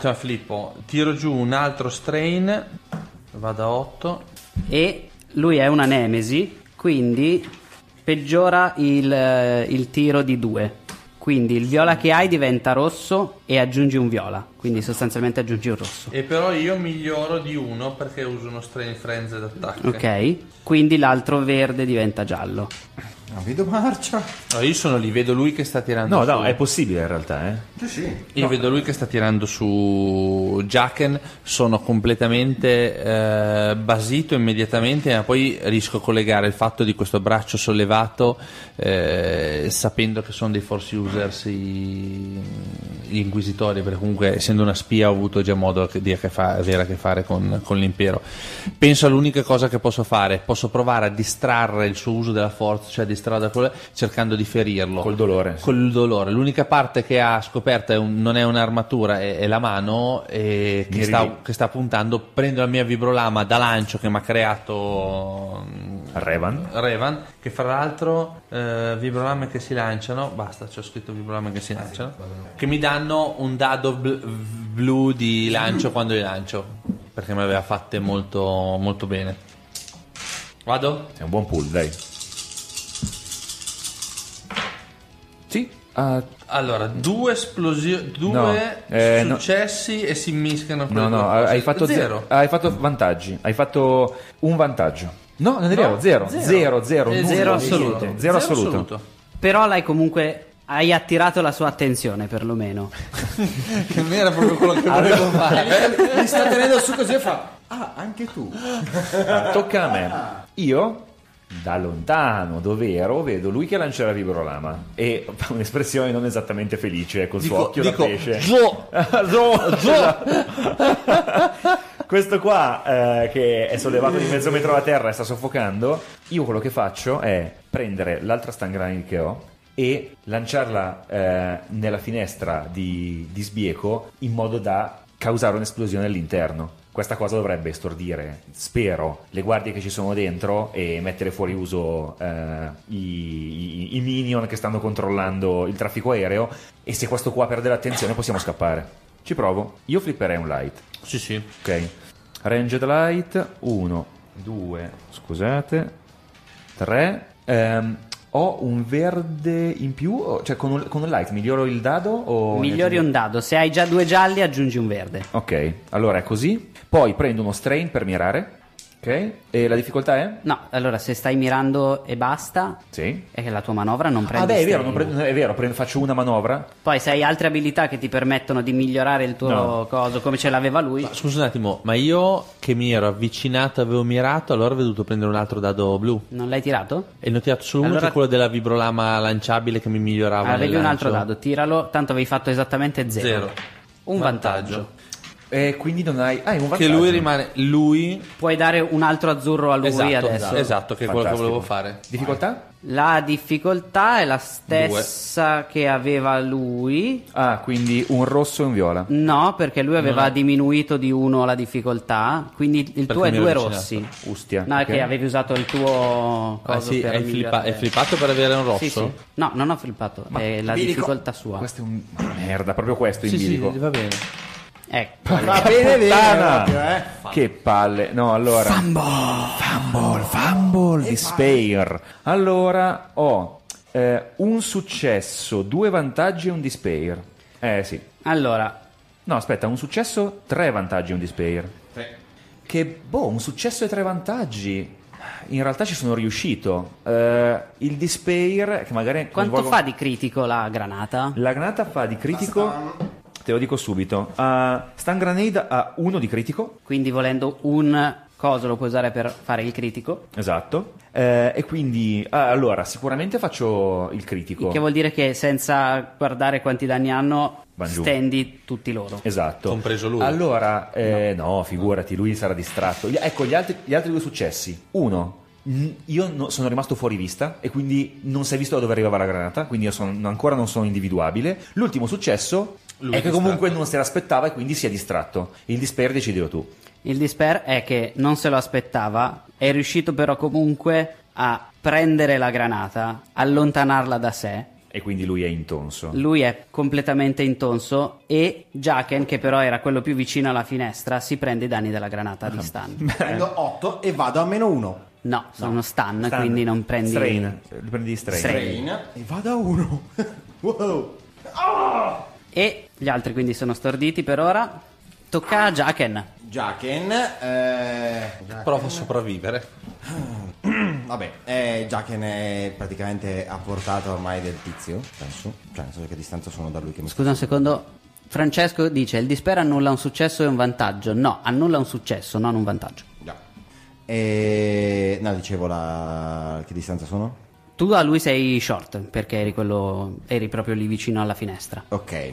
tiro giù un altro strain, vado a 8. E lui è una nemesi, quindi peggiora il tiro di 2. Quindi il viola che hai diventa rosso e aggiungi un viola. Quindi sostanzialmente aggiungi un rosso. E però io miglioro di 1 perché uso uno strain frenzy d'attacco. Ok, quindi l'altro verde diventa giallo. Non vedo marcia. Allora, io sono lì, vedo lui che sta tirando su. No, è possibile in realtà, Io vedo lui che sta tirando su Jacken, sono completamente basito immediatamente, ma poi riesco a collegare il fatto di questo braccio sollevato sapendo che sono dei force users gli inquisitori, perché comunque essendo una spia ho avuto già modo di avere a che fare con l'impero. Penso all'unica cosa che posso fare, posso provare a distrarre il suo uso della forza, cioè distrarre da quello, cercando di ferirlo Col dolore. Col dolore. L'unica parte che ha scoperta non è un'armatura, è la mano che sta puntando. Prendo la mia vibrolama da lancio che mi ha creato Revan, che fra l'altro vibrolame che si lanciano, basta, c'ho scritto vibrolame che si lanciano, che mi danno un dado blu di lancio quando li lancio, perché me le aveva fatte molto, molto bene. Vado? È un buon pull, dai. Sì. Allora, due esplosioni, successi e si mischiano. No, hai fatto zero. Hai fatto vantaggi. Hai fatto un vantaggio. No, non è vero, zero assoluto. Zero assoluto. Però l'hai comunque... Hai attirato la sua attenzione perlomeno. Che non era proprio quello che volevo fare. Mi sta tenendo su così e fa: ah, anche tu. Tocca a me. Io da lontano, dov'ero, vedo lui che lancia la vibrolama e fa un'espressione non esattamente felice col suo occhio da pesce. Questo qua che è sollevato di mezzo metro da terra e sta soffocando. Io quello che faccio è prendere l'altra stun grenade che ho e lanciarla nella finestra di sbieco in modo da causare un'esplosione all'interno. Questa cosa dovrebbe stordire, spero, le guardie che ci sono dentro e mettere fuori uso i minion che stanno controllando il traffico aereo, e se questo qua perde l'attenzione possiamo scappare. Ci provo. Io flipperei un light. Sì. Ok. Ranged light 1, 2, scusate, 3. Ho un verde in più, cioè con un light miglioro il dado o Migliori un dado, se hai già 2 gialli aggiungi un verde. Ok, allora è così. Poi prendo uno strain per mirare. Ok, e la difficoltà è? No, allora se stai mirando e basta, Sì. è che la tua manovra non prende È strain. vero, faccio una manovra. Poi se hai altre abilità che ti permettono di migliorare il tuo coso come ce l'aveva lui. Ma scusa un attimo, ma io che mi ero avvicinato, avevo mirato, allora ho dovuto prendere un altro dado blu. Non l'hai tirato? E ne ho tirato solo uno, Allora- che è quello della vibrolama lanciabile che mi migliorava. Avevi nel un altro lancio. dado, tiralo, tanto avevi fatto esattamente 0. Zero. Un vantaggio. E quindi non hai... un vantaggio. Che lui rimane... Lui... Puoi dare un altro azzurro a lui adesso. Esatto, che è quello che Fantastico. volevo fare. Difficoltà? La difficoltà è la stessa che aveva lui. Ah, quindi un rosso e un viola. No, perché lui aveva diminuito di 1 la difficoltà, quindi il tuo è mi ero 2 avvicinato. rossi. Ustia. No, è ok. che avevi usato il tuo coso sì, per hai migliorare. flippato per avere un rosso? Sì, sì. No, non ho flippato, è la bilico. difficoltà sua. Questo è un... merda, proprio questo in Sì, bilico. va bene. Ecco. Va bene, Puttana! proprio, Che palle. No, allora. Fumble, despair. Allora ho un successo, 2 vantaggi e un despair. Sì. Allora, No, aspetta, un successo, 3 vantaggi e un despair. Che un successo e 3 vantaggi. In realtà ci sono riuscito. Il Despair, che magari... Quanto fa di critico la granata? La granata fa di critico... Te lo dico subito. Stun Grenade ha 1 di critico. Quindi volendo un coso lo puoi usare per fare il critico. Esatto. E quindi allora sicuramente faccio il critico. Che vuol dire che senza guardare quanti danni hanno stendi tutti loro. Esatto. Compreso lui. Allora no, figurati, lui sarà distratto. Ecco gli altri 2 successi. 1. Io sono rimasto fuori vista e quindi non si è visto da dove arrivava la granata, quindi io ancora non sono individuabile. L'ultimo successo è che comunque non se l'aspettava e quindi si è distratto. Il Despair decidilo tu. Il Despair è che non se lo aspettava, è riuscito però comunque a prendere la granata, allontanarla da sé. E quindi lui è intonso. Lui è completamente intonso e Jaken, che però era quello più vicino alla finestra, si prende i danni della granata di stun. Prendo 8 e vado a -1. No, sono stun, quindi non prendi... Strain. Prendi strain. E vado a 1. Wow. E gli altri quindi sono storditi per ora. Tocca a Jaken. Jaken. Prova a sopravvivere. Vabbè, Jaken è praticamente a portata ormai del tizio, penso. Cioè, non so che distanza sono da lui che mi... Scusa un secondo. Francesco dice: il Despair annulla un successo e un vantaggio. No, annulla un successo, non un vantaggio. Già. No, dicevo che distanza sono? Tu a lui sei short, perché eri proprio lì vicino alla finestra. Ok.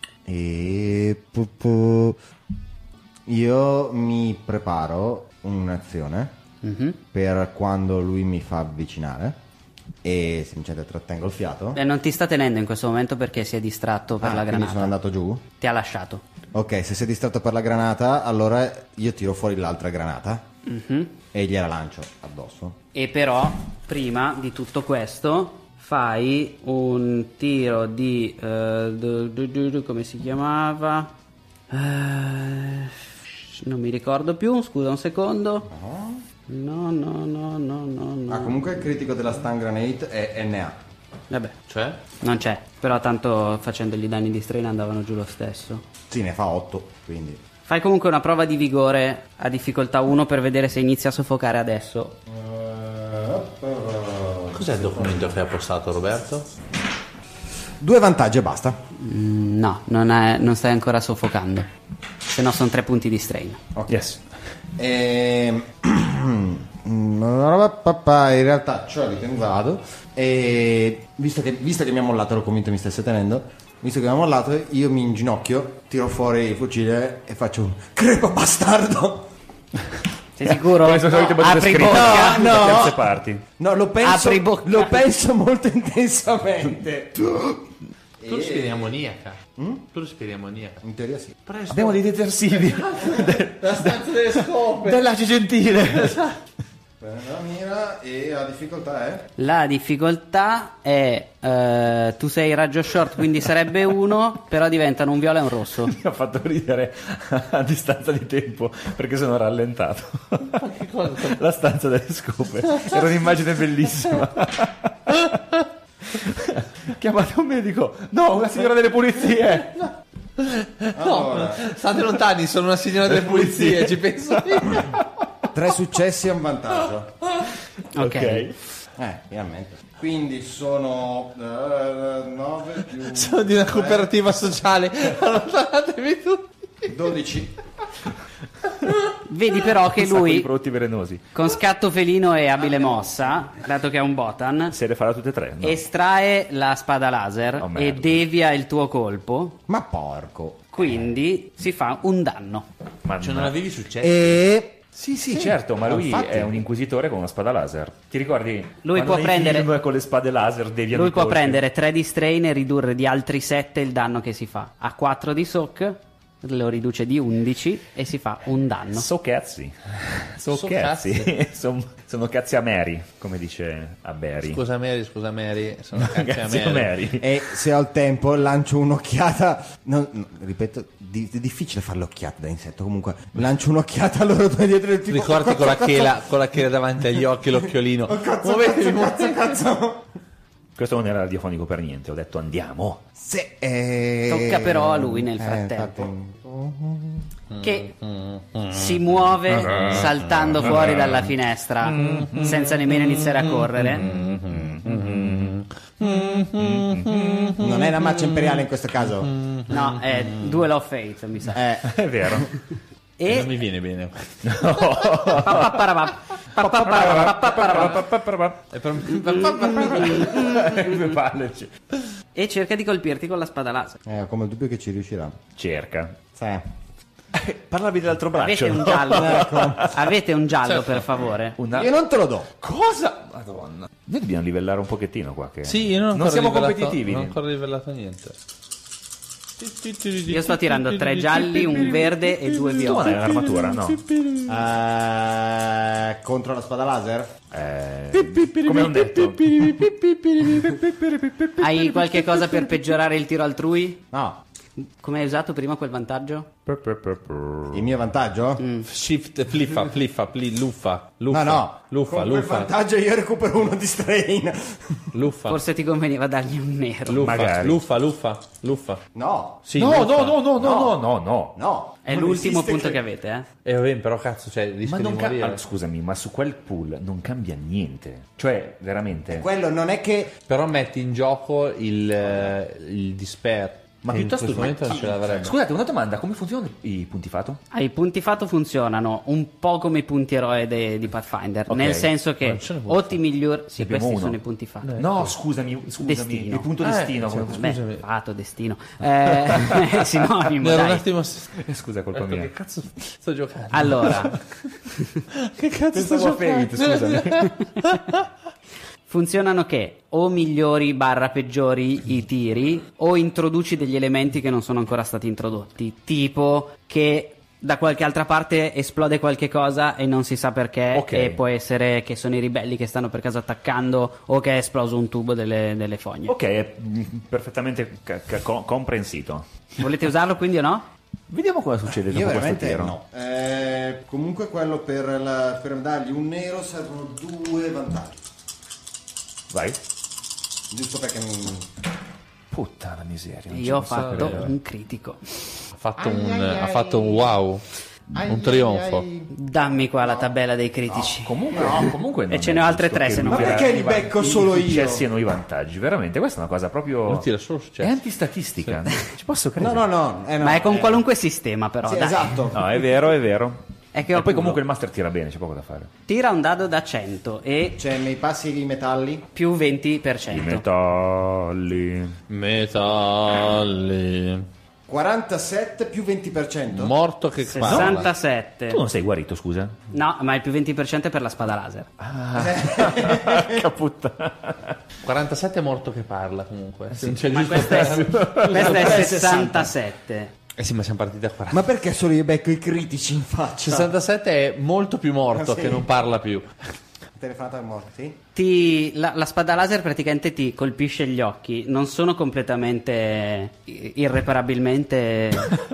Io mi preparo un'azione per quando lui mi fa avvicinare e semplicemente trattengo il fiato. Non ti sta tenendo in questo momento perché si è distratto per la quindi granata. sono andato giù? Ti ha lasciato. Ok, se si è distratto per la granata, allora io tiro fuori l'altra granata e gliela lancio addosso. E però, prima di tutto questo, fai un tiro di... come si chiamava? Non mi ricordo più, scusa un secondo. No. Comunque il critico della stun grenade è NA. Vabbè, Cioè? non c'è. Però tanto facendogli danni di strain andavano giù lo stesso. Sì, ne fa 8, quindi... Fai comunque una prova di vigore a difficoltà 1 per vedere se inizia a soffocare adesso. Cos'è il documento che ha postato Roberto? 2 vantaggi e basta. No, non stai ancora soffocando. Se no sono 3 punti di strain. Ok. Yes. In realtà ci ho ritengato e visto che mi ha mollato, ero convinto mi stesse tenendo. Visto che mi ha mollato, io mi inginocchio, tiro fuori il fucile e faccio un crepa bastardo. Sei sicuro? Come sono solite battute Apri scritte bocca. da terze parti. No, lo Apri bocca. penso molto intensamente. Tu respiri ammoniaca. Tu respiri ammoniaca. In teoria sì. Abbiamo dei detersivi. La stanza delle scope. Dell'ace gentile. La mira e la difficoltà è? La difficoltà è tu sei raggio short, quindi sarebbe 1, però diventano un viola e un rosso. Mi ha fatto ridere a distanza di tempo perché sono rallentato. Che cosa? La stanza delle scope. Era un'immagine bellissima. Chiamate un medico. No, una signora delle pulizie. Allora, State lontani, sono una signora delle pulizie, ci penso io. 3 successi e un vantaggio. Ok. Finalmente. Quindi sono 9 più Sono di una cooperativa sociale, allontanatevi tutti. 12. Vedi però che Un sacco di lui prodotti velenosi. con scatto felino e abile mossa, dato che è un botan, Se le farà tutte e 3. No? estrae la spada laser Oh, e merda. devia il tuo colpo, Ma porco. quindi si fa un danno. Ma Cioè non avevi successo? E Sì, certo, ma lui infatti. è un inquisitore con una spada laser. Ti ricordi? Lui quando può nei prendere- film con le spade laser deviano Lui i può colpi? prendere 3 di strain e ridurre di altri 7 il danno che si fa. Ha 4 di soak, lo riduce di 11 e si fa un danno. So cazzi. So So cazzi. Sono cazzi a Mary, come dice a Barry. Scusa Mary, sono cazzi a Cazzi a Mary. Mary. E se ho il tempo lancio un'occhiata. Ripeto, è difficile fare l'occhiata da insetto. Comunque, lancio un'occhiata a loro due dietro il tipo. Ricordi con la chela davanti agli occhi, l'occhiolino. Cazzo. Questo non era radiofonico per niente, ho detto andiamo. Tocca però a lui nel frattempo. Che si muove saltando fuori dalla finestra senza nemmeno iniziare a correre. Non è una marcia imperiale in questo caso? No, è Duel of Fate, mi sa. È vero. E Non mi viene bene. E cerca di colpirti con la spada laser. Ho come il dubbio che ci riuscirà. Cerca. Sì. Parlavi dell'altro braccio. Avete un giallo? Avete un giallo, per favore? Io non te lo do. Cosa? Madonna. Noi dobbiamo livellare un pochettino qua. Che... Sì, io non siamo rivelato, competitivi. Non ho ancora rivelato niente. Io sto tirando 3 gialli, un verde e 2 Tu non hai viola. un'armatura, no? Contro la spada laser? Come ho detto. Hai qualche cosa per peggiorare il tiro altrui? No. Come hai usato prima quel vantaggio? Il mio vantaggio? Shift, luffa. No. Luffa. Con quel vantaggio io recupero uno di strain. Luffa. Forse ti conveniva dargli un nero. Magari. Luffa. No. Sì, No. No. È Non l'ultimo esiste punto che- che avete, vabbè, però cazzo, cioè, rischia Ma di non morire. scusami, ma su quel pool non cambia niente. Cioè, veramente. Quello non è che... Però metti in gioco il despair. Ma che piuttosto in questo momento non ce l'avrebbe. Scusate, una domanda, come funzionano i punti fato? I punti fato funzionano un po' come i punti eroe di Pathfinder, Ok. nel senso che Ma ce ne può o ti migliori... Sì, Abbiamo questi uno. sono i punti fato. No, scusami, Destino. il punto destino. come Vabbè, Scusami. fato, destino. È sinonimo, Ero un dai. attimo. Scusa, è colpa Che mia. cazzo sto giocando? Allora, Che cazzo sto Pensavo a giocando? Fate, scusami. funzionano che o migliori / peggiori i tiri o introduci degli elementi che non sono ancora stati introdotti, tipo che da qualche altra parte esplode qualche cosa e non si sa perché, Ok. e può essere che sono i ribelli che stanno per caso attaccando o che è esploso un tubo delle fogne. Ok, è perfettamente comprensito. Volete usarlo quindi o no? Vediamo cosa succede Io dopo questo veramente tiro. no. Comunque quello per dargli un nero servono 2 vantaggi. Vai. Giusto perché mi... Puttana miseria. non ci Io ho posso fatto credere. un critico. Ha fatto un wow. Un trionfo. Dammi qua la tabella dei critici. Comunque non E ce è ne ho altre giusto 3 che se non Ma lui perché tira li i becco van- solo i io? successi e non i vantaggi. Veramente, questa è una cosa proprio... Non tira solo È successo. antistatistica. Ci posso No, credere. no. Ma è con qualunque sistema però, Sì, dai. esatto. No, è vero, è vero. È che ho E poi culo. comunque il master tira bene, c'è poco da fare. Tira un dado da 100 e Cioè, nei passi i metalli? più I 20%. metalli. Metalli. 47 più 20%? Morto che parla. 67. Tu non sei guarito, scusa? No, ma il più 20% è per la spada laser. Caputtana. 47 è morto che parla comunque. Non c'è Ma giusto. questo è 67. Eh sì, ma siamo partiti da 40. Ma perché solo io becco i critici in faccia? 67 è molto più morto Ah, sì? che non parla più. Telefonata è morto, sì? La spada laser praticamente ti colpisce gli occhi. Non sono completamente irreparabilmente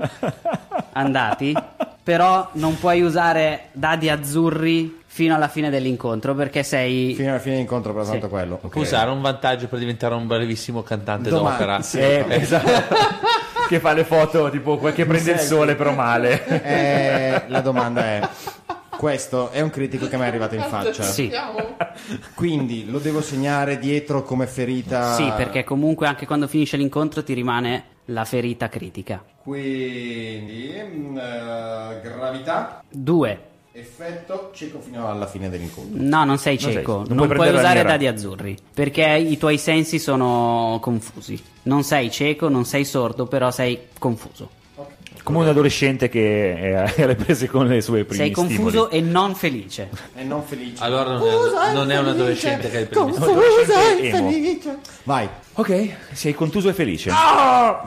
andati. Però non puoi usare dadi azzurri fino alla fine dell'incontro perché sei... Fino alla fine dell'incontro, però Sì. tanto quello. Può usare un vantaggio per diventare un brevissimo cantante Domani, d'opera. sì. Esatto. Che fa le foto tipo quel che prende il sole però male. La domanda è: questo è un critico che mi è arrivato in faccia. Sì. Quindi lo devo segnare dietro come ferita? Sì, perché comunque anche quando finisce l'incontro ti rimane la ferita critica. Quindi gravità, 2. effetto cieco fino alla fine dell'incontro. No, non sei sei- cieco, non non puoi puoi prendere la usare mira. dadi azzurri, perché i tuoi sensi sono confusi. Non sei cieco, non sei sordo, però sei confuso. Come un adolescente che è alle prese con le sue prime Sei confuso e non felice. E non felice. Allora non è un adolescente che è il primo. Confusa e emo. felice. Vai. Ok, sei contuso e felice. Ah!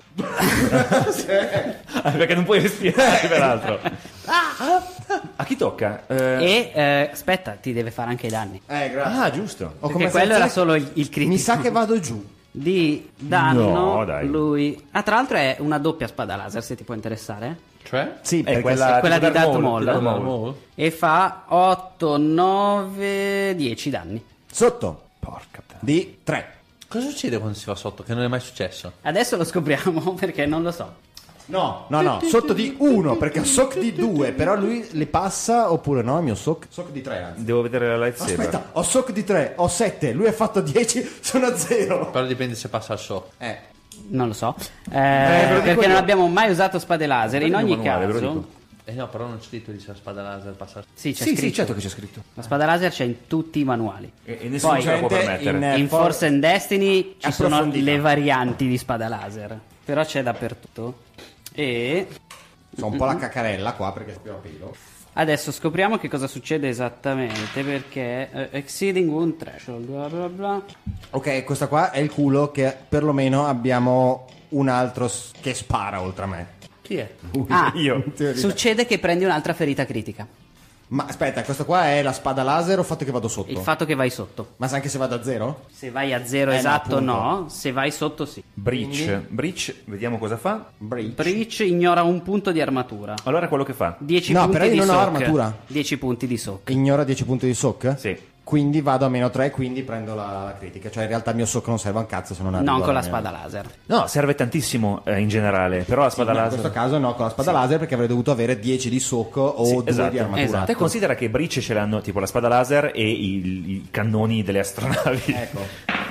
Perché non puoi respirare peraltro. A chi tocca? Aspetta, ti deve fare anche i danni. Grazie. Ah, giusto. Ho Perché come quello era sensazione- solo il critico. Mi sa che vado giù. Di danno No, dai. lui... Ah, tra l'altro è una doppia spada laser, se ti può interessare. Cioè? Sì, È perché quella di Darth Maul, Maul. Darth Maul. E fa 8, 9, 10 danni. sotto Porca puttana. di 3. Cosa succede quando si va sotto? Che non è mai successo. Adesso lo scopriamo perché non lo so. No, sotto di 1 perché ho soc di 2, però lui le passa oppure no? Il mio soc di 3 anzi. Devo vedere la lightsaber. Aspetta, ho soc di 3, ho 7, lui ha fatto 10, sono a 0. Però dipende se passa al shock. Non lo so. Perché non abbiamo mai usato spade laser. In ogni manuale, ve lo caso... dico. No, però non c'è scritto di la spada laser passa. Sì, c'è scritto. certo che c'è scritto. La spada laser c'è in tutti i manuali. E nessuno Poi, ce la può permettere. In Force and Destiny ci sono approfondita. le varianti di spada laser, però c'è dappertutto. E Sono un po' la cacarella qua perché spiro a pelo. adesso scopriamo che cosa succede esattamente, perché exceeding wound threshold, bla bla bla. Ok, questa qua è il culo che perlomeno abbiamo un altro che spara oltre a me. Chi è? Io. Succede che prendi un'altra ferita critica. Ma aspetta, questa qua è la spada laser o il fatto che vado sotto? Il fatto che vai sotto. Ma sa anche se vado a 0? Se vai a 0 no, esatto appunto. no, se vai sotto sì. Breach, vediamo cosa fa. Breach ignora un punto di armatura. Allora quello che fa? 10 No, punti però io di non ho soak. armatura. 10 punti di soak. Ignora 10 punti di soc? Sì. Quindi vado a meno 3, quindi prendo la critica. Cioè in realtà il mio soc non serve a un cazzo se non arrivo Non con la alla mia- spada laser. No, serve tantissimo in generale, però la spada No, in laser... questo caso no, con la spada laser perché avrei dovuto avere 10 di soc o Sì, 2 esatto. di armatura. Esatto. Te considera che Breach ce l'hanno tipo la spada laser e i cannoni delle astronavi. Ecco.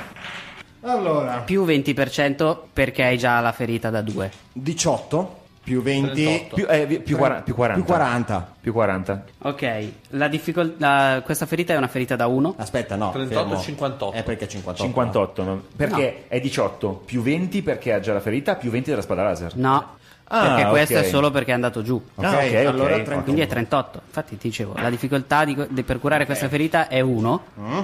Allora, Più 20% perché hai già la ferita da 2. 18 più 20 38. Più 40. più 40. Più 40. Ok, questa ferita è una ferita da 1. Aspetta, no. 38 fermo. 58. È perché 58. 58, no? Perché è 18 più 20 perché ha già la ferita, più 20 della spada laser. No, Ah, perché questo ok. è solo perché è andato giù. Ok, Ah, ok, allora ok. 31. Quindi è 38. Infatti ti dicevo, la difficoltà per curare questa ferita è 1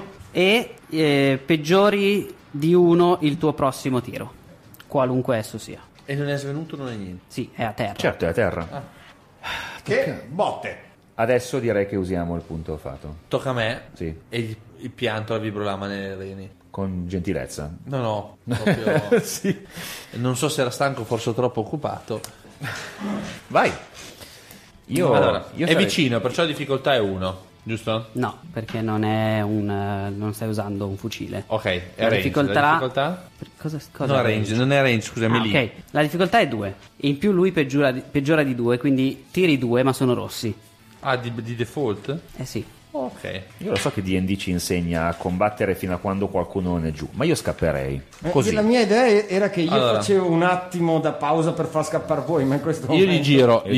e peggiori di 1 il tuo prossimo tiro, qualunque esso sia. E non è svenuto, non è niente. Sì, è a terra. Certo, è a terra. Che botte. Adesso direi che usiamo il punto fato. Tocca a me. Sì. E il pianto la vibrolama nelle reni. Con gentilezza. No, proprio... Sì. Non so se era stanco, forse troppo occupato. Vai. Allora, io è sarei- vicino, perciò la difficoltà è 1, giusto? No, perché non è non stai usando un fucile. Ok, è La range. difficoltà- La difficoltà? Cosa No, è range, non è range, scusami, Ah, lì. ok, la difficoltà è 2. In più lui peggiora di 2, quindi tiri 2 ma sono rossi. Ah, di default? Eh sì. Ok. Io lo so che D&D ci insegna a combattere fino a quando qualcuno non è giù, ma io scapperei. Così. La mia idea era che io Allora. facevo un attimo da pausa per far scappare voi, ma in questo Io momento...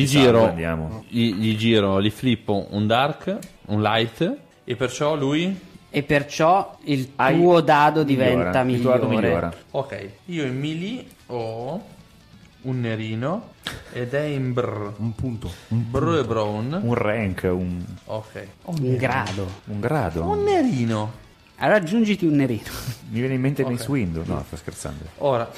gli giro, gli flippo un dark, un light, e perciò lui... E perciò il Hai- tuo dado migliora, diventa il tuo dado migliore. migliora. Ok, io in melee ho un nerino ed è in brr. Un punto. Brr e brown. Un rank, un Ok. Un grado. grado. Un nerino. Allora aggiungiti un nerino. Mi viene in mente Mace Windu. No, sto scherzando. Ora,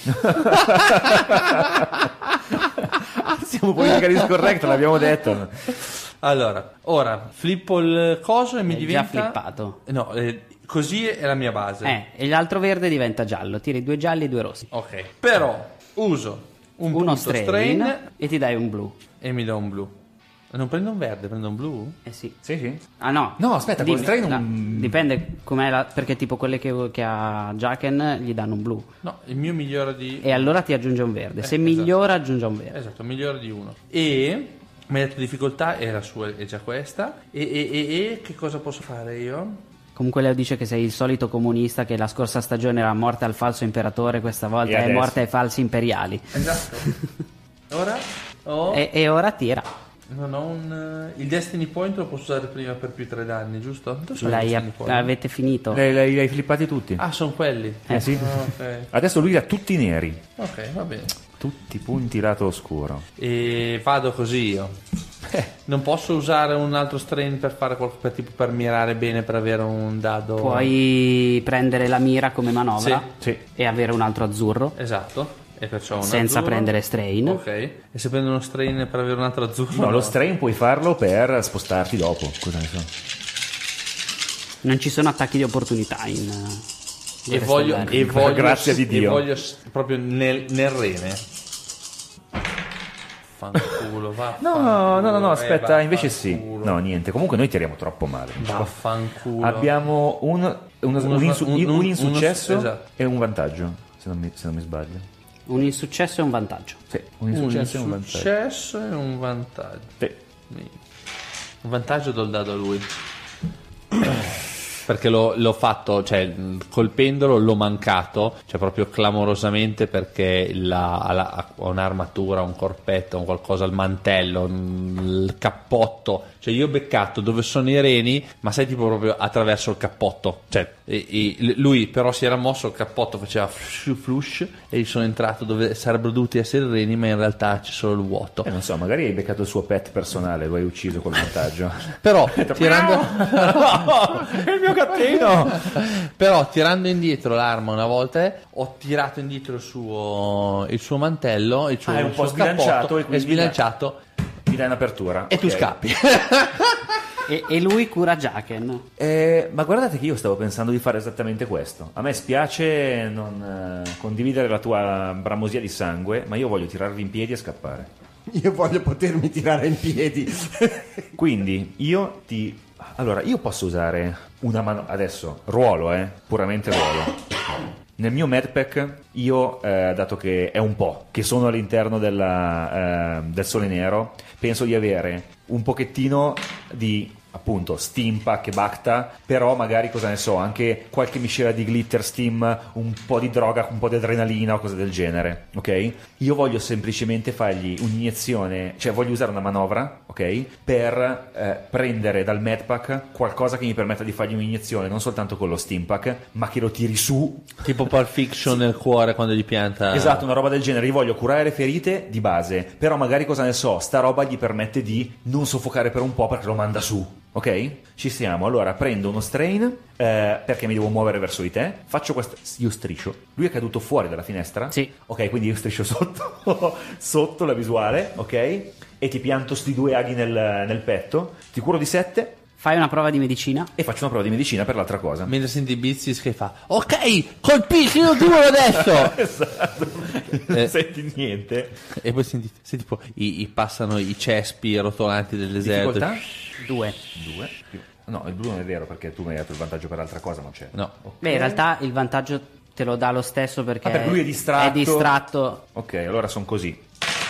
Siamo politically scorrect, l'abbiamo detto. allora, ora flippo il coso e mi È già diventa... flippato. No, così è la mia base. E l'altro verde diventa giallo. Tiri 2 gialli e 2 rossi. Ok. Però uso un Uno punto strain e ti dai un blu. e mi do un blu. Non prendo un verde, prendo un blu? Eh sì. Sì, sì. Ah no. No, aspetta, col strain non- dipende com'è perché tipo quelle che ha Jaken gli danno un blu. No, il mio migliora di... E allora ti aggiunge un verde. Se esatto. migliora aggiunge un verde. Esatto, migliore di uno. E mi hai detto difficoltà, è la sua, è già questa. E che cosa posso fare io? Comunque Leo dice che sei il solito comunista che la scorsa stagione era morta al falso imperatore, questa volta E è adesso? morta ai falsi imperiali. Esatto. Ora ho... E ora tira. Non ho un... Il Destiny Point lo posso usare prima per più 3 danni, giusto? Dove sono i Destiny Point? Avete finito. Li hai flippati tutti? Ah, sono quelli. Sì. Ah, ok. Adesso lui ha tutti neri. Ok, va bene. Tutti punti lato oscuro. E vado così io. Non posso usare un altro strain per fare qualcosa per mirare bene, per avere un dado. Puoi prendere la mira come manovra Sì. e avere un altro azzurro Esatto. E perciò un senza azzurro. prendere strain. Ok. E se prendo uno strain per avere un altro azzurro? No, lo strain puoi farlo per spostarti dopo. Cosa ne so? Non ci sono attacchi di opportunità in E Guerre voglio, Stellari. e voglio, Grazia di Dio. E voglio proprio nel rene. Fanculo. vaffanculo. No, aspetta, invece sì. vaffanculo. No, niente. Comunque noi tiriamo troppo male. Vaffanculo. Abbiamo un insuccesso esatto. e un vantaggio, se non mi sbaglio. Un insuccesso e un vantaggio. Sì, un insuccesso e un vantaggio. Successo e un vantaggio. Sì. Un vantaggio do il dado a lui. Perché l'ho fatto, cioè colpendolo l'ho mancato, cioè proprio clamorosamente, perché ha un'armatura, un corpetto, un qualcosa al mantello, il cappotto, cioè io ho beccato dove sono i reni, ma sai, tipo proprio attraverso il cappotto, cioè lui però si era mosso, il cappotto faceva flush e gli sono entrato dove sarebbero dovuti essere i reni, ma in realtà c'è solo il vuoto. Non so, magari hai beccato il suo pet personale, lo hai ucciso col vantaggio. Però tirando È il mio gattino. Però tirando indietro l'arma una volta, ho tirato indietro il suo mantello, il suo, è un il po' suo sbilanciato, cappotto, e quindi è sbilanciato Mi dai un'apertura. e tu ok. scappi. E lui cura Jaken. Ma guardate che io stavo pensando di fare esattamente questo. A me spiace non condividere la tua bramosia di sangue, ma io voglio tirarvi in piedi e scappare. Io voglio potermi tirare in piedi. Quindi io posso usare una mano adesso, ruolo, puramente ruolo. Nel mio medpack io, dato che è un po' che sono all'interno del Sole Nero, penso di avere un pochettino di, appunto, Steampack e Bacta, però magari, cosa ne so, anche qualche miscela di glitter steam, un po' di droga, un po' di adrenalina o cose del genere, ok? Io voglio semplicemente fargli un'iniezione, cioè voglio usare una manovra, ok? Per prendere dal medpack qualcosa che mi permetta di fargli un'iniezione, non soltanto con lo Steampack, ma che lo tiri su. Tipo Pulp Fiction nel cuore quando gli pianta. Esatto, una roba del genere. Io voglio curare le ferite di base, però magari, cosa ne so, sta roba gli permette di non soffocare per un po' perché lo manda su. Ok? Ci siamo. Allora prendo uno strain perché mi devo muovere verso di te. Faccio questo. Io striscio. Lui è caduto fuori dalla finestra? Sì. Ok, quindi io striscio sotto la visuale, ok? E ti pianto sti 2 aghi nel petto. Ti curo di 7 Fai una prova di medicina. e faccio una prova di medicina per l'altra cosa. Mentre senti Bizis che fa: ok, colpiscilo tu adesso. Esatto. Non senti niente. E poi senti tipo passano i cespi rotolanti del deserto. Difficoltà? 2. 2. No, il 2 non è vero perché tu mi hai dato il vantaggio per l'altra cosa, non c'è. No. Beh, in realtà il vantaggio te lo dà lo stesso perché perché lui è distratto. È distratto. Ok, allora sono così.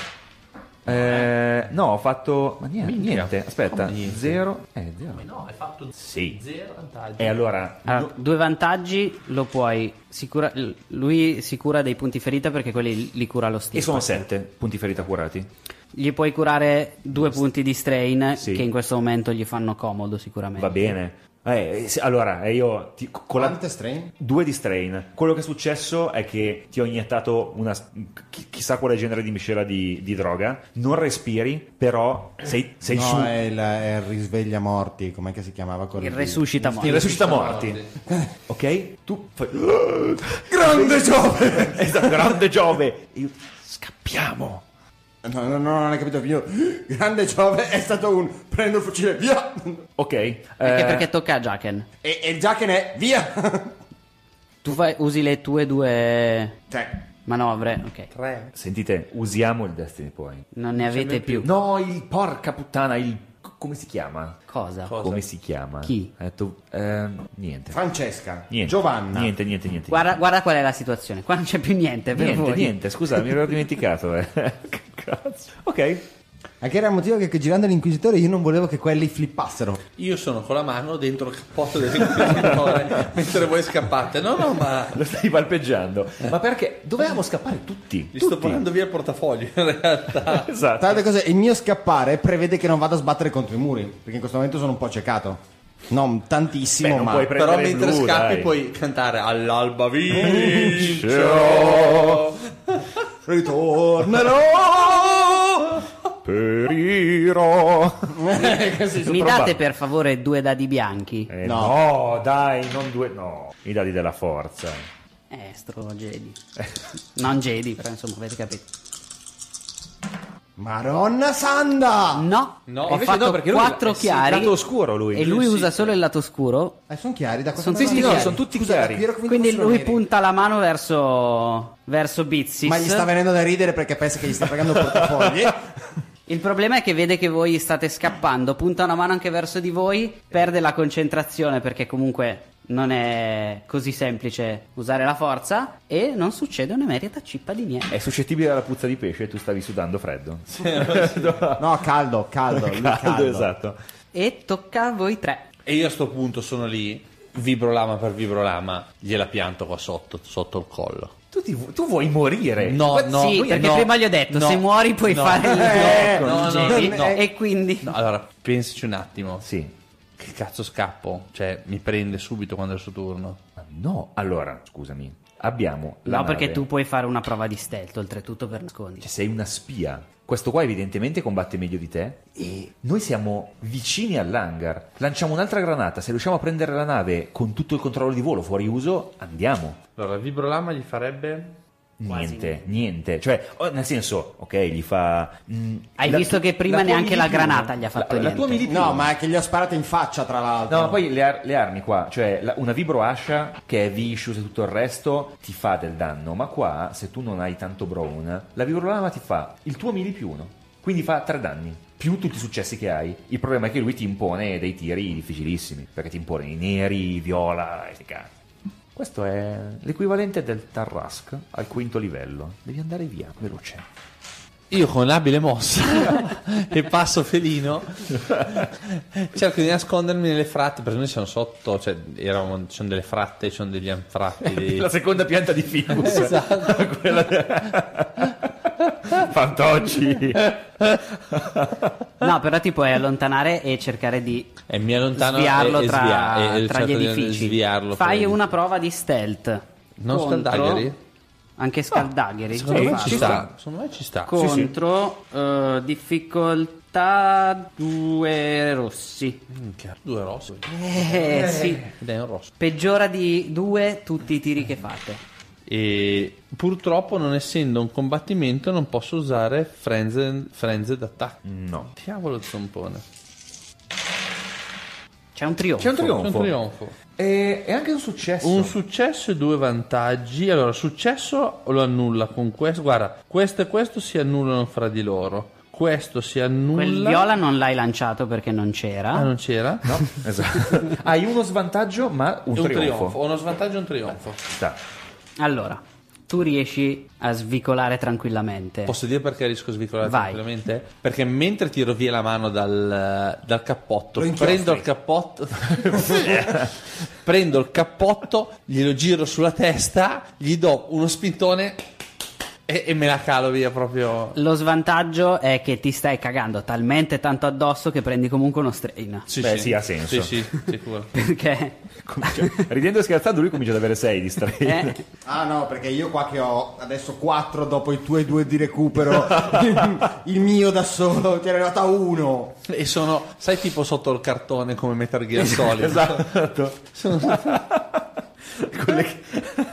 No, ho fatto. Ma niente. Aspetta, Come niente? 0. 0. No, hai fatto Sì. 0 vantaggi. E allora. Allora, 2 vantaggi lo puoi lui si cura dei punti ferita perché quelli li cura lo stesso. E sono 7 punti ferita curati. Gli puoi curare 2 punti di strain Sì. che in questo momento gli fanno comodo sicuramente. Va bene. Allora, io Quante strain? 2 di strain. Quello che è successo è che ti ho iniettato una chissà quale genere di miscela di droga. Non respiri, però sei No, su. è il risveglia morti. Com'è che si chiamava quello? Il di- resuscita morti. Il resuscita morti. Ok? Tu fai. Grande Giove! Esatto, grande Giove. Scappiamo. No, non hai capito io. Grande Giove è stato un prendo il fucile, via! Ok. Perché tocca a Jaken. E il Jaken è via! Tu usi le tue 2 Cioè, manovre, ok. Sentite, usiamo il Destiny Point. Non ne avete più. No, porca puttana, come si chiama? Cosa? Come si chiama? Chi? Ha detto, niente. Francesca, Niente. Giovanna. Niente. Guarda qual è la situazione. Qua non c'è più niente per voi. Niente, scusa, mi ero dimenticato. Che cazzo. Ok. Anche era il motivo che girando l'Inquisitore io non volevo che quelli flippassero. Io sono con la mano dentro il cappotto dell'inquisitore mentre voi scappate. No, ma Lo stai palpeggiando. Ma perché? Dovevamo scappare tutti. gli sto portando via il portafoglio in realtà. Esatto. Tra le cose, il mio scappare prevede che non vado a sbattere contro i muri, perché in questo momento sono un po' ciecato. Non tantissimo, Beh, non ma puoi Però prendere mentre blu, scappi dai. puoi cantare all'alba vincerò. ritornerò. Perirò. Mi date per favore 2 dadi bianchi? No, dai, non 2. No, i dadi della forza. Estro Jedi. Non Jedi, però insomma avete capito. Maronna Sanda! No, No, ho invece fatto no, perché lui 4 sì, chiari. lato oscuro lui. E lui Sì, usa sì. solo il lato oscuro. Sono chiari da cosa Sono me tutti lo chiari. dici? sono tutti Scusa, chiari. io ero convinto Quindi fossero lui neri. punta la mano verso Bizis. Ma gli sta venendo da ridere perché pensa che gli stia pagando il portafogli. Il problema è che vede che voi state scappando, punta una mano anche verso di voi, perde la concentrazione perché comunque non è così semplice usare la forza e non succede un'immediata cippa di niente. È suscettibile alla puzza di pesce e tu stavi sudando freddo. No, caldo. Esatto. E tocca a voi 3. E io a sto punto sono lì, vibrolama per vibrolama, gliela pianto qua sotto il collo. Tu vuoi morire? No, sì, perché prima gli ho detto, se muori puoi fare il blocco. E quindi... No, allora, pensaci un attimo. Sì. Che cazzo scappo? Cioè, mi prende subito quando è il suo turno. No, allora, scusami. Abbiamo la nave. perché tu puoi fare una prova di stealth, oltretutto per nasconderti. Cioè, sei una spia. Questo qua evidentemente combatte meglio di te e noi siamo vicini all'hangar. Lanciamo un'altra granata, se riusciamo a prendere la nave con tutto il controllo di volo fuori uso, andiamo. Allora, il vibrolama gli farebbe... Niente. Cioè, nel senso, ok, gli fa... Hai visto che prima neanche la granata gli ha fatto niente. La tua milipino. No, ma è che gli ho sparato in faccia, tra l'altro. No, ma poi le armi qua, cioè una vibroascia che è vicious e tutto il resto ti fa del danno, ma qua se tu non hai tanto brown, la vibrolama ti fa il tuo mili più 1, quindi fa 3 danni più tutti i successi che hai. Il problema è che lui ti impone dei tiri difficilissimi, perché ti impone i neri, viola e cazzo. Questo è l'equivalente del Tarrasque al 5° livello. Devi andare via, veloce. Io con l'abile mossa e passo felino cerco di nascondermi nelle fratte, perché noi siamo sotto, cioè sono delle fratte, sono degli anfratti. La seconda pianta di ficus. Esatto. Fantocci. No, però ti puoi allontanare e cercare di mi allontano sviarlo e tra cerco gli di edifici. sviarlo. Fai una prova di stealth. Non contro- scaldagheri? Anche scaldagheri. Secondo me Sì, ci sta. Secondo me ci sta. Contro difficoltà 2 rossi. Minchia, 2 rossi. Sì. Ed è un rosso. Peggiora di 2 tutti i tiri che fate. E purtroppo, non essendo un combattimento, non posso usare frenzied attack. No. Diavolo zompone. C'è un trionfo. C'è un trionfo. C'è un trionfo. E anche un successo. Un successo e 2 vantaggi. Allora, successo lo annulla con questo. Guarda, questo e questo si annullano fra di loro. Questo si annulla. Quel viola non l'hai lanciato perché non c'era. Ah, non c'era? No, esatto. Hai uno svantaggio, ma un trionfo. Uno svantaggio e un trionfo. Sta. Allora, tu riesci a svicolare tranquillamente. Posso dire perché riesco a svicolare Vai. tranquillamente? Perché mentre tiro via la mano dal cappotto, prendo il cappotto, prendo il cappotto, glielo giro sulla testa, gli do uno spintone e me la calo via proprio. Lo svantaggio è che ti stai cagando talmente tanto addosso che prendi comunque uno strain. Sì, ha senso. Sì, sicuro. Perché? Ridendo e scherzando lui comincia ad avere 6 di strain. Ah no, perché io qua che ho adesso 4 dopo i tuoi 2 di recupero, il mio da solo, ti è arrivato a 1. E sono, sai, tipo sotto il cartone come Metal Gear Solid. Esatto. Quelle che...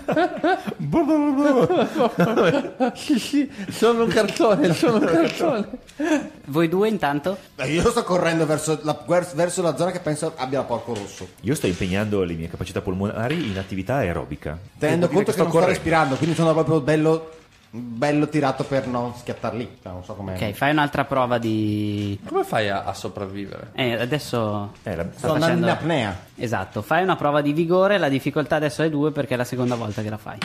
sì, sono un cartone. Voi due intanto? Io sto correndo verso la zona che penso abbia Porco Rosso. Io sto impegnando le mie capacità polmonari in attività aerobica. Tenendo conto che non sto respirando, quindi sono proprio bello tirato per non schiattar lì. Non so come. Ok, fai un'altra prova di... Come fai a sopravvivere? Adesso sto andando in apnea. Esatto, fai una prova di vigore, la difficoltà adesso è 2 perché è la seconda volta che la fai.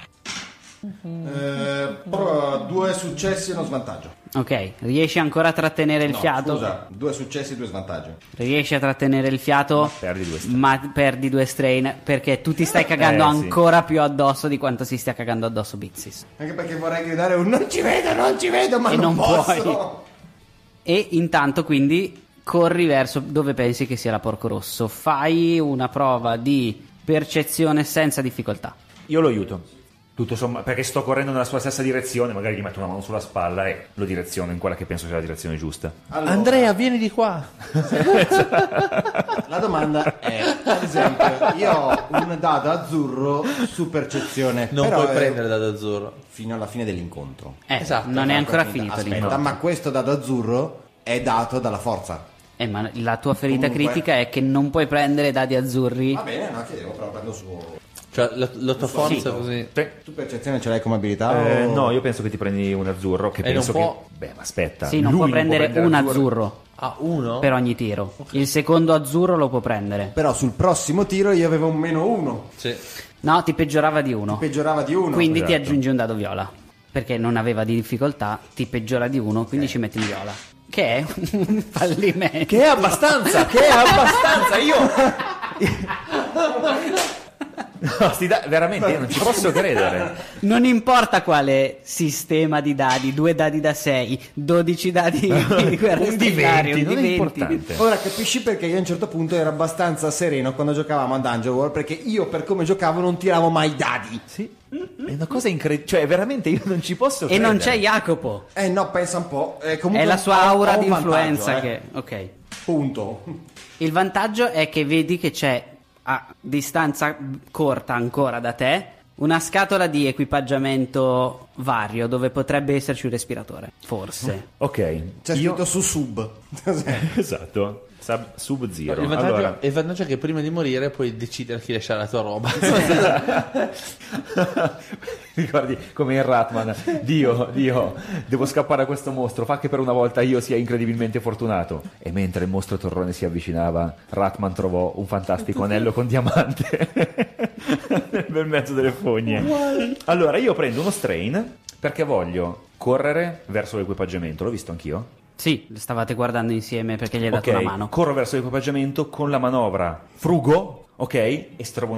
2 successi e uno svantaggio. Ok, riesci ancora a trattenere il fiato? Scusa, 2 successi e 2 svantaggi. Riesci a trattenere il fiato, ma perdi 2 strain perché tu ti stai cagando ancora più addosso di quanto si stia cagando addosso Bizzis. Anche perché vorrei gridare un non ci vedo, ma e non posso. Puoi. E intanto quindi corri verso dove pensi che sia la Porco Rosso. Fai una prova di percezione senza difficoltà. Io lo aiuto. Tutto sommato, perché sto correndo nella sua stessa direzione, magari gli metto una mano sulla spalla e lo direziono in quella che penso sia la direzione giusta. Allora, Andrea, vieni di qua. La domanda è, ad esempio, io ho un dado azzurro su percezione. Non però puoi prendere dado azzurro fino alla fine dell'incontro. Esatto, non è ancora finito Aspetta, l'incontro. ma questo dado azzurro è dato dalla forza. Ma la tua ferita Comunque- critica è che non puoi prendere dadi azzurri. Va bene, no, chiedevo, però prendo su. Cioè l'ottoforza così. Sì. Tu percezione ce l'hai come abilità? No, io penso che ti prendi un azzurro, che penso non può... che... Beh, ma aspetta. Sì, non può prendere un azzurro. Ah, uno? Per ogni tiro. Il secondo azzurro lo può prendere. Però sul prossimo tiro io avevo un -1. Sì. No, ti peggiorava di uno. Peggiorava di 1. Quindi ti Esatto. aggiungi un dado viola. Perché non aveva di difficoltà, ti peggiora di uno, quindi ci metti in viola. Che è un fallimento. Che è abbastanza, io... No, veramente io non ci posso credere. Non importa quale sistema di dadi, 2 dadi da 6, 12 dadi di guerra Un di stellare, 20, un di non è 20. importante. Ora capisci perché io a un certo punto ero abbastanza sereno quando giocavamo a Dungeon World, perché io per come giocavo non tiravo mai dadi. Sì, è una cosa incredibile, cioè veramente io non ci posso E credere. non c'è Jacopo. No, pensa un po'. Comunque È la sua ho aura un di influenza vantaggio, che... Ok. Punto. Il vantaggio è che vedi che c'è a distanza corta ancora da te una scatola di equipaggiamento vario dove potrebbe esserci un respiratore, forse. Ok, C'è scritto su sub. Esatto, Sub-Zero. Il vantaggio, Allora... il vantaggio è che prima di morire puoi decidere chi lasciare la tua roba. Ricordi come in Ratman, Dio, devo scappare a questo mostro, fa che per una volta io sia incredibilmente fortunato. E mentre il mostro torrone si avvicinava, Ratman trovò un fantastico anello con diamante nel mezzo delle fogne. Allora io prendo uno strain perché voglio correre verso l'equipaggiamento, l'ho visto anch'io? Sì, stavate guardando insieme perché gli hai dato una mano. Corro verso l'equipaggiamento con la manovra frugo, ok? E se trovo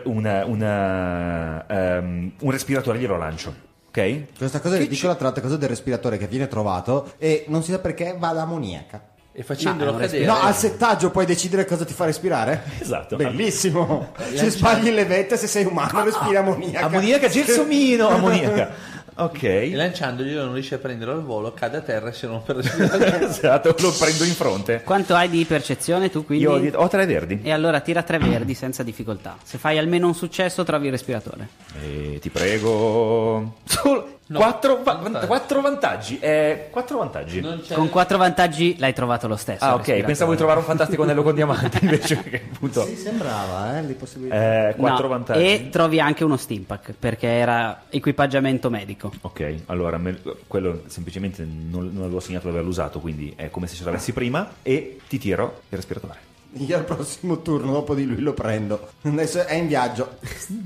un respiratore glielo lancio, ok? Questa cosa è ridicola, tra l'altra cosa del respiratore che viene trovato e non si sa perché va d'ammoniaca. E facendolo No, cadere... No, al settaggio puoi decidere cosa ti fa respirare? Esatto. Bellissimo. Se sbagli le vette, se sei umano, respiri ammoniaca. Ammoniaca, gelsomino, ammoniaca. Ok. E lanciandoglielo non riesce a prenderlo al volo, cade a terra e se non per respirare. Esatto, lo prendo in fronte. Quanto hai di percezione tu quindi? Io ho 3 verdi. E allora tira 3 verdi senza difficoltà. Se fai almeno un successo trovi il respiratore. E ti prego. Solo No. 4 vantaggi. 4 vantaggi. Non c'è... Con 4 vantaggi l'hai trovato lo stesso. Ah, il ok. respiratore. Pensavo di trovare un fantastico anello con diamante invece che appunto. Sì, sembrava, lì possibilità. 4 No, vantaggi. e trovi anche uno steampack perché era equipaggiamento medico. Ok, allora quello semplicemente non avevo segnato di averlo usato, quindi è come se ce l'avessi prima. E ti tiro il respiratore. Io al prossimo turno dopo di lui lo prendo. Adesso è in viaggio.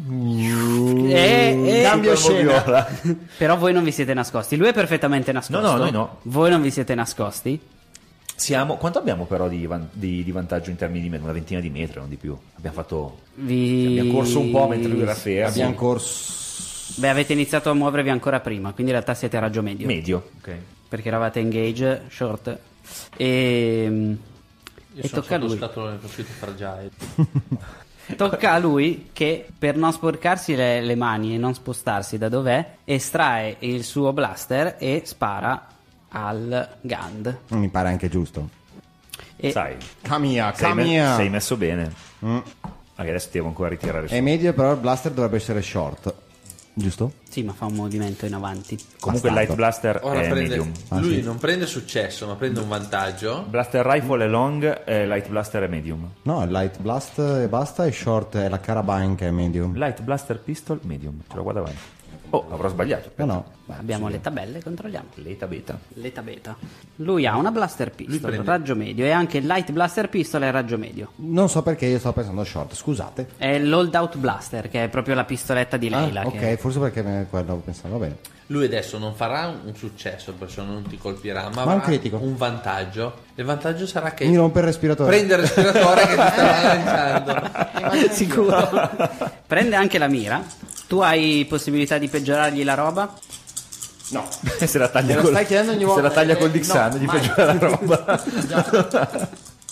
Cambio scena. Viola. Però voi non vi siete nascosti. Lui è perfettamente nascosto. No, noi no. Voi non vi siete nascosti. Quanto abbiamo però di vantaggio in termini di metri? Una ventina di metri, non di più. Abbiamo corso un po' mentre lui era fermo. Abbiamo corso. Beh, avete iniziato a muovervi ancora prima, quindi in realtà siete a raggio medio. Medio, ok. Perché eravate engage, short. E tocca a lui. scatolo nel conflitto fragile. Tocca a lui che per non sporcarsi le mani e non spostarsi da dov'è, estrae il suo blaster e spara al Gand. Mi pare anche giusto. E Sai, Camia. sei messo bene. Magari adesso devo ancora ritirare su. È medio, però il blaster dovrebbe essere short. Giusto? sì, ma fa un movimento in avanti. Comunque il Light Blaster Ora è prende, medium. lui non prende successo, ma prende un vantaggio. Blaster Rifle è long, Light Blaster è medium. No, il light blast e basta, e short è la carabine che è medium. Light Blaster Pistol medium. Ce l'ho qua davanti. Oh, avrò sbagliato. No, no. Abbiamo le tabelle, controlliamo. L'eta beta. L'eta beta. Lui ha una blaster pistol, prende- raggio medio, e anche il light blaster pistol è raggio medio. Non so perché io sto pensando a short, scusate. È l'hold out blaster, che è proprio la pistoletta di Leila. ok, che- forse perché quello pensavo, va bene. Lui adesso non farà un successo, perciò non ti colpirà, ma un avrà critico. un vantaggio. Il vantaggio sarà che Mi rompe il respiratore. prende il respiratore che ti sta lanciando. Sicuro. Prende anche la mira. Tu hai possibilità di peggiorargli la roba? No. Se la taglia Me lo col, stai chiedendo ogni se volta. la taglia col No, Dixan, gli mai. peggiora la roba.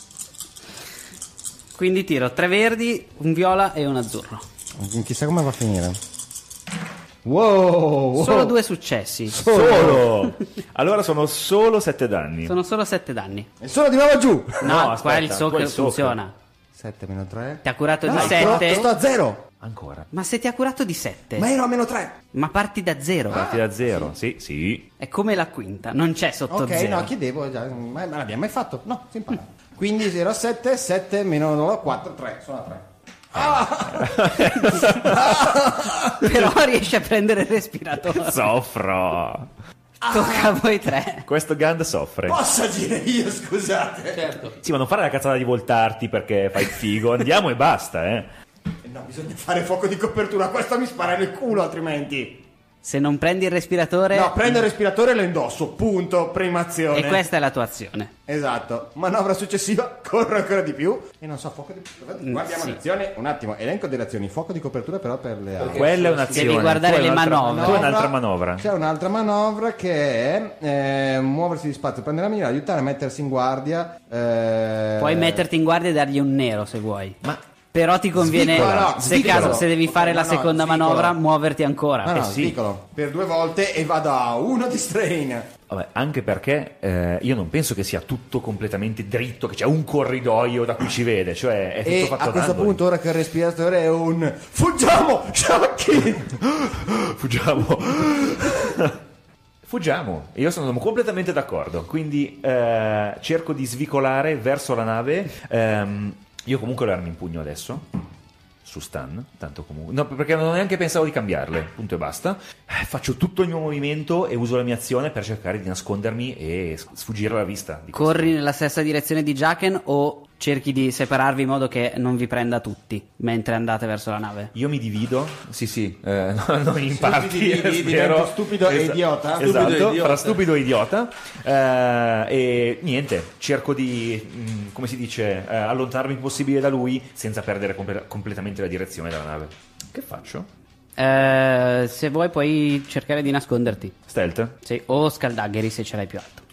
Quindi tiro 3 verdi, un viola e un azzurro. Chissà come va a finire. Wow! Solo 2 successi. Solo! Allora sono solo 7 danni. Sono solo 7 danni. E sono di nuovo giù. No, qua il aspetta, soak qua il soak. funziona. 7 meno 3. Ti ha curato di Dai, 7. sto a 0. Ancora. Ma se ti ha curato di 7, Ma ero a meno 3. ma parti da 0. Parti da 0. Sì, sì. È come la quinta, non c'è sotto Ok, 0. no, chiedevo. Ma l'abbiamo mai fatto? No, si impara. Quindi 0 a 7, 7 meno 4, 3. Sono a 3. Però riesci a prendere il respiratore. Soffro. Tocca a voi tre. Questo Gand soffre. Posso agire io, scusate? Certo. Sì, ma non fare la cazzata di voltarti perché fai il figo. Andiamo e basta, No, bisogna fare fuoco di copertura. Questo mi spara nel culo, altrimenti. Se non prendi il respiratore... No, prendo il respiratore e lo indosso. Punto. Prima azione. E questa è la tua azione. Esatto. Manovra successiva, corro ancora di più. E non so, fuoco di copertura. Guardiamo sì. le azioni. Un attimo, elenco delle azioni. Fuoco di copertura però per le altre. Quella è un'azione. Devi guardare tu hai le un'altra- manovre. Tu hai un'altra manovra. C'è un'altra manovra che è muoversi di spazio, prendere la mira, aiutare a mettersi in guardia. Puoi metterti in guardia e dargli un nero se vuoi. Ma Però ti conviene, Svicolo, no, se svicolo. caso, se devi fare la No, seconda svicolo. manovra, muoverti ancora. No, sì. piccolo. Per 2 volte e vado a 1 di strain. vabbè, anche perché io non penso che sia tutto completamente dritto, che c'è un corridoio da cui ci vede, cioè è tutto E fatto a questo d'angoli. punto, ora che il respiratore è un fuggiamo, Sciacchi! Fuggiamo. Fuggiamo. Io sono completamente d'accordo. Quindi cerco di svicolare verso la nave. Io comunque ho le armi in pugno adesso. Su Stan, tanto comunque. No, perché non neanche pensavo di cambiarle. Punto e basta. Faccio tutto il mio movimento e uso la mia azione per cercare di nascondermi e sfuggire alla vista. Di questo. Corri nella stessa direzione di Jaken o cerchi di separarvi in modo che non vi prenda tutti mentre andate verso la nave? Io mi divido, sì, non in parti, dividi, spero. divento stupido e idiota. Esatto, Stupido e idiota. fra stupido e idiota. E niente, cerco di, come si dice, allontanarmi il possibile da lui senza perdere completamente la direzione della nave. Che faccio? Se vuoi puoi cercare di nasconderti. Stealth? Sì, o scaldagheri se ce l'hai più alto.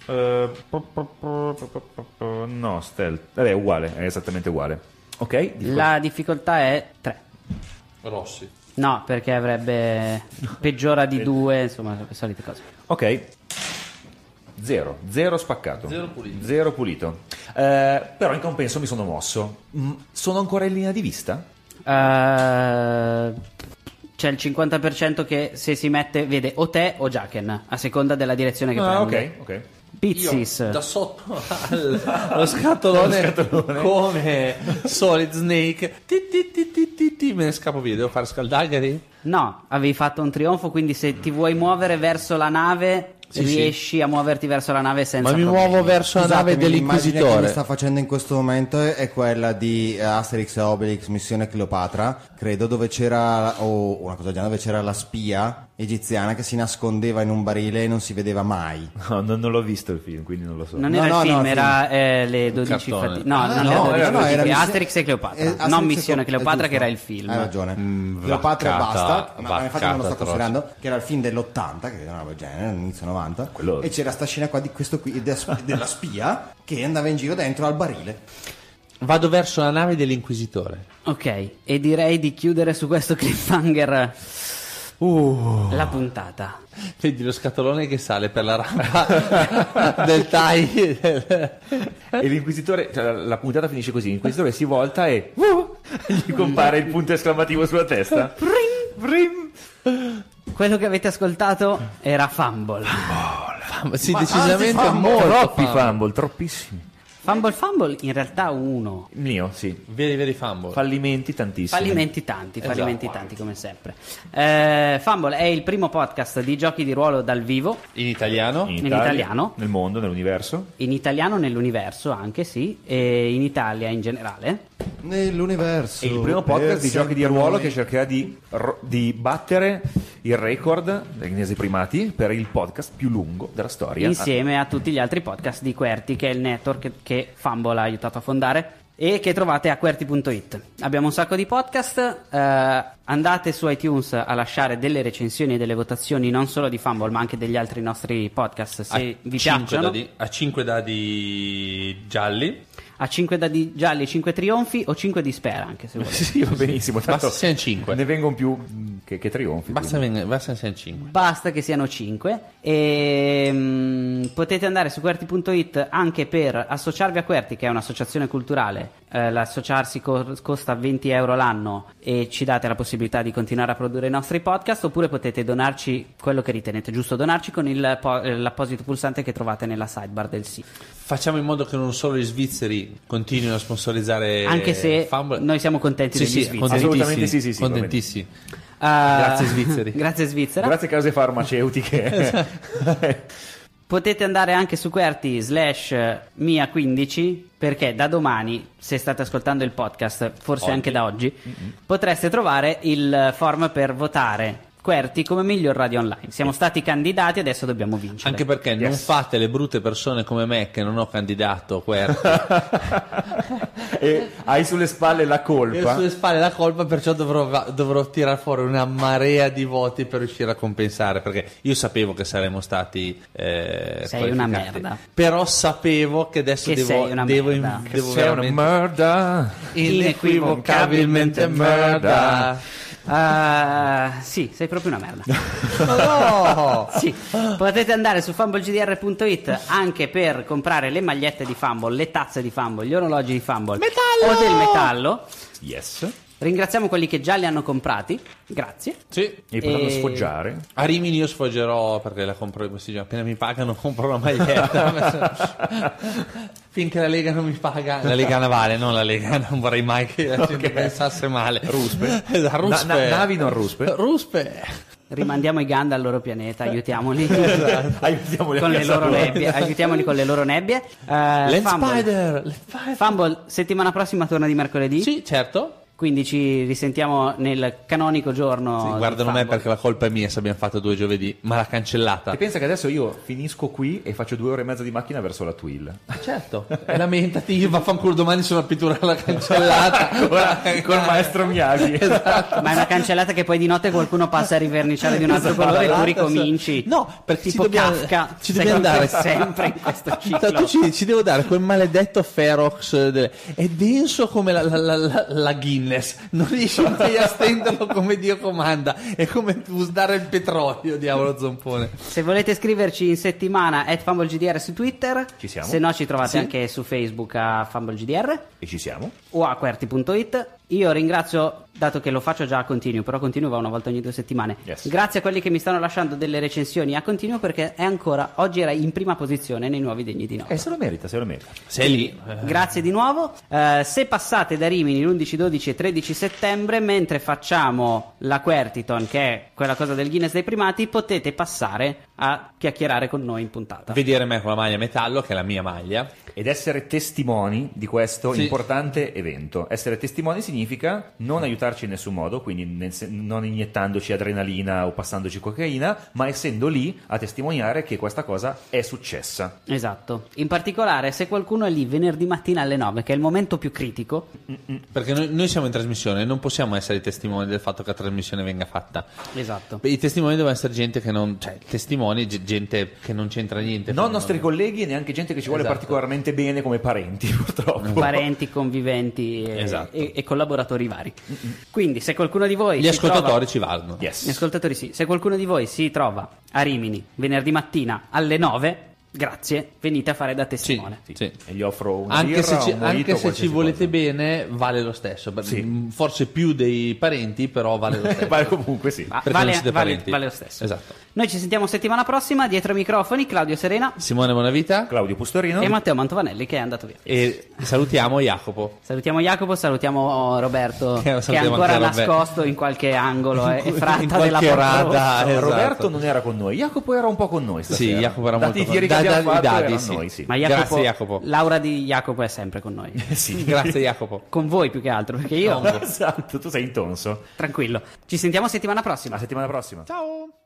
No, stealth. Vabbè, è uguale, è esattamente uguale. Ok? La difficoltà è 3. Rossi. No, perché avrebbe peggiora di 2, insomma, le solite cose. Ok. Zero spaccato. Zero pulito. Zero pulito. Però in compenso mi sono mosso. Sono ancora in linea di vista? C'è il 50% che se si mette vede o te o Jaken, a seconda della direzione che prende. Ok. Pizzis. Io da sotto allo scatolone, come Solid Snake me ne scappo via. Devo fare scaldagheri? No, avevi fatto un trionfo, quindi se ti vuoi muovere verso la nave riesci a muoverti verso la nave senza Ma mi problemi. muovo verso la nave L'immagine che mi dell'Inquisitore. sta facendo in questo momento è quella di Asterix e Obelix Missione Cleopatra, credo, dove c'era o una cosa del genere, dove c'era la spia egiziana che si nascondeva in un barile e non si vedeva mai. No, non l'ho visto il film, quindi non lo so. Non era il film, il era le 12 cartone. fatiche. No, non no, era 12 era fatiche. Missione- Asterix e Cleopatra, Asterix non e Missione Cleopatra, giusto. che era il film. Hai ragione. Cleopatra e vaccata- basta. Ma infatti non lo sto vaccata considerando, che era il film dell'80, che era una roba del genere, all'inizio 90. Quello- E c'era sta scena qua di questo qui della spia che andava in giro dentro al barile. Vado verso la nave dell'Inquisitore. Ok, e direi di chiudere su questo cliffhanger la puntata. Vedi lo scatolone che sale per la rampa del TIE. E l'inquisitore, cioè, la puntata finisce così: l'inquisitore si volta e gli compare il punto esclamativo sulla testa. Quello che avete ascoltato era Fumble. Sì, Ma decisamente tanti molto Troppi fumble. fumble, troppissimi. Fumble in realtà uno. Il mio, sì. Veri fumble. Fallimenti tantissimi. Fallimenti tanti come sempre. Fumble è il primo podcast di giochi di ruolo dal vivo, In italiano? In in Italia, italiano. nel mondo, nell'universo. in italiano nell'universo anche, sì, e in Italia in generale. Nell'universo. È il primo podcast di giochi di ruolo che cercherà di battere il record dei Gnesi Primati per il podcast più lungo della storia. Insieme a tutti gli altri podcast di QWERTY, che è il network che Fumble ha aiutato a fondare e che trovate a QWERTY.it. Abbiamo un sacco di podcast, andate su iTunes a lasciare delle recensioni e delle votazioni non solo di Fumble ma anche degli altri nostri podcast se vi piacciono. A 5 dadi gialli. A 5 dadi gialli, 5 trionfi o 5 di spera anche se volete. Sì, va benissimo. Tanto Basta siano 5. ne vengono più che trionfi. Basta quindi. siano 5. Basta che siano 5 e potete andare su QWERTY.it anche per associarvi a QWERTY, che è un'associazione culturale l'associarsi costa 20 euro l'anno e ci date la possibilità di continuare a produrre i nostri podcast, oppure potete donarci quello che ritenete giusto donarci con l'apposito pulsante che trovate nella sidebar del sito. Facciamo in modo che non solo gli svizzeri continuino a sponsorizzare, anche se Fumble. Noi siamo contenti degli svizzeri. Assolutamente sì, contentissimi. Grazie svizzeri. Grazie Svizzera. Grazie case farmaceutiche. Potete andare anche su QWERTY/Mia15, perché da domani, se state ascoltando il podcast, forse anche da oggi, potreste trovare il form per votare QWERTY come miglior radio online. Siamo stati candidati, adesso dobbiamo vincere. Anche perché non fate le brutte persone come me, che non ho candidato QWERTY. E hai sulle spalle la colpa. Io ho sulle spalle la colpa, perciò dovrò tirar fuori una marea di voti per riuscire a compensare, perché io sapevo che saremmo stati sei una merda. Però sapevo che adesso devo sei una merda, inequivocabilmente merda. Sì, sei proprio una merda. No! Sì. Potete andare su fumblegdr.it anche per comprare le magliette di Fumble, le tazze di Fumble, gli orologi di Fumble o del metallo. Yes. Ringraziamo quelli che già li hanno comprati. Grazie. Sì. E potranno sfoggiare. A Rimini io sfoggerò, perché la compro questi giorni. Appena mi pagano compro la maglietta. Finché la Lega non mi paga. La Lega navale, non la Lega. Non vorrei mai che la gente pensasse male. Ruspe. Ruspe. Navi non ruspe. Ruspe. Rimandiamo i Ganda al loro pianeta, aiutiamoli. Aiutiamoli con le loro nebbie. Aiutiamoli con le loro nebbie. Spider. Fumble, settimana prossima torna di mercoledì. Sì, certo. Quindi ci risentiamo nel canonico giorno. Sì, guardano me perché la colpa è mia se abbiamo fatto 2 giovedì, ma l'ha cancellata. E pensa che adesso io finisco qui e faccio 2 ore e mezza di macchina verso la Twill. Certo. E lamentati, io vaffanculo domani sulla pittura l'ha cancellata. Con il maestro Miyagi. Esatto. Ma è una cancellata che poi di notte qualcuno passa a riverniciare di un altro colore e tu ricominci. No, perché tipo Kafka. Ci devi andare sempre in questo ciclo. Tu ci devo dare quel maledetto Ferox. È denso come la Guinness. Non riesci mai a stenderlo come Dio comanda. È come usare il petrolio, diavolo zompone. Se volete scriverci in settimana @FumbleGDR su Twitter, ci siamo. Se no ci trovate anche su Facebook a FumbleGDR. E ci siamo. O a QWERTY.it. Io ringrazio, dato che lo faccio già a continuo, però continuo va una volta ogni 2 settimane. Yes. Grazie a quelli che mi stanno lasciando delle recensioni a continuo, perché è ancora, oggi era in prima posizione nei nuovi degni di nota. Se lo merita. Sei lì. Grazie di nuovo. Se passate da Rimini l'11, 12 e 13 settembre, mentre facciamo la QWERTYthon, che è quella cosa del Guinness dei primati, potete passare a chiacchierare con noi in puntata. Vedere me con la maglia metallo, che è la mia maglia. Ed essere testimoni di questo importante evento. Essere testimoni significa non aiutarci in nessun modo, quindi non iniettandoci adrenalina o passandoci cocaina, ma essendo lì a testimoniare che questa cosa è successa. Esatto. In particolare, se qualcuno è lì venerdì mattina alle 9, che è il momento più critico. Perché noi siamo in trasmissione, non possiamo essere i testimoni del fatto che la trasmissione venga fatta. Esatto. I testimoni devono essere gente che non, cioè testimoni, gente che non c'entra niente. Non nostri colleghi e neanche gente che ci vuole particolarmente bene come parenti, purtroppo. Parenti, conviventi e collaboratori vari. Quindi se qualcuno di voi gli ascoltatori ci valgono. Yes. Gli ascoltatori sì. Se qualcuno di voi si trova a Rimini venerdì mattina alle 9, grazie, venite a fare da testimone. Sì. E gli offro una anche birra, se, un mojito, anche se ci volete cosa. Bene, vale lo stesso. Forse più dei parenti, però vale lo stesso. Vale comunque sì. Vale lo stesso. Esatto. Noi ci sentiamo settimana prossima. Dietro ai microfoni Claudio Serena, Simone Bonavita, Claudio Pustorino e Matteo Mantovanelli, che è andato via. e salutiamo Jacopo. Salutiamo Jacopo, salutiamo Roberto, che è salutiamo ancora anche Roberto. nascosto in qualche angolo e In fratta qualche della Porta rada, Rossa. esatto. Roberto non era con noi, Jacopo era un po' con noi stasera. Sì, Jacopo era Dati molto i tiri che con- abbiamo dai fatto, dadi, era sì. noi, sì. Ma Jacopo, Grazie, Jacopo. L'aura di Jacopo è sempre con noi. Sì. Grazie Jacopo. Con voi più che altro, perché io Esatto, tu sei intonso. tranquillo. Ci sentiamo settimana prossima. La settimana prossima. Ciao.